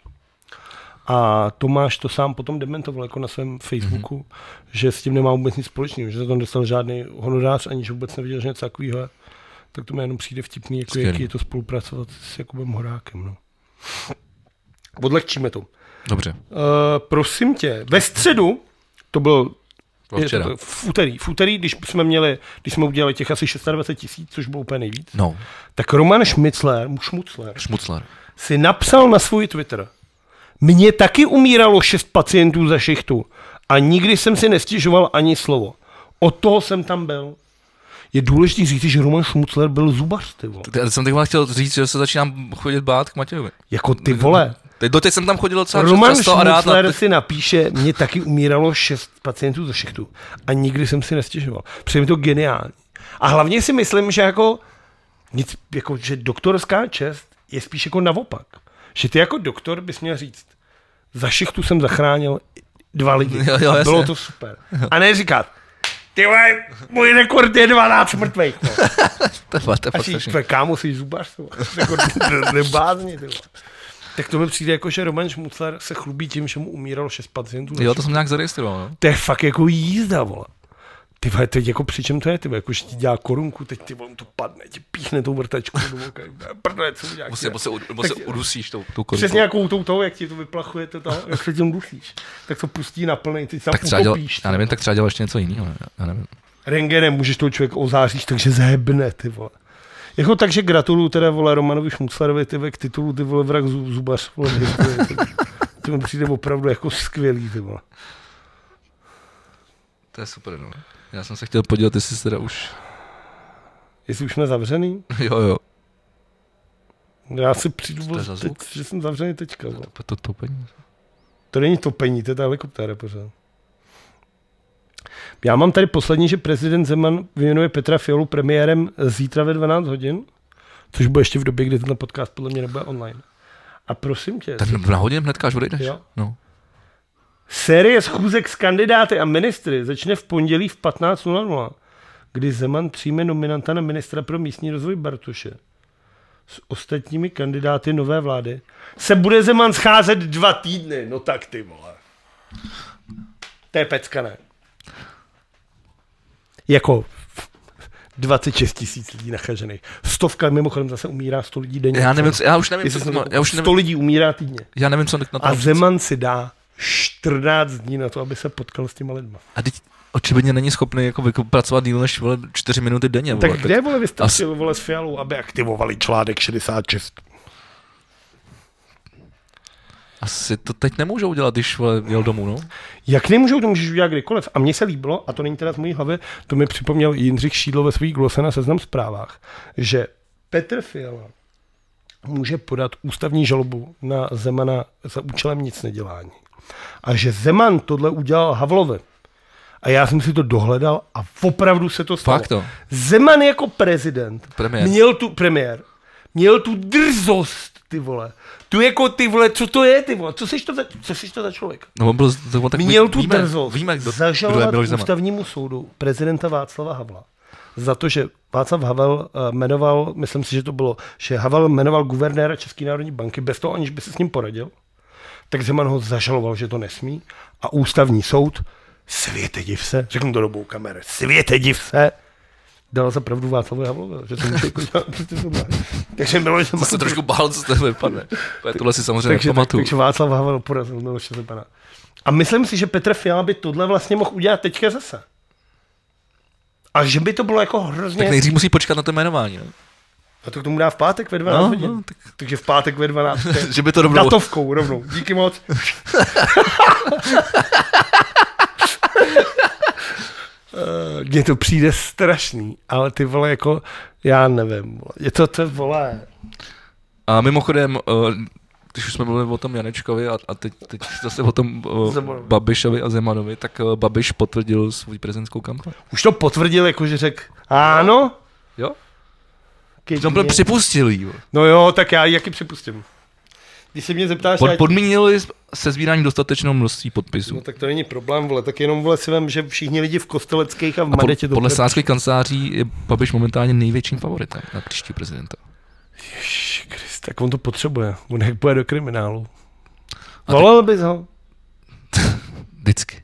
A Tomáš to sám potom dementoval jako na svém Facebooku, mm-hmm. že s tím nemá vůbec nic společného, že se tam dostal žádný honorář, ani že vůbec neviděl, že něco takového. Tak to mi jenom přijde vtipný, jako jaký je to spolupracovat s Jakubem Horákem. No. Odlehčíme to. Dobře. Uh, prosím tě, ve středu, to byl je to, v úterý, v úterý, když jsme měli, když jsme udělali těch asi dvacet šest tisíc, což bylo úplně nejvíc, no. tak Roman Šmicler, Šmucler, Šmucler, si napsal na svůj Twitter: mně taky umíralo šest pacientů za šichtu a nikdy jsem si nestěžoval ani slovo. Od toho jsem tam byl. Je důležité říct, že Roman Šmucler byl zubař, ty vole. Já jsem teď chtěl říct, že se začínám chodit bát k Matějovi. Jako ty vole. Teď doteď jsem tam chodil docela Roman často a rád. Šmucler si napíše, mně taky umíralo šest pacientů za šichtu a nikdy jsem si nestěžoval. Přijde mi to geniální. A hlavně si myslím, že jako, nic, jako že doktorská čest je spíš jako naopak. Že ty jako doktor bys měl říct, za šichtu jsem zachránil dva lidi. Jo, jo, a bylo to super. A ne říkat, ty vole, můj rekord je dvanáct mrtvejch. No. to je fakt, to je fakt strašný. Kámo, jsi zubař, jako nebázně, ty vole. Tak to mi přijde jako, že Roman Šmucler se chlubí tím, že mu umíralo šest pacientů. Jo, to jsem nějak zaregistroval. No? To je fakt jako jízda, vole. Ty vole, teď jako při čem to je, ty vole, jako že ti dělá korunku, teď ty vole, mu to padne, ti píchne tou vrtačkou, prdele, co udělá. Nebo se, se udusíš tou, tou korunkou. Přes nějakou tou toho, jak ti to vyplachuje, to toho, jak se tím dusíš, tak to pustí na plnej, ty tam tak třeba dělal, utopíš. Já nevím, tak třeba dělal ještě něco jiného, já nevím. Rengenem můžeš toho člověka ozáříš, takže zahebne, ty vole. Jako takže gratuluju teda, vole, Romanovi Šmuclerovi, ty vole, k titulu, ty vole, vrah zubař, vole, to mi přijde opravdu jako skvělý, ty vole. To je super, no. Já jsem se chtěl podívat, jestli jsi teda už... Jestli už jsme zavřený? jo, jo. Já si přijdu, teď, že jsem zavřený teďka. To, to, to topení. To není topení, to je ta helikoptéra pořád. Já mám tady poslední, že prezident Zeman vyjmenuje Petra Fialu premiérem zítra ve dvanáct hodin, což bude ještě v době, kdy tenhle podcast podle mě nebude online. A prosím tě... Tak na hodinu hnedka až odejdeš? Jo. No. Série schůzek s kandidáty a ministry začne v pondělí v patnáct nula nula, kdy Zeman přijme nominanta na ministra pro místní rozvoj Bartoše. S ostatními kandidáty nové vlády se bude Zeman scházet dva týdny. No tak ty vole. To je pecka, ne? Jako dvacet šest tisíc lidí nakažených. Stovka, mimochodem zase umírá sto lidí denně. Já nevím, co, já už nevím, co, no, já už nevím. sto lidí umírá týdně. Já nevím, co na to. A Zeman si dá čtrnáct dní na to, aby se potkal s těma lidma. A teď očividně není schopný jako pracovat díl než vole, čtyři minuty denně. Tak vole, kde tak... vole vystavil vole s Fialou, aby aktivovali článek šedesát šest? Asi to teď nemůžou dělat, když vole, jel domů, no? Jak nemůžou, to můžeš udělat kdykoliv. A mně se líbilo, a to není teda z mojí hlavy, to mi připomněl Jindřich Šídlo ve svých glose na Seznam Zprávách, že Petr Fiala může podat ústavní žalobu na Zemana za účelem nic nedělání. A že Zeman tohle udělal Havlovi. A já jsem si to dohledal a opravdu se to stalo. Fakt to. Zeman jako prezident premiér. měl tu premiér, měl tu drzost, ty vole. Tu jako ty vole, co to je, ty vole? Co jsi to za, co jsi to za člověk? No on byl, on tak měl tu víme, drzost víme, kdo, zažalovat kdo je ústavnímu soudu prezidenta Václava Havla za to, že Václav Havel jmenoval, myslím si, že to bylo, že Havel jmenoval guvernéra České národní banky bez toho, aniž by se s ním poradil, tak Zeman ho zažaloval, že to nesmí a ústavní soud Světe div se, řeknu to dobou kamery, světe div se. Dal za pravdu Václavu Havlovi, že jsem musel dělat prostě tohle. Takže bylo, že jsem se trošku bál, co z toho vypadne. Tohle si samozřejmě takže, nepamatuju. Takže Václav Havel porazil Miloše Zemana. A myslím si, že Petr Fiala by tohle vlastně mohl udělat teďka zase. A že by to bylo jako hrozně... Tak nejdřív musí počkat na to jmenování, ne? A to k tomu dá v pátek ve dvanáct no, hodin. No, tak... Takže v pátek ve dvanáct. že by to rovnou... Datovkou rovnou. Díky moc. Mně to přijde strašný, ale ty vole jako, já nevím, je to to vole. A mimochodem, když už jsme mluvili o tom Janečkovi a, a teď, teď zase o tom o Babišovi a Zemanovi, tak Babiš potvrdil svou prezidentskou kampaň. Už to potvrdil, jakože řekl, ano? Jo? To byl připustilý. Jo. No jo, tak já jaký připustím. Když se mě zeptáš... Pod, podmínili se sbírání dostatečnou množství podpisů. No tak to není problém, vole, tak jenom vole si vem, že všichni lidi v Kosteleckých a v Madetě... Pod, podle státských kanceláří je Babiš momentálně největším favoritem na příští prezidenta. Ježiškrist, tak on to potřebuje. On jak půjde do kriminálu. Volal bys ho? Vždycky.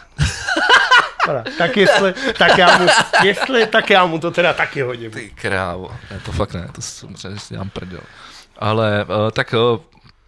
tak jestli, tak já mu, jestli, tak já mu to teda taky hodím. Ty krávo, ne, to fakt ne, to samozřejmě si dám prdel. Ale uh, tak uh,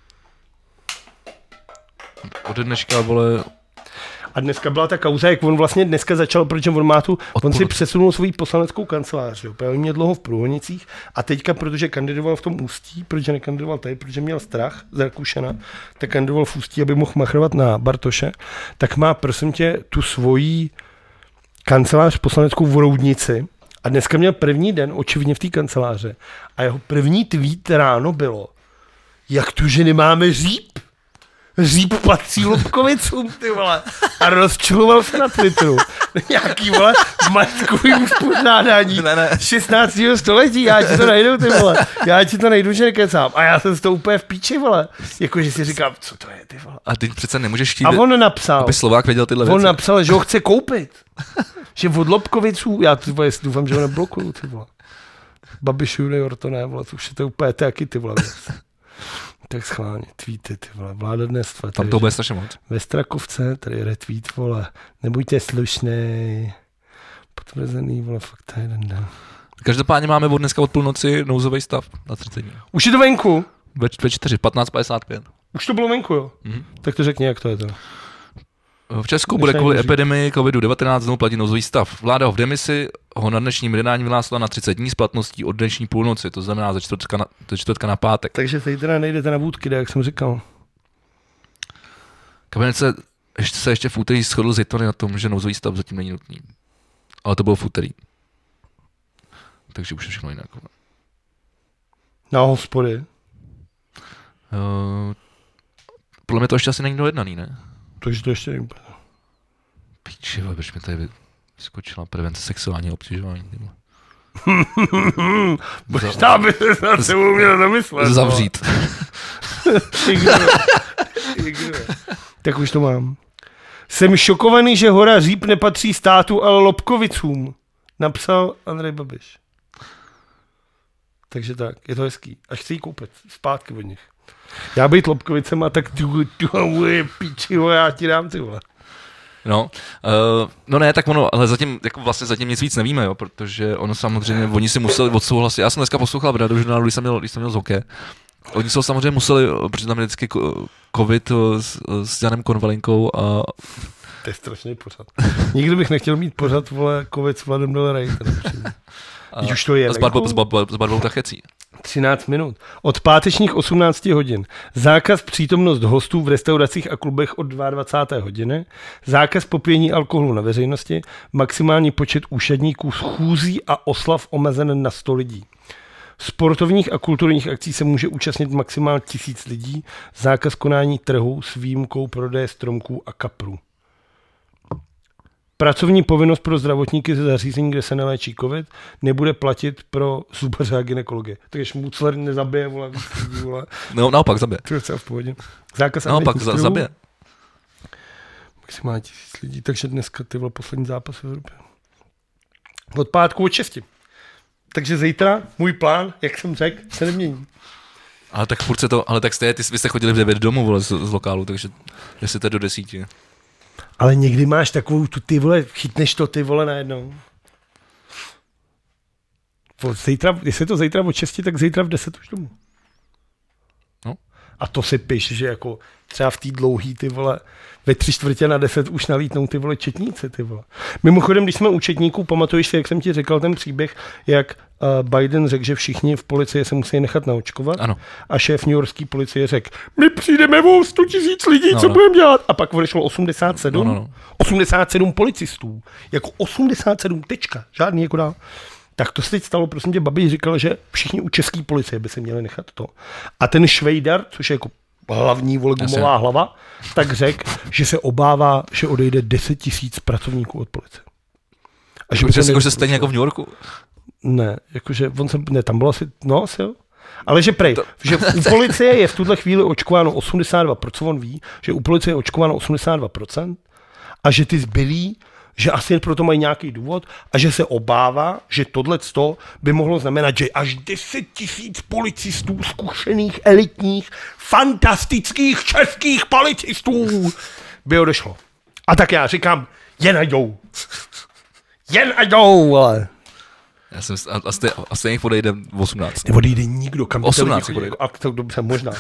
od dneška, vole... A dneska byla ta kauza, jak on vlastně dneska začal, protože on má tu, on si přesunul svou poslaneckou kancelář, jo, právě mě dlouho v Průhonicích a teďka, protože kandidoval v tom Ústí, protože nekandidoval tady, protože měl strach z Rakušana, tak kandidoval v Ústí, aby mohl machrovat na Bartoše, tak má, prosím tě, tu svoji kancelář poslaneckou v Roudnici a dneska měl první den očividně v té kanceláře a jeho první tweet ráno bylo, jak tu, že nemáme říp? Říp patří Lobkovicům, ty vole. A rozčiloval se na Twitteru. Nějaký, vole, majetkový uspořádání ne, ne. šestnáctého století. Já ti to najdu, ty vole. Já ti to najdu, že nekecám. A já jsem z toho úplně v píči, vole. Jakože si říkám, co to je, ty vole. A ty přece nemůžeš chtít, a on napsal, aby Slovák věděl tyhle on věci. On napsal, že ho chce koupit. Že od Lobkoviců, já ty vole, doufám, že ho neblokuju, ty vole. Babiš junior, to ne, vole, to už je to úplně taky, ty vole. Tak schválně, tweety, ty vole, vláda dnes. Tady, tam to bude strašně moc. Ve Strakovce, tady retweet, vole, nebuďte slušnej, potvrzený, vole, fakt tady jeden den. Každopádně máme od dneska od půlnoci nouzový stav na třicet dní. Už je to venku? Ve, ve čtyři, patnáct padesát pět. Už to bylo venku, jo? Mm-hmm. Tak to řekni, jak to je to. V Česku bude kvůli epidemii kovid devatenáct znovu platit nouzový stav. Vláda ho v demisi ho na dnešním jednání vyhlásila na třicet dní s platností od dnešní půlnoci, to znamená ze čtvrtka na, ze čtvrtka na pátek. Takže zítra nejdete na vůdky, jak jsem říkal. Kabinet se ještě, se ještě v úterý shodl s hejtmany na tom, že nouzový stav zatím není nutný. Ale to bylo v úterý. Takže už je všechno jinak. Na hospody? Uh, podle mě to ještě asi není dojednaný, ne? Takže to ještě není. Píči, proč mi tady vyskočila prevence sexuálního obtěžování. Možná by se na sebou měl zamyslet. Zavřít. Tak už to mám. Jsem šokovaný, že hora Říp nepatří státu, ale Lobkovicům. Napsal Andrej Babiš. Takže tak, je to hezký. Až chci jí koupit zpátky od nich. Já být Lobkovicema, tak tu, tu, tu píči, já ti dám, ty vole. No, uh, no ne, tak ono, ale zatím, jako vlastně zatím nic víc nevíme, jo, protože ono samozřejmě, oni si museli odsouhlasit, já jsem dneska poslouchal v radiožurnálu, když jsem měl, když jsem měl z hokeje, oni se samozřejmě museli, protože tam je vždycky covid s, s Janem Konvalinkou a... To je strašný pořad. Nikdy bych nechtěl mít pořad, vole, covid s Vladem Dollerej. Teď už to je. S barvou, s barvou, s barvou tachecí. třináct minut. Od pátečních osmnácti hodin. Zákaz přítomnost hostů v restauracích a klubech od dvacáté druhé hodiny. Zákaz popíjení alkoholu na veřejnosti. Maximální počet úšadníků schůzí a oslav omezen na sto lidí. Sportovních a kulturních akcí se může účastnit maximálně tisíc lidí. Zákaz konání trhu s výjimkou prodeje stromků a kaprů. Pracovní povinnost pro zdravotníky ze zařízení, kde se neléčí covid, nebude platit pro zubaře a gynekology. Takže šmucler nezabije, vole, víc lidí, vole. No, naopak zabije. To je celé v pohodě. Zákaz naopak za, zabije. Maximálně tisíc lidí, takže dneska ty vole poslední zápas v Evropě. Od pátku od šesti. Takže zítra můj plán, jak jsem řekl, se nemění. Ale tak furt se to, ale tak jste, ty, vy jste chodili v devět domů, vole, z, z lokálu, takže jestli to je do desíti. Ale někdy máš takovou tu ty vole, chytneš to ty vole najednou. Zítra, jestli je to zítra od šesti, tak zítra v deset už domů. No. A to si piš, že jako třeba v té dlouhý ty vole, ve tři čtvrtě na deset už nalítnou ty vole četníci ty vole. Mimochodem, když jsme u četníků, pamatuješ si, jak jsem ti říkal ten příběh, jak uh, Biden řekl, že všichni v policii se musí nechat naočkovat. Ano. A šéf newyorské policie řekl, my přijdeme o sto tisíc lidí, no, co no. budeme dělat? A pak odešlo osmdesát sedm. No, no, no. osmdesát sedm policistů. Jako osmdesát sedm tečka. Žádný jako dál. Tak to se teď stalo, prosím tě, Babiš říkal, že všichni u české policie by se měli nechat to. A ten Švejdar, což je jako hlavní vole gumová hlava, tak řekl, že se obává, že odejde deset tisíc pracovníků od policie. A že Protože se stejně jako v New Yorku? Ne, jakože on se, ne, tam bylo asi, no asi jo. Ale že prej, to... že u policie je v tuhle chvíli očkováno osmdesát dva procent, on ví, že u policie je očkováno osmdesát dva procent a že ty zbylí, že asi proto mají nějaký důvod a že se obává, že tohleto by mohlo znamenat, že až deset tisíc policistů zkušených, elitních, fantastických českých policistů by odešlo. A tak já říkám, jen a jdou. Jen a jdou, ale... Já jsem, a, stej, a stejně odejde v osmnáct. Neodejde nikdo, kam osmnáct odejde. A to dobře, možná.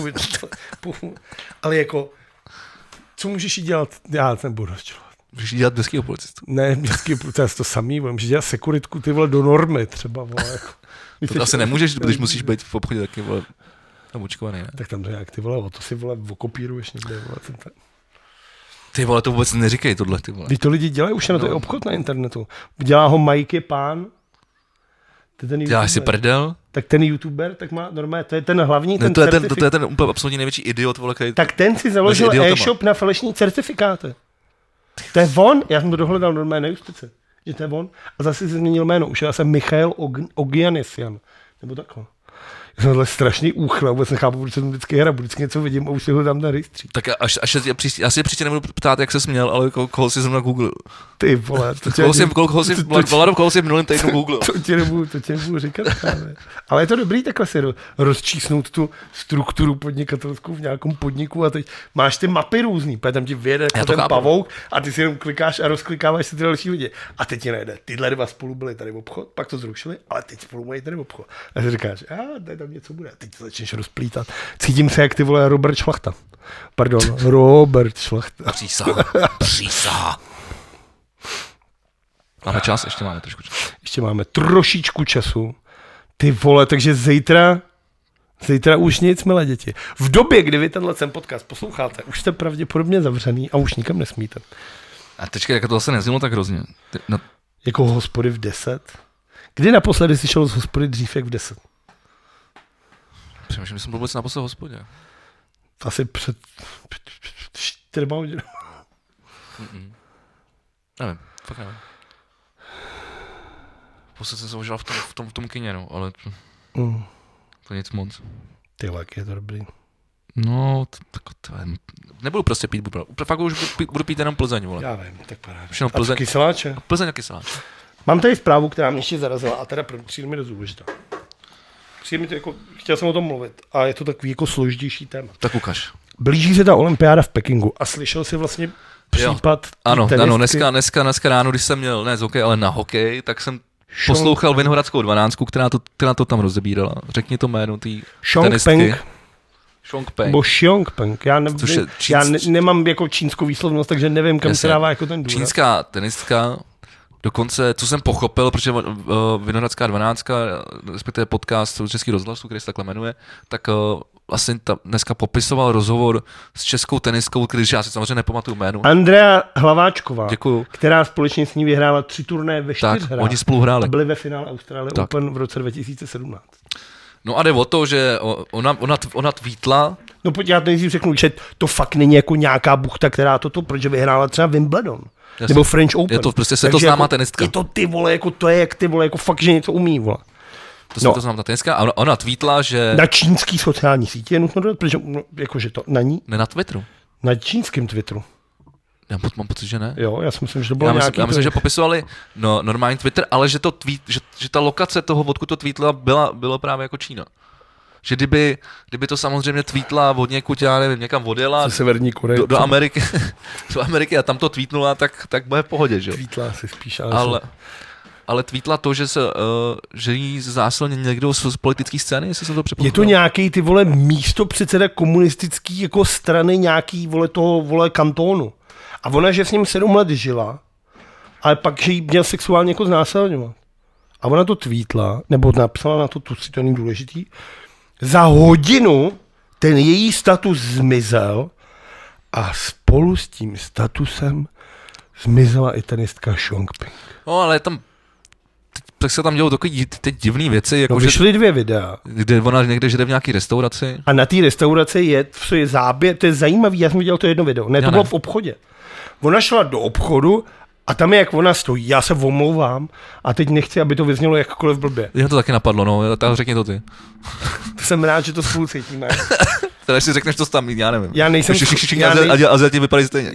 Ale jako, co můžeš jí dělat? Já nebudu rozčilovat. Můžeš dělat městského policistu. Ne, městský policista to samý, můžeš dělat sekuritku ty vole do normy třeba. Vole, jako. To, to asi nemůžeš, když musíš být v obchodě taky vole, tam očkovaný, ne? Tak tam to nějak ty vole, o to si vole okopíruješ někde. Vole, ten... Ty vole, to vůbec neříkej tohle, ty vole. Když to lidi dělají, už je na to no. obchod na internetu. Dělá ho Mike Pán. Děláš si prdel? Tak ten youtuber, tak má normálně, to je ten hlavní, ten ne, to, je ten, certifik... to je ten úplně absolutně největší idiot, vole, který... Tak ten si založil e-shop na falešní certifikáty. To je on, já jsem to dohledal normálně na justici, že to je on. A zase se změnil jméno, už je zase Michail Og- Ogianesian, nebo takhle. Já jsem tohle strašný úchl, vůbec nechápu, proč jsem vždycky hra, vždycky něco vidím a už si ho dám na rejstřík. Tak až, až já, příště, já si příště nebudu ptát, jak se směl, ale koho, koho jsi zrovna Google. Ty vole. To koho jsi, koho jsi, Vlado, koho jsi v minulém týdnu Google. To, to, to, tě nebudu, to tě nebudu říkat. Ale je to dobrý takhle si rozčísnout tu strukturu podnikatelskou v nějakém podniku a teď máš ty mapy různý, protože tam ti vyjede jako ten chápu. Pavouk a ty si jenom klikáš a rozklikáváš si ty další lidi. A teď ti najde, tyhle dva spolu byli tady v obchod, pak to zrušili, ale teď spolu mají tady v obchod. A ty říkáš, a tady tam něco bude. A teď to začneš rozplítat. Cítím se, jak ty vole Robert Šlachta. Pardon, Robert Šlachta. Přísaha, přísaha. Máme čas? Ještě máme trošku času. Ještě máme trošičku času. Ty vole, takže zítra, zítra už nic, milé děti. V době, kdy vy tenhle ten podcast posloucháte, už jste pravděpodobně zavřený a už nikam nesmíte. A teďka, jak to zase neznělo tak hrozně. Ty, no. Jako hospody v deset? Kdy naposledy jsi šel z hospody dřív jak v deset? Přemýšlím, že jsem byl vůbec naposled v hospodě. Asi před, před, před čtyřma hodinama. Nevím, fakt nevím. Posled jsem se ožral v tom, v tom, v tom kině, no, ale to, mm. to nic moc. Ty jak je to dobrý. No, to, to, to, nebudu prostě pít, budu, fakt už budu pít, budu pít jenom Plzeň, vole. Já vím, tak paráda. Všechno Plzeň. A kyseláče? Plzeň a kyseláče. Mám tady zprávu, která mě ještě zarazila a teda přijde mi dost důležitá. Přijde mi to jako, chtěl jsem o tom mluvit a je to takový jako složitější téma. Tak ukaž. Blíží se ta olympiáda v Pekingu a slyšel jsi vlastně případ ano, ano, dneska, dneska, dneska ráno, když jsem měl, ne z hokej, ale na hokej, tak jsem Shong poslouchal Vinohradskou dvanáctku, která to, která to tam rozebírala. Řekni to jméno té tenistky. Xiongpeng. Bo Xiongpeng. Já, ne, je, číns... já ne, nemám jako čínskou výslovnost, takže nevím, kam Jasně. se dává jako ten důraz. Čínská tenistka, dokonce, co jsem pochopil, protože uh, Vinohradská dvanáctka, respektive podcast Český rozhlasu, který se takhle jmenuje, tak uh, vlastně ta, dneska popisoval rozhovor s českou tenistkou, když já si samozřejmě nepamatuju jméno. Andrea Hlaváčková, Děkuju. která společně s ní vyhrála tři turné ve čtyř hrách. Oni spolu hráli. Byli ve finále Australie tak. Open v roce dva tisíce sedmnáct. No a jde o to, že ona, ona, ona tweetla. No pojď, já nejdřív řeknu, že to fakt není jako nějaká buchta, která toto, protože vyhrála třeba Wimbledon. Jasně. Nebo French Open. Je to prostě se to známá jako, tenistka. Je to ty vole, jako to je jak ty vole, jako fakt, že něco umí, vole. To se no. to známá tenistka a ona, ona tweetla, že... Na čínský sociální sítě je nutno dodat, protože no, jakože to na ní. Ne na Twitteru. Na čínském Twitteru. Já mám pocit, že ne. Jo, já si myslím, že to bylo já nějaký... Myslím, já myslím, že popisovali no, normální Twitter, ale že, to tweet, že, že ta lokace toho, odkud to tweetla, byla, byla právě jako Čína. že kdyby, kdyby to samozřejmě tweetla od někud, já nevím, někam odjela Severní Koreje, do, do Ameriky, do Ameriky a tam to tweetnula, tak, tak bude v pohodě, že jo? Tweetla si spíš, ale... ale ale tweetla to, že, se, uh, že jí zásilně někdo z, z politické scény, jestli jsem to přepoznal. Je to nějaký ty vole místo předseda komunistický jako strany nějaký vole toho vole kantonu. A ona, že s ním sedm let žila, ale pak, že jí měl sexuálně jako znásilňovat. A ona to tweetla, nebo napsala na to, to si to není důležitý, za hodinu ten její status zmizel a spolu s tím statusem zmizela i tenistka Xiongping. No, ale tam tak se tam dělou takový teď divný věci. Jako no, vyšly dvě videa. Kde ona někde žije v nějaký restauraci. A na té restauraci je, co je záběr, to je zajímavý, já jsem viděl to jedno video. Ne, to já bylo ne. v obchodě. Ona šla do obchodu a tam je, jak ona stojí, já se omlouvám a teď nechci, aby to vyznělo jakkoliv blbě. Mě to taky napadlo, no, tak řekni to ty. To jsem rád, že to spolu cítíme. Teda si řekneš to tam, já nevím. Já nejsem... Všichni Aziati vypadají stejně.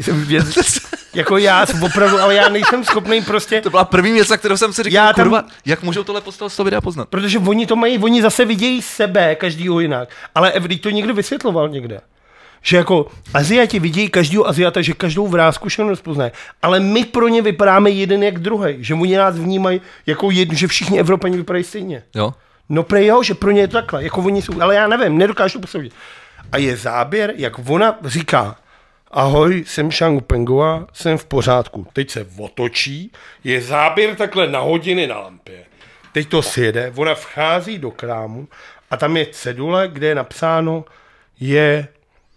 Jako já opravdu, ale já nejsem schopný prostě... To byla první věc, na kterou jsem si říkal, tam... kurva, jak můžou tohle postavit z toho videa poznat? Protože oni to mají, oni zase vidějí sebe, každýho jinak. Ale když to někdo vysvětloval někde, že jako Aziati vidějí každýho Aziata, že každou vrásku všechno rozpoznají, ale my pro ně vypadáme jeden jak druhý, že oni nás vnímají jako jedno, že všichni Evropani vypadají stejně. Jo. No prej jo, že pro ně je to takhle, jako oni jsou, ale já nevím, nedokážu posoudit. A je záběr, jak ona říká, ahoj, jsem Xiongpingová, jsem v pořádku. Teď se otočí, je záběr takhle na hodiny na lampě. Teď to sjede, ona vchází do krámu a tam je cedule, kde je napsáno, je,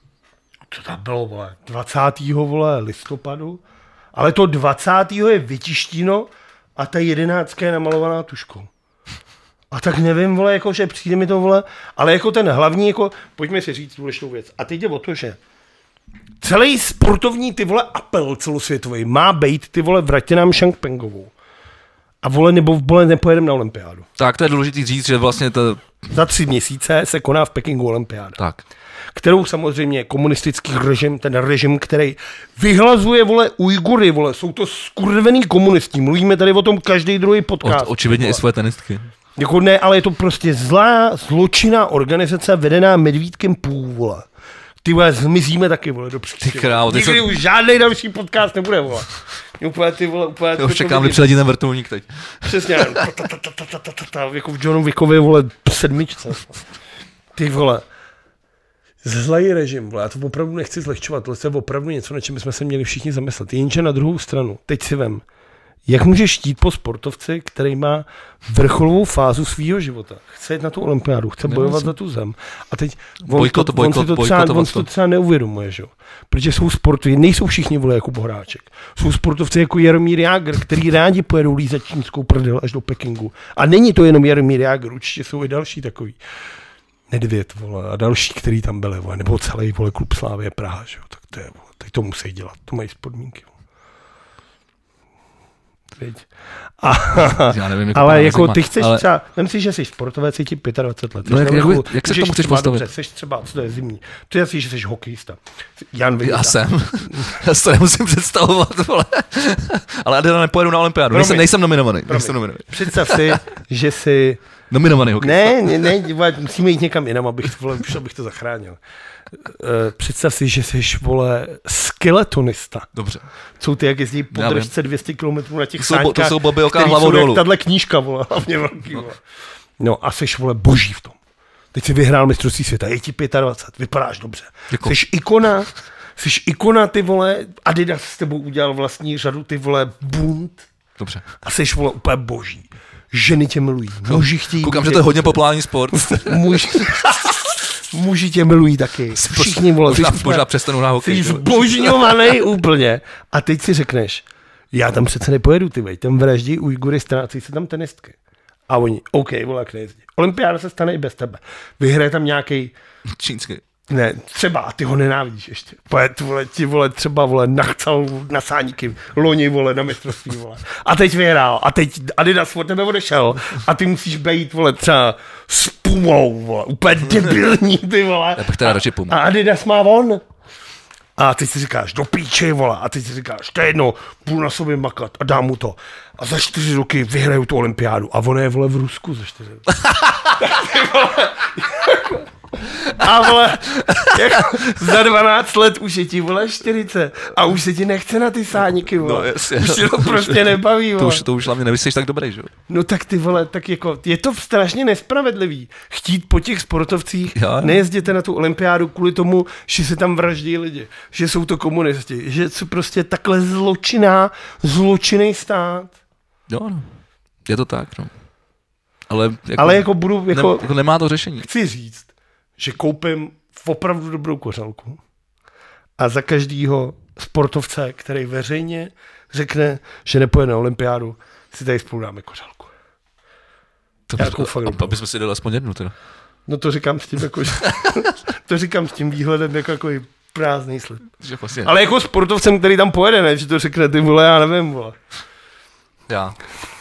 co tam bylo, vole, dvacátého vole listopadu, ale to dvacátého je vytištěno a ta jedenáctka je namalovaná tuškou. A tak nevím, vole, jako, že přijde mi to, vole, ale jako ten hlavní, jako, pojďme si říct důležitou věc. A teď jde o to, že celý sportovní, ty vole, apel celosvětový má být, ty vole, vrátě nám Xiongpingovou. A vole, nebo vole, nepojedeme na olympiádu. Tak to je důležitý říct, že vlastně to... Za tři měsíce se koná v Pekingu olympiáda. Tak. Kterou samozřejmě komunistický režim, ten režim, který vyhlazuje, vole, Ujgury, vole, jsou to skurvený komunisti. Mluvíme tady o tom každý druhý podcast. O, očividně vole. I svoje tenistky. Jako ne, ale je to prostě zlá, zločinná organizace vedená Medvídkem půl, vole. Ty vole, zmizíme taky, vole, do příště. Ty král, Nikdy jsou... už žádnej další podcast nebude, vole. Úplně ty, vole, úplně... Já už čekám, kdy přiletí ten vrtulník teď. Přesně, jako v Johnu Wickově, vole, sedmičce. Ty vole. Zlej režim, vole, já to opravdu nechci zlehčovat, to je opravdu něco, na čem jsme se měli všichni zamyslet. Jenže na druhou stranu, teď si vem, jak můžeš štít po sportovci, který má vrcholovou fázu svýho života. Chce jít na tu olympiádu, chce bojovat Nemusím. za tu zem. A teď on, bojkot, to, bojkot, on, si to třeba, on si to třeba neuvědomuje, že? Protože jsou sportovci, nejsou všichni, vole, jako Bohráček. Jsou sportovci jako Jaromír Jágr, který rádi pojedou lízat čínskou prdel až do Pekingu. A není to jenom Jaromír Jágr, určitě jsou i další takový. Nedvěd, vole, a další, který tam byli, vole, nebo celý, vole, klub Slávie Praha, že jo, tak to je, vole, tak to musí dělat, to mají podmínky, vole. A, Já nevím, jako ale jako ty chceš ale... třeba, nemyslíš, že jsi sportovec, jsi ti dvacet pět let. No, jak, jak, jak se k tomu chceš postavit? Dobře, jsi třeba, co to je zimní, ty jsi, že jsi hokejista. Jan Vejda. Já jsem, já se nemusím představovat, vole. Ale Adela nepojedu na olympiádu, nejsem, nejsem nominovaný. Nejsem nominovaný. Představ si, že jsi... Nominovaný hokejista. Ne, ne, ne, vole, musíme jít někam jinam, abych, vole, abych to zachránil. Uh, představ si, že jsi, vole, skeletonista. Dobře. Jsou ty, jak jezdí po držce dvě stě kilometrů na těch to sáňkách, to jsou Bobby Oka hlavou dolů. Tahle knížka, vole, hlavně velký, vole. No a jsi, vole, boží v tom. Teď jsi vyhrál mistrovství světa, je ti dvacet pět, vypadáš dobře. Děkuji. Jsi ikona, jsi ikona, ty vole, Adidas s tebou udělal vlastní řadu, ty vole, bunt. Dobře. A jsi, vole, úplně boží. Ženy tě milují, muži chtějí. Koukám, že to je hodně populární sport. Muži... Muži tě milují taky. Všichni, vole. Možná, možná přestanu na hokej. Jsi zbožňovaný úplně. A teď si řekneš, já tam přece nepojedu, ty vej, tam vraždí Ujgury, ztrácí se tam tenistky. A oni, OK, vole, jak nejezdí. Olympiáda se stane i bez tebe. Vyhraje tam nějaký čínský. Ne, třeba, a ty ho nenávidíš ještě. Pojet, vole, ti, vole, třeba, vole, nachcal na sáníky, loni, vole, na mistrovství, vole. A teď vyhrál, a teď Adidas od tebe odešel, a ty musíš být, vole, třeba s Pumou, vole, úplně debilní, ty, vole. Já bych teda radši Puma. A Adidas má on. A teď si říkáš, do píči, vole, a teď si říkáš, to je jedno, budu na sobě makat a dám mu to. A za čtyři roky vyhraju tu olympiádu. A ono je, vole, v Rusku za čtyři roky. A vole, jako za dvanáct let už je ti, vole, čtyřicet a už se ti nechce na ty sáníky, vole. No, jasně, už si to, to prostě nebaví, vole. To už, to už hlavně nevyslíš tak dobrý, že jo? No tak ty vole, tak jako, je to strašně nespravedlivý. Chtít po těch sportovcích, já, nejezděte na tu olympiádu kvůli tomu, že se tam vraždí lidi, že jsou to komunisti, že jsou prostě takhle zločinná, zločinný stát. Jo, no. Je to tak, no. Ale jako, Ale jako budu, jako, ne, jako nemá to řešení. Chci říct, že koupím opravdu dobrou kořalku a za každýho sportovce, který veřejně řekne, že nepojede na olympiádu, si tady spolu dáme kořalku. To jako fakt a, aby jsme si dali aspoň jednu teda. No to říkám s tím, jako, to říkám s tím výhledem jako, jako prázdný slib. Vlastně. Ale jako sportovcem, který tam pojede, ne, že to řekne, ty vole, já nevím, vole. Já.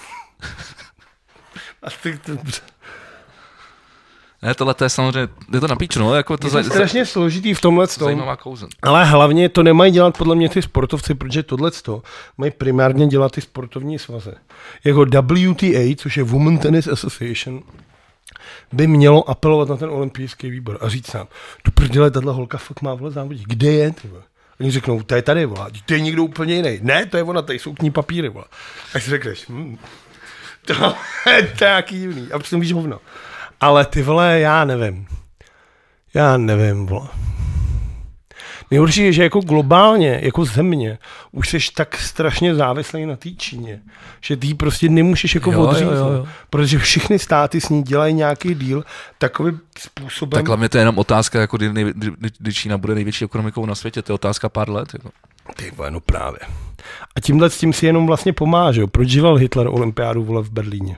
A ty, dobře. Ne, tohle to je samozřejmě, je to na píču, no, jako to je to za, strašně složitý v tomhle tom. Zajímavá kouze. Ale hlavně to nemají dělat podle mě ty sportovci, protože tohleto mají primárně dělat ty sportovní svazy. Jako W T A, což je Women Tennis Association, by mělo apelovat na ten olympijský výbor a říct nám, tu prdele, tato holka fakt má vole závodit, kde je, ty vole? Oni řeknou, to je tady, vole, to je někdo úplně jiný. Ne, to je ona, tady jsou k ní papíry, vole. A si řekneš, hm, to je taky divný. A přitom víš hovno. Ale ty vole, já nevím. Já nevím, vole. Nejhorší je, že jako globálně, jako země, už jsi tak strašně závislý na té Číně, že ty prostě nemůžeš jako odříznout, jo, jo, jo. Protože všechny státy s ní dělají nějaký díl takovým způsobem. Tak hlavně to je jenom otázka, jako kdy, nej, kdy Čína bude největší ekonomikou na světě, to je otázka pár let. Jako. Ty vole, no právě. A tímhle s tím si jenom vlastně pomáže. Proč dělal Hitler olympiádu, vole, v Berlíně?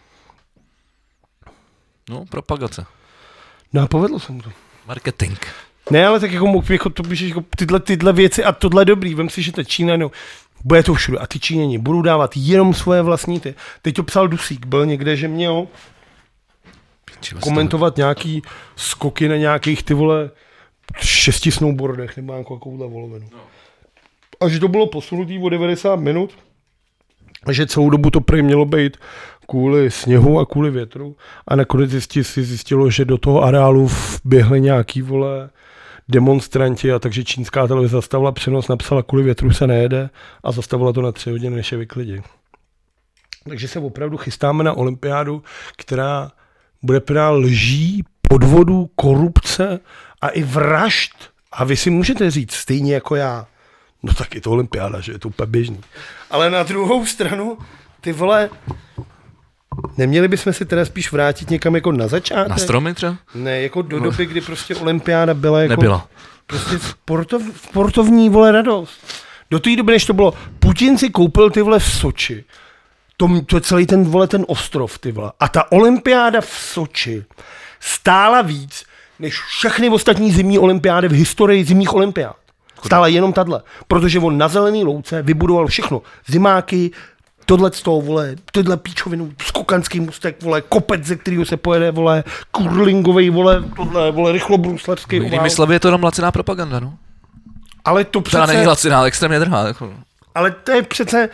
No, propagace. No a povedlo se mu to. Marketing. Ne, ale tak jako mohl jako to běžet, jako tyhle, tyhle věci a tohle dobrý. Vem si, že ta Čína, no, bude to všude a ty Číňani budou dávat jenom svoje vlastní ty. Teď to psal Dusík, byl někde, že měl komentovat nějaký skoky na nějakých ty vole šesti snowboardech nebo nějakou takovouhle volovinu. A že to bylo posunutý o devadesát minut a že celou dobu to prý mělo být kvůli sněhu a kvůli větru a nakonec zjistí, si zjistilo, že do toho areálu vběhli nějaký vole demonstranti a takže čínská televize zastavila přenos, napsala kvůli větru se nejede a zastavila to na tři hodiny, než je vyklidí. Takže se opravdu chystáme na olympiádu, která bude plná lží, podvodů, korupce a i vražd. A vy si můžete říct, stejně jako já, no tak je to olympiáda, že je to úplně běžný. Ale na druhou stranu, ty vole, neměli bychom si teda spíš vrátit někam jako na začátek? Na stromy třeba? Ne, jako do doby, kdy prostě olympiáda byla jako... Nebyla. Prostě sportov, sportovní, vole, radost. Do té doby, než to bylo, Putin si koupil ty vole v Soči. To, to celý ten, vole, ten ostrov, ty vole. A ta olympiáda v Soči stála víc, než všechny ostatní zimní olympiády v historii zimních olympiád. Stála jenom tahle. Protože on na zelený louce vybudoval všechno. Zimáky, tohle z toho, vole, tohle píčovinu, skokanský můstek, vole, kopec, ze kterého se pojede, vole, kurlingovej, vole, tohle, vole, rychlobruslařský ovál. Jinými slovy je to jenom laciná propaganda, no. Ale to přece... Teda není laciná, ale extrémně drhá. Jako. Ale to je přece...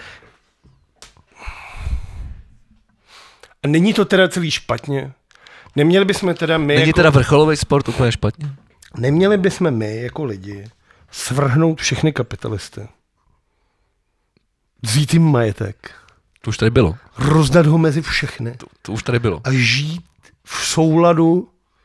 A není to teda celý špatně? Neměli bychom teda my... Není jako... teda vrcholový sport úplně špatně? Neměli bychom my jako lidi svrhnout všechny kapitalisty. Vzít jim majetek. To už tady bylo. Rozdat ho mezi všechny. To, to už tady bylo. A žít v souladu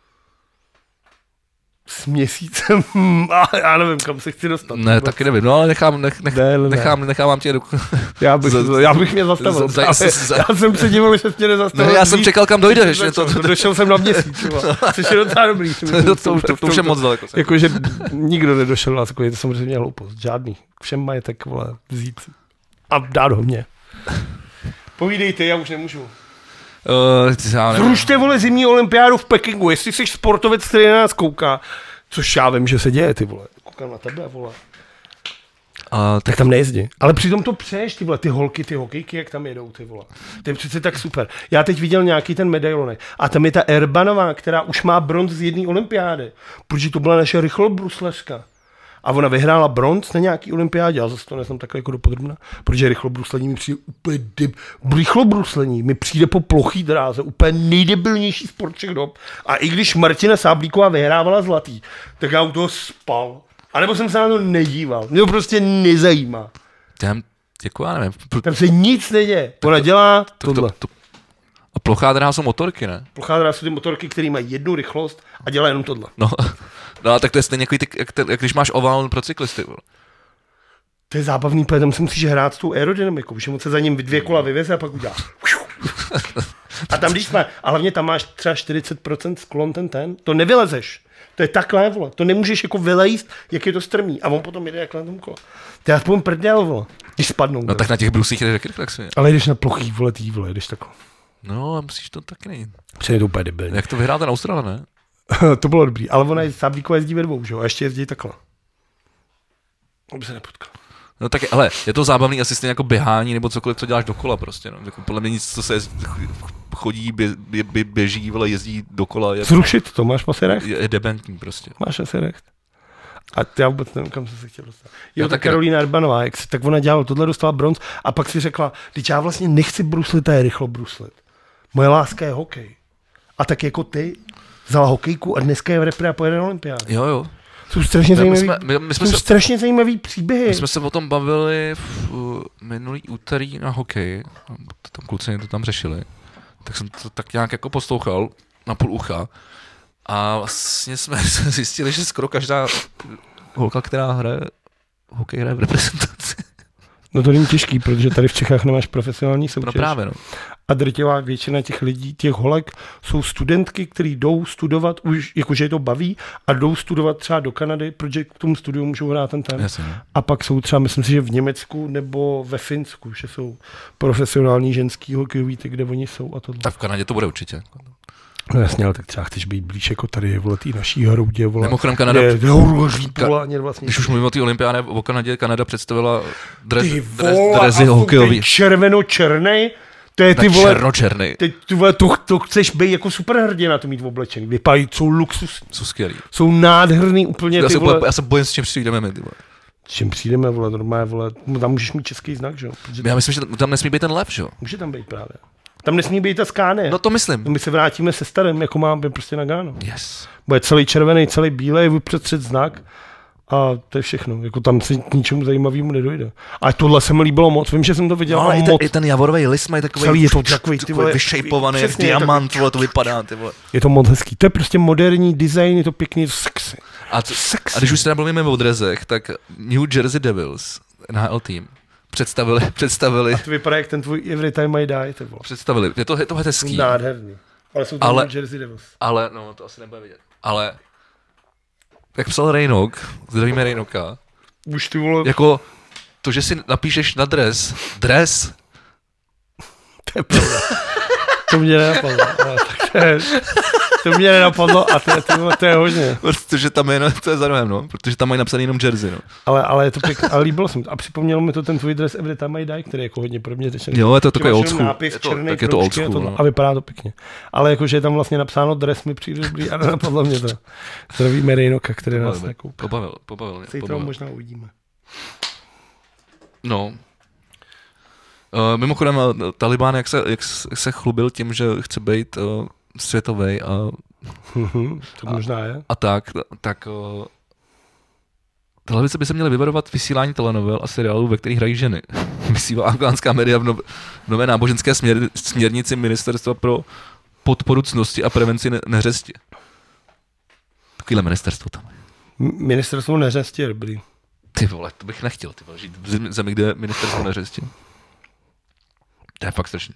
s měsícem. A já nevím, kam se chci dostat. Ne, taky nevím, no ale nechám, nech, nech, ne, ne. nechám, nechám vám tě do... Já bych, já bych mě zastavil. Z, z, z, já jsem se divil, že jsi mě nezastavil. Ne, já jsem čekal, kam dojdeš. To, to, došel jsem na měsíc. Což je docela dobrý. To, to, to, to už je moc daleko. Jakože nikdo nedošel na takový, to samozřejmě hloupost. Žádný. Všem majetek, vole, vzít a dát ho mě. Povídejte, já už nemůžu. Uh, Zrušte, vole, zimní olympiádu v Pekingu, jestli jsi sportovec, který na nás kouká, což já vím, že se děje, ty vole. Koukám na tebe, vole. Uh, tak... tak tam nejezdí. Ale přitom to přeješ, ty vole, ty holky, ty hokejky, jak tam jedou, ty vole. To je přece tak super. Já teď viděl nějaký ten medailonek a tam je ta Erbanová, která už má bronz z jedné olympiády, protože to byla naše rychlobruslařka. A ona vyhrála bronz na nějaký olympiádě, ale zase to neznám takhle jako dopodrobna, protože rychlobruslení mi přijde úplně deb... rychlobruslení mi přijde po plochý dráze úplně nejdebilnější sport všech dob. A i když Martina Sáblíková vyhrávala zlatý, tak já u toho spal. A nebo jsem se na to nedíval. Mě to prostě nezajímá. Tam, jako já nevím. Tam se nic neděje. Ona dělá to, tohle. To, to, a plochá dráha jsou motorky, ne? Plochá dráha jsou ty motorky, které mají jednu rychlost a dělá jenom tohle. No, no tak to je stejně jako ty, jak, jak když máš ovál pro cyklisty. To je zábavný, protože tam si musíš hrát s tou aerodynamikou, že moc se za ním dvě kola vyveze a pak udělá. A tam, když jsme, a hlavně tam máš třeba čtyřicet procent sklon ten ten, to nevylezeš. To je takhle, vole. To nemůžeš jako vylejst, jak je to strmý. A on potom jede jak na tom kolo. To je aspoň prdel, vole. Když spadnou. No tak na těch brusích jdeš taky reflexy. Ale jdeš na plochý, vole, tý, vole, jdeš takhle. No a musíš to taky nejít. Přijde to úplně debilní. Jak to vyhrál ten Australa, ne? To bylo dobrý, ale ona je Sáblíková jezdí ve dvou, že jo? A ještě jezdí takhle. Aby se nepotkal. No tak, ale je to zábavný asi stejně jako běhání nebo cokoliv, co děláš dokola prostě, no. Jako podle mě nic, co se chodí, bě, bě, bě, běží, vole, jezdí dokola. Je, Zrušit to, máš asi recht? Je, je debentní prostě. Máš asi recht. A já vůbec nevím, kam jsem se chtěl dostat. Jo, jo tak Karolína Erbanová, jak si, tak ona dělala tohle, dostala bronz a pak si řekla, teď já vlastně nechci bruslit, a je rychlo bruslit. Moje láska je hokej. A tak jako ty vzala hokejku a dneska je v repre a pojede na olympiádu. Jo, jo. Jsou strašně zajímavý, my jsme, my, my jsme jsou se, strašně zajímavý příběhy. My jsme se o tom bavili v uh, minulý úterý na hokej, tam kluci to tam řešili, tak jsem to tak nějak jako poslouchal na půl ucha a vlastně jsme zjistili, že skoro každá holka, která hraje hokej, hraje v reprezentaci. No to není těžký, protože tady v Čechách nemáš profesionální soutěž. No právě, no. A drtivá většina těch lidí, těch holek, jsou studentky, které jdou studovat, už jakože je to baví, a jdou studovat třeba do Kanady, protože k tomu studiu můžou hrát ten ten. Jasně. A pak jsou třeba, myslím si, že v Německu nebo ve Finsku, že jsou profesionální ženský hokejový, ty, kde oni jsou a tohle. Tak v Kanadě to bude určitě. No jasně, ale tak třeba chceš být blíž jako tady, vole, tý naší hroudě, vole. Mimochodem Kanada, je, hoří, vole, vlastně. Když už mluvím o té olympiádě o Kanadě, Kanada představila dres, ty dres, vole, drezy hokejový. Červeno-černej, to je ty tak vole, černočernej. Ty, ty vole, to, to chceš být jako superhrdina, to mít v oblečení. Vypadají, jsou luxus. Jsou skvělý. Jsou nádherný úplně, já ty se vole. Já se bojím, s čím přijdeme my, ty vole. S čím přijdeme, vole, normálně, vole, tam můžeš mít český znak, že jo? Já myslím, že tam nesmí být ten lev, že jo? Může tam být právě. Tam nesmí být ta skáne. No to myslím. My se vrátíme se starým, jako máme prostě na Gánu. Yes. Bude celý červený, celý bílej, vyprostřed znak a to je všechno. Jako tam se k ničemu zajímavému nedojde. A tohle se mi líbilo moc, vím, že jsem to viděl. No, ale i ten, moc. i ten javorový list mají takový, celý je to takový, ty vole, vyšejpovaný, jak diamant, vole, to vypadá, ty vole. Je to moc hezký. To je prostě moderní design, je to pěkný, je to sexy. A, co, a když už se nebavíme o drezech, tak New Jersey Devils, N H L tým, představili, představili. A to vypadá jak ten tvůj Every Time I Die, ty vole. Představili, je to, je to hezký. Nádherný. Ale jsou to New Jersey Devils. Ale, no, to asi nebude vidět. Ale, jak psal Rejnok, zdravíme Rejnoka, už ty vole. Jako to, že si napíšeš na dres, dres. To je pravda. To mě nenapadlo. Ale tak to, je, to mě nenapadlo a to, to, to je hodně. Protože tam je, no, to je za rohem, no, protože tam mají napsaný jenom Jersey, no. Ale, ale je to pěkné, ale líbilo se mi to. A připomnělo mi to ten tvůj dres Every Time I Die, který je jako hodně pro mě tečený. Jo, je to takový old school. Nápis, je to, tak je to old school, no. A vypadá to pěkně. Ale jakože je tam vlastně napsáno dres, mi přijde dobrý a nenapadlo mě to. Zdravíme Rejnoka, který nás nekoupil. Pobavil, pobavil mě. Zítra možná uvidíme. No. Uh, mimochodem, Taliban, jak se, jak se chlubil tím, že chce být uh, světovej a, to možná je. A, a tak, tak uh, televize by se měly vyvarovat vysílání telenovel a seriálů, ve kterých hrají ženy. Vysílá afgánská média v nové, nové náboženské směr, směrnici Ministerstva pro podporu ctnosti a prevenci ne, neřesti. Takovýhle ministerstvo tam je. Ministerstvo neřesti je dobrý. Ty vole, to bych nechtěl, ty vole, žít v zemi, kde je ministerstvo neřesti. To je fakt strašný.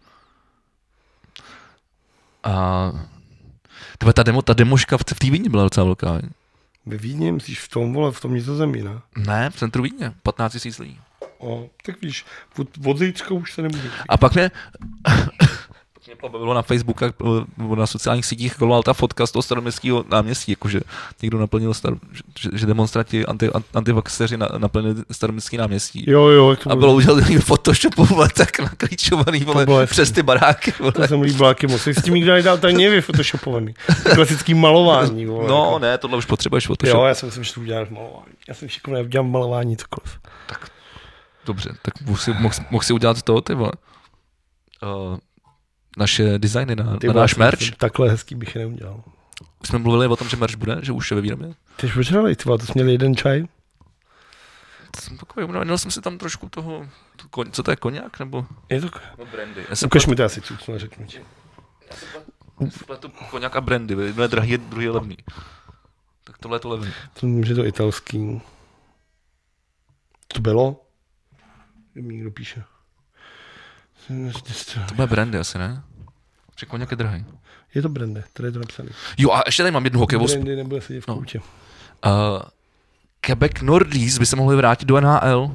A tyhle, ta, demo, ta demoška v, v té Vídni byla docela velká. Ne? Ve Vídni, myslíš v tom, vole, v tom Nizozemí, ne? Ne, v centru Vídně, patnáct tisíc lidí. O, tak víš, od, od zítřka už se nemůže. A pak mě, mě pobavilo na Facebooku nebo na sociálních sítích kolovala ta fotka z toho staroměstského náměstí, jakože někdo naplnil, star, že, že demonstranti, anti, antivaxeři na, naplnili staroměstské náměstí. Jo, jo. A bylo udělaný Photoshopové tak naklíčovaný vole, přes ty baráky. Vole. To jsem líbil, jak moc. S tím nikdo nedal, to není vyfotoshopovaný. Klasický malování. Vole, no jako. Ne, tohle už potřebuješ Photoshop. Jo, já jsem myslím, že to uděláš malování. Já jsem šikovný, udělám malování cokoliv. Tak dobře, tak mohl si, mohl, mohl si udělat to, ty vole. Uh, naše designy na, na náš merch. Takhle hezký bych je neudělal. Už jsme mluvili o tom, že merch bude, že už je ve výrobě. Ty jsi počítali, ty to jsi měl jeden čaj? Jsem takový, měl jsem si tam trošku toho, co to je, koněk, nebo? Je to no, brandy. Ukaž mi to asi co řeknu ti. Já jsem pletu koněk a brandy, jedno je drahý, druhý je levný. Tak tohle je to levný. To může to italský. To bylo? Mi někdo píše. To bude brandy asi, ne? Že koněk je drahý. Je to brandy, tady je to napsaný. Jo, a ještě tady mám jednu hokejovou... Brandy nebude sedět v koutě. No. Uh, Quebec Nordies by se mohli vrátit do N H L.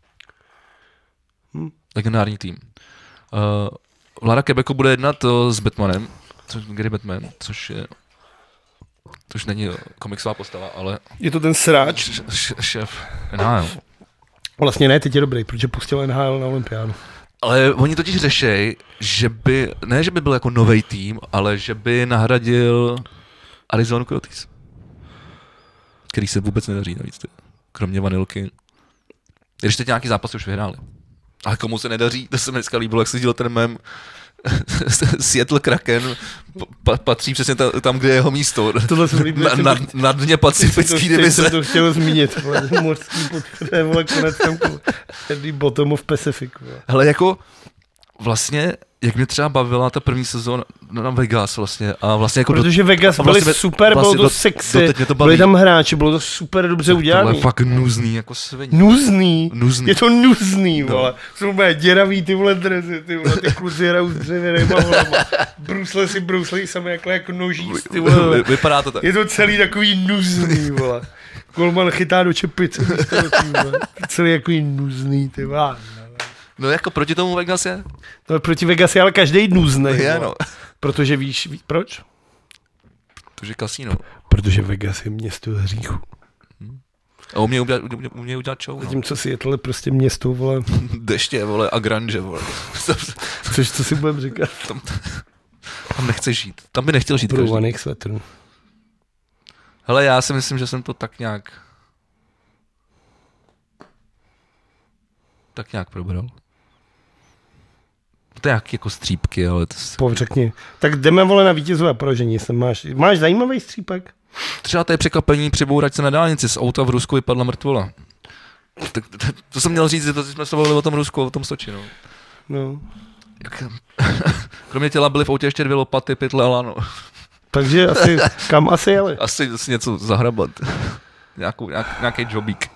Hmm. Legendární tým. Uh, vláda Quebecu bude jednat uh, s Batmanem, což Gary Batman, což je... Což není komiksová postava, ale... Je to ten sráč? Š, š, šéf N H L. Vlastně ne, teď je dobrý, protože pustil N H L na olympiádu. Ale oni totiž řešejí, že by, ne, že by byl jako novej tým, ale že by nahradil Arizona Coyotes. Který se vůbec nedaří navíc, ty. Kromě vanilky. Když teď nějaký zápasy už vyhráli. Ale komu se nedaří, to se mi dneska líbilo, jak se dělal ten mem. Seattle Kraken pa, patří přesně ta, tam, kde je jeho místo. Tohle jsem líbil. Na, na, na dně pacifický divize. Jsem to chtěl zmínit. Mořský podchod, vole, konec tam bottom of Pacific. Vole. Hele, jako vlastně, jak mě třeba bavila ta první sezóna na Vegas vlastně. A vlastně jako protože do, Vegas vlastně byly super, vlastně bylo to do, sexy, to byli tam hráči, bylo to super dobře udělané. Tohle je fakt nuzný, jako svině. Nuzný? Nuzný. Je to nuzný, no. Vole. Jsou úplně děravý ty vole drezy, ty vole, ty kluci hrajou s dřevěnejma volama. Brusle si bruslí sami jako, jako noží, ty vole. Vy, vypadá to tak. Je to celý takový nuzný, vole. Golman chytá do čepice, celý jako nuzný, ty vole. No jako proti tomu Vegas je? No proti Vegas je ale každej nuznej. Je, no. Protože víš, ví, proč? Protože kasino. Protože Vegas je město hříchu. Hmm. A umějí udělat, uměj udělat show, no. Zatímco Seattle prostě město, vole. Deště, vole, a grunge, vole. Což, co si budem říkat? Tam, tam nechceš žít. Tam by nechtěl žít Průvaných svetrů. Hele, já si myslím, že jsem to tak nějak... Tak nějak probral. To je jak jako střípky, ale to... Povřekni. Tak jdeme, vole, na vítězové poražení, jestli máš. Máš zajímavý střípek? Třeba to je překvapení při bouračce na dálnici. Z auta v Rusku vypadla mrtvola. Tak, to, to jsem měl říct, že to jsme se bavili o tom Rusku, o tom Soči, no. No. Jak, kromě těla byly v autě ještě dvě lopaty, pytle a lano. Takže asi, kam asi jeli? Asi, asi něco zahrabat. Nějakou, nějak, nějaký jobík.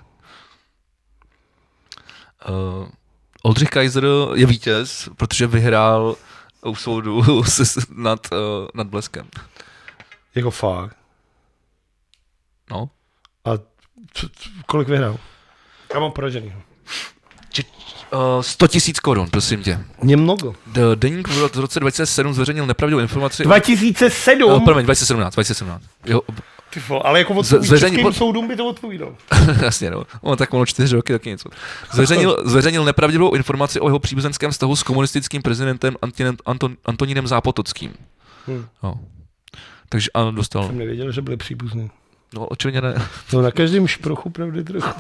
Uh, Oldřich Kaiser je vítěz, protože vyhrál u soudu nad, uh, nad Bleskem. Jako fakt? No. A c- c- kolik vyhrál? Já mám poraženýho. Uh, sto tisíc korun, prosím tě. Mě mnogo. Deník v roce dva tisíce sedm zveřejnil nepravdivou informaci. dva tisíce sedm? Uh, promiň, dva tisíce sedmnáct. dva tisíce sedmnáct. Jo. Ty vole, ale jako od zveřejnil... českým soudům by to odpovídal. Jasně, no. On tak ono čtyři roky, taky něco. Zveřejnil, zveřejnil nepravdivou informaci o jeho příbuzenském vztahu s komunistickým prezidentem Antinem, Anton, Antonínem Zápotockým. Hmm. No. Takže ano, dostal. Jsem nevěděl, že byli příbuzní. No, očividně ne. No na každém šprochu pravdy trochu.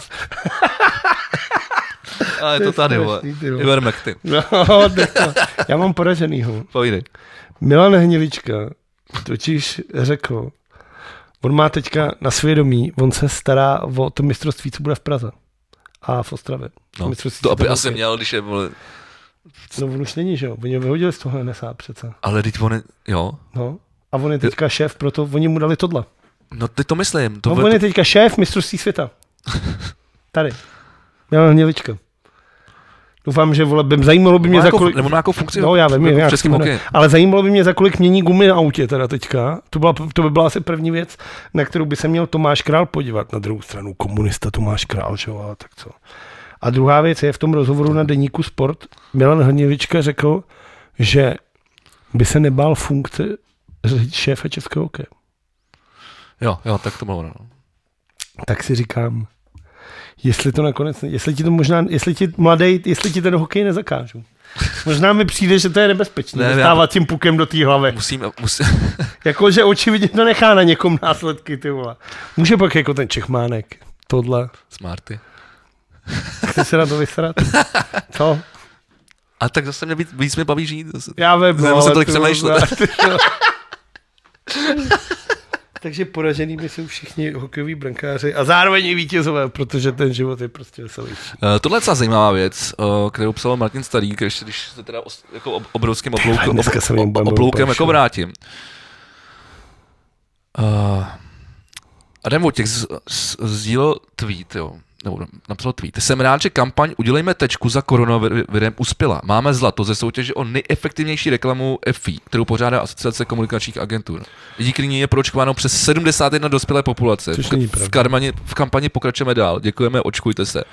A je to tady, vole. Ivermectin. No, já mám poraženýho. Povídej. Milan Hnilička totiž řekl, on má teďka na svědomí, on se stará o to mistrovství, co bude v Praze a v Ostravě. No, to aby asi měl, když je, vole... No on už není, že jo? Oni ho vyhodili z toho N S A přece. Ale teď on je, jo. No, a on je teďka šéf, proto oni mu dali tohle. No ty to myslím. To no, on je teďka šéf mistrovství světa. Tady. Milan Hnilička. Doufám, že vole, by, zajímalo by mě za kolik... Nebo nějakou funkci no, já vím, v českém hokeji. Ale zajímalo by mě, za kolik mění gumy na autě teda teďka. To, byla, to by byla asi první věc, na kterou by se měl Tomáš Král podívat. Na druhou stranu komunista Tomáš Král, že jo, tak co. A druhá věc je v tom rozhovoru na deníku Sport. Milan Hnilička řekl, že by se nebál funkce šéfa českého hokeje. Jo, jo, tak to bylo. No. Tak si říkám, jestli to nakonec, jestli ti to možná, jestli ti mladej, jestli ti ten hokej nezakážu. Možná mi přijde, že to je nebezpečné, dostávat tím pukem do té hlavy. Musím, musím. Jakože očividně to nechá na někom následky, ty vole. Může pak jako ten Čechmánek, tohle. Smarty. Chci se na to vysrat? Co? A tak zase mě víc, víc mě baví žít. Zase. Já vím, no, ale tolik přemýšlet. Takže poraženými jsou všichni hokejoví brankáři a zároveň i vítězové, protože ten život je prostě veselější. Uh, tohle je docela zajímavá věc, uh, kterou psal Martin Starý, když, když se teda os, jako obrovským obloukem, ob, ob, obloukem jako vrátím. Uh, Adam Vojtěch sdílel tweet, jo. nebo napsal tweet. Jsem rád, že kampaň Udělejme tečku za koronavirem uspěla. Máme zlato ze soutěže o nejefektivnější reklamu F I, kterou pořádá Asociace komunikačních agentur. Díky ní je proočkováno přes sedmdesát jedna dospělé populace. V, v, karmani, v kampani pokračujeme dál. Děkujeme, očkujte se.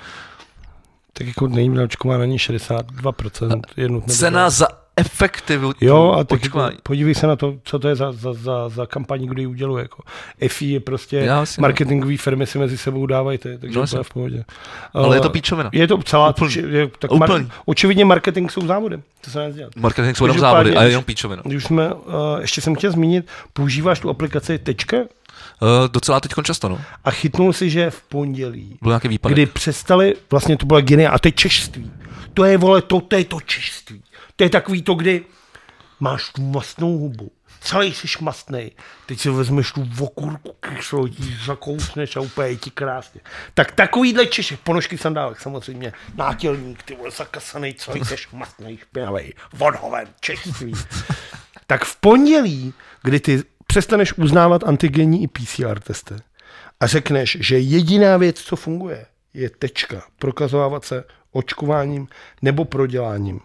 Tak jako nejím naočkováno ani šedesát dva procent. Cena za efektivitu. Jo, a teď jako, podívej se na to, co to je za, za, za, za kampaní, kdo ji uděluje. Jako. F I je prostě marketingový firmy si mezi sebou dávají, takže no, to je v pohodě. Ale uh, je to píčovina. Je to celá, Úplný. Je, tak mar, očividně marketing jsou závody. To se nedá dělat. Marketing jsou jenom závody, ale jenom píčovina. Když jsme, uh, ještě jsem chtěl zmínit, používáš tu aplikaci Tečka? Uh, docela teď často, no. A chytnul si, že v pondělí, byl nějaký výpadek, kdy přestali, vlastně to bylo genie, a to je češství. To je, vole, to, to je to češství. To je takový to, kdy máš tu mastnou hubu, celý jsi mastnej, teď si vezmeš tu okurku kyslou, ji zakousneš a úplně ti krásně. Tak takovýhle Češek, ponožky v sandálech samozřejmě, nátělník, ty vole, zakasanej, celý jsi mastnej, špinavej, vodhoven, češství. Tak v pondělí, kdy ty přestaneš uznávat antigenní i P C R testy a řekneš, že jediná věc, co funguje, je tečka, prokazovávat se očkováním nebo proděláním,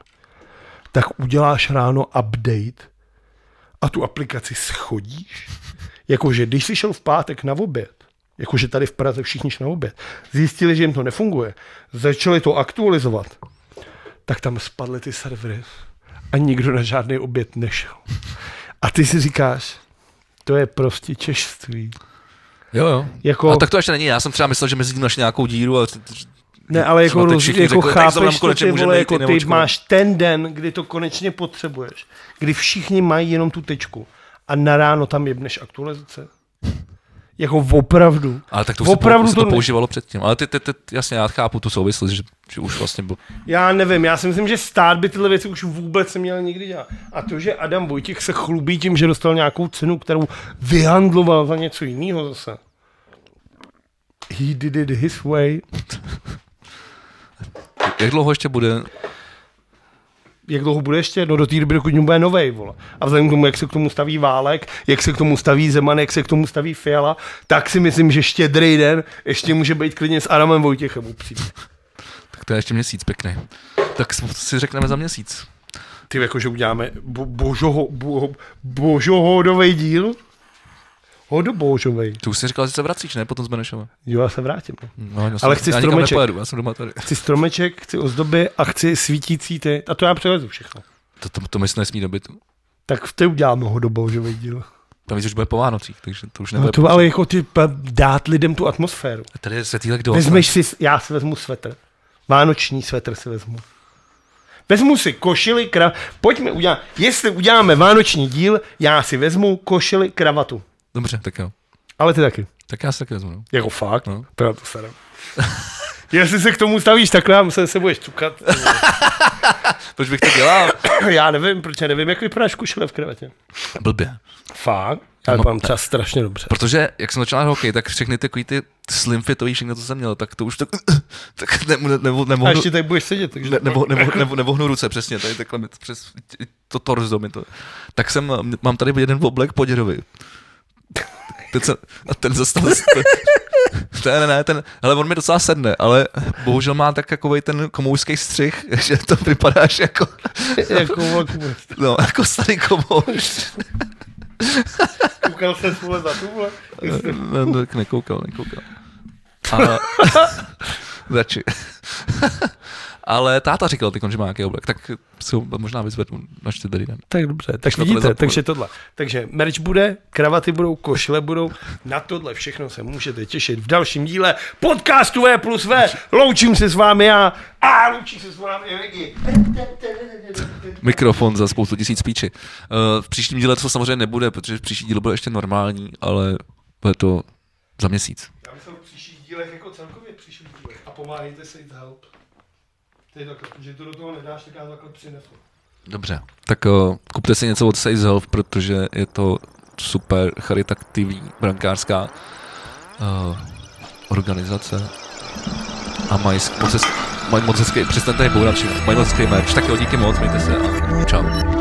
tak uděláš ráno update a tu aplikaci schodíš. Jakože když jsi šel v pátek na oběd, jakože tady v Praze všichni šli na oběd, zjistili, že jim to nefunguje, začali to aktualizovat, tak tam spadly ty servery a nikdo na žádný oběd nešel. A ty si říkáš, to je prostě češství. Jo, jo. Jako... A tak to ještě není. Já jsem třeba myslel, že mezi tím našli nějakou díru, ale... Ne, ale jako, roz, jako chápeš to, ty vole, jako ty máš ten den, kdy to konečně potřebuješ, kdy všichni mají jenom tu tečku a na ráno tam jebneš aktualizace. Jako opravdu. Ale tak to už opravdu se, to, to používalo předtím. Ale ty, ty, ty, jasně, já chápu tu souvislost, že, že už vlastně byl... Já nevím, já si myslím, že stát by tyhle věci už vůbec neměl nikdy dělat. A to, že Adam Vojtěch se chlubí tím, že dostal nějakou cenu, kterou vyhandloval za něco jiného zase. He did it his way. Jak dlouho ještě bude? Jak dlouho bude ještě? No do té doby, dokud bude novej, vole. A vzhledem k tomu, jak se k tomu staví Válek, jak se k tomu staví Zeman, jak se k tomu staví Fiala, tak si myslím, že Štědrý den ještě může být klidně s Adamem Vojtěchem upřímně. Tak to je ještě měsíc pěkný. Tak si řekneme za měsíc. Ty jakože uděláme bo, božoho, bo, božohodovej díl? Hodobožovej. Ty už jsi říkal, že se vracíš, ne? Potom z Benešova. Jo, já se vrátím. No, já ale chci já stromeček. Nepojedu, já jsem doma tady. Chci stromeček, chci ozdoby a chci svítící ty. A to já převezu všechno. To, to, to myslím nesmí dobit. Tak ty uděláme hodobožovej díl. To víš, už bude po Vánocích, takže to už nebude. No to ale jako ty dát lidem tu atmosféru. A tady je světýlek do Vezmeš si, já si vezmu svetr. Vánoční svetr si vezmu. Vezmu si košili, krav... Pojďme udělat, jestli uděláme vánoční díl, já si vezmu košili, kravatu. Dobře, tak jo. Ale ty taky. Tak já si taky vezmu. No. Jako fakt? No. To já to serem. Jestli se k tomu stavíš takhle, já musím se budeš cukat. Proč bych to dělal? Já nevím, proč nevím, jak vypadáš košile v kravatě. Blbě. Fakt? Já vypadám no, třeba strašně dobře. Protože, jak jsem začal hokej, tak všechny takový ty slim fitový, všechno, co jsem měl, tak to už tak, tak ne, ne, ne, nemohnu... A ještě tady budeš sedět, takže... Ne, nebo, nebo, nebo, nevohnu ruce, přesně, tady takhle přes to torzo mi to. Tak jsem, mám tady jeden oblek Poděrovi. Ten, se, a ten zase... Ten, ne, ten, ale on mi docela sedne, ale bohužel má tak takovej ten komoušský střih, že to vypadáš jako... jako no, jako starý komouš. Koukal jsi vůle za tuhle? Ne, ne, nekoukal, nekoukal. A... Radši. Ale táta říkal ty že má nějaký oblek, tak si ho možná vyzvednu na čtyři den. Tak dobře, tak vidíte, takže tohle. Takže merch bude, kravaty budou, košile budou, na tohle všechno se můžete těšit v dalším díle podcastu V plus V. Loučím se s vámi já a loučím se s vámi Regi. Mikrofon za spoustu tisíc píči. Uh, v příštím díle to samozřejmě nebude, protože v příští díle bude ještě normální, ale bude to za měsíc. Já myslím v příštích dílech jako celkově příštích dílech a pomáhejte se jít help. Ty takhle, že to do toho nedáš, tak já takhle přinesu. Dobře, tak uh, kupte si něco od Save Health, protože je to super charitativní brankářská uh, organizace a mají moc, mají moc hezký, přestaňte je bourat, mají moc hezký merch, tak jo, díky moc, mějte se a čau.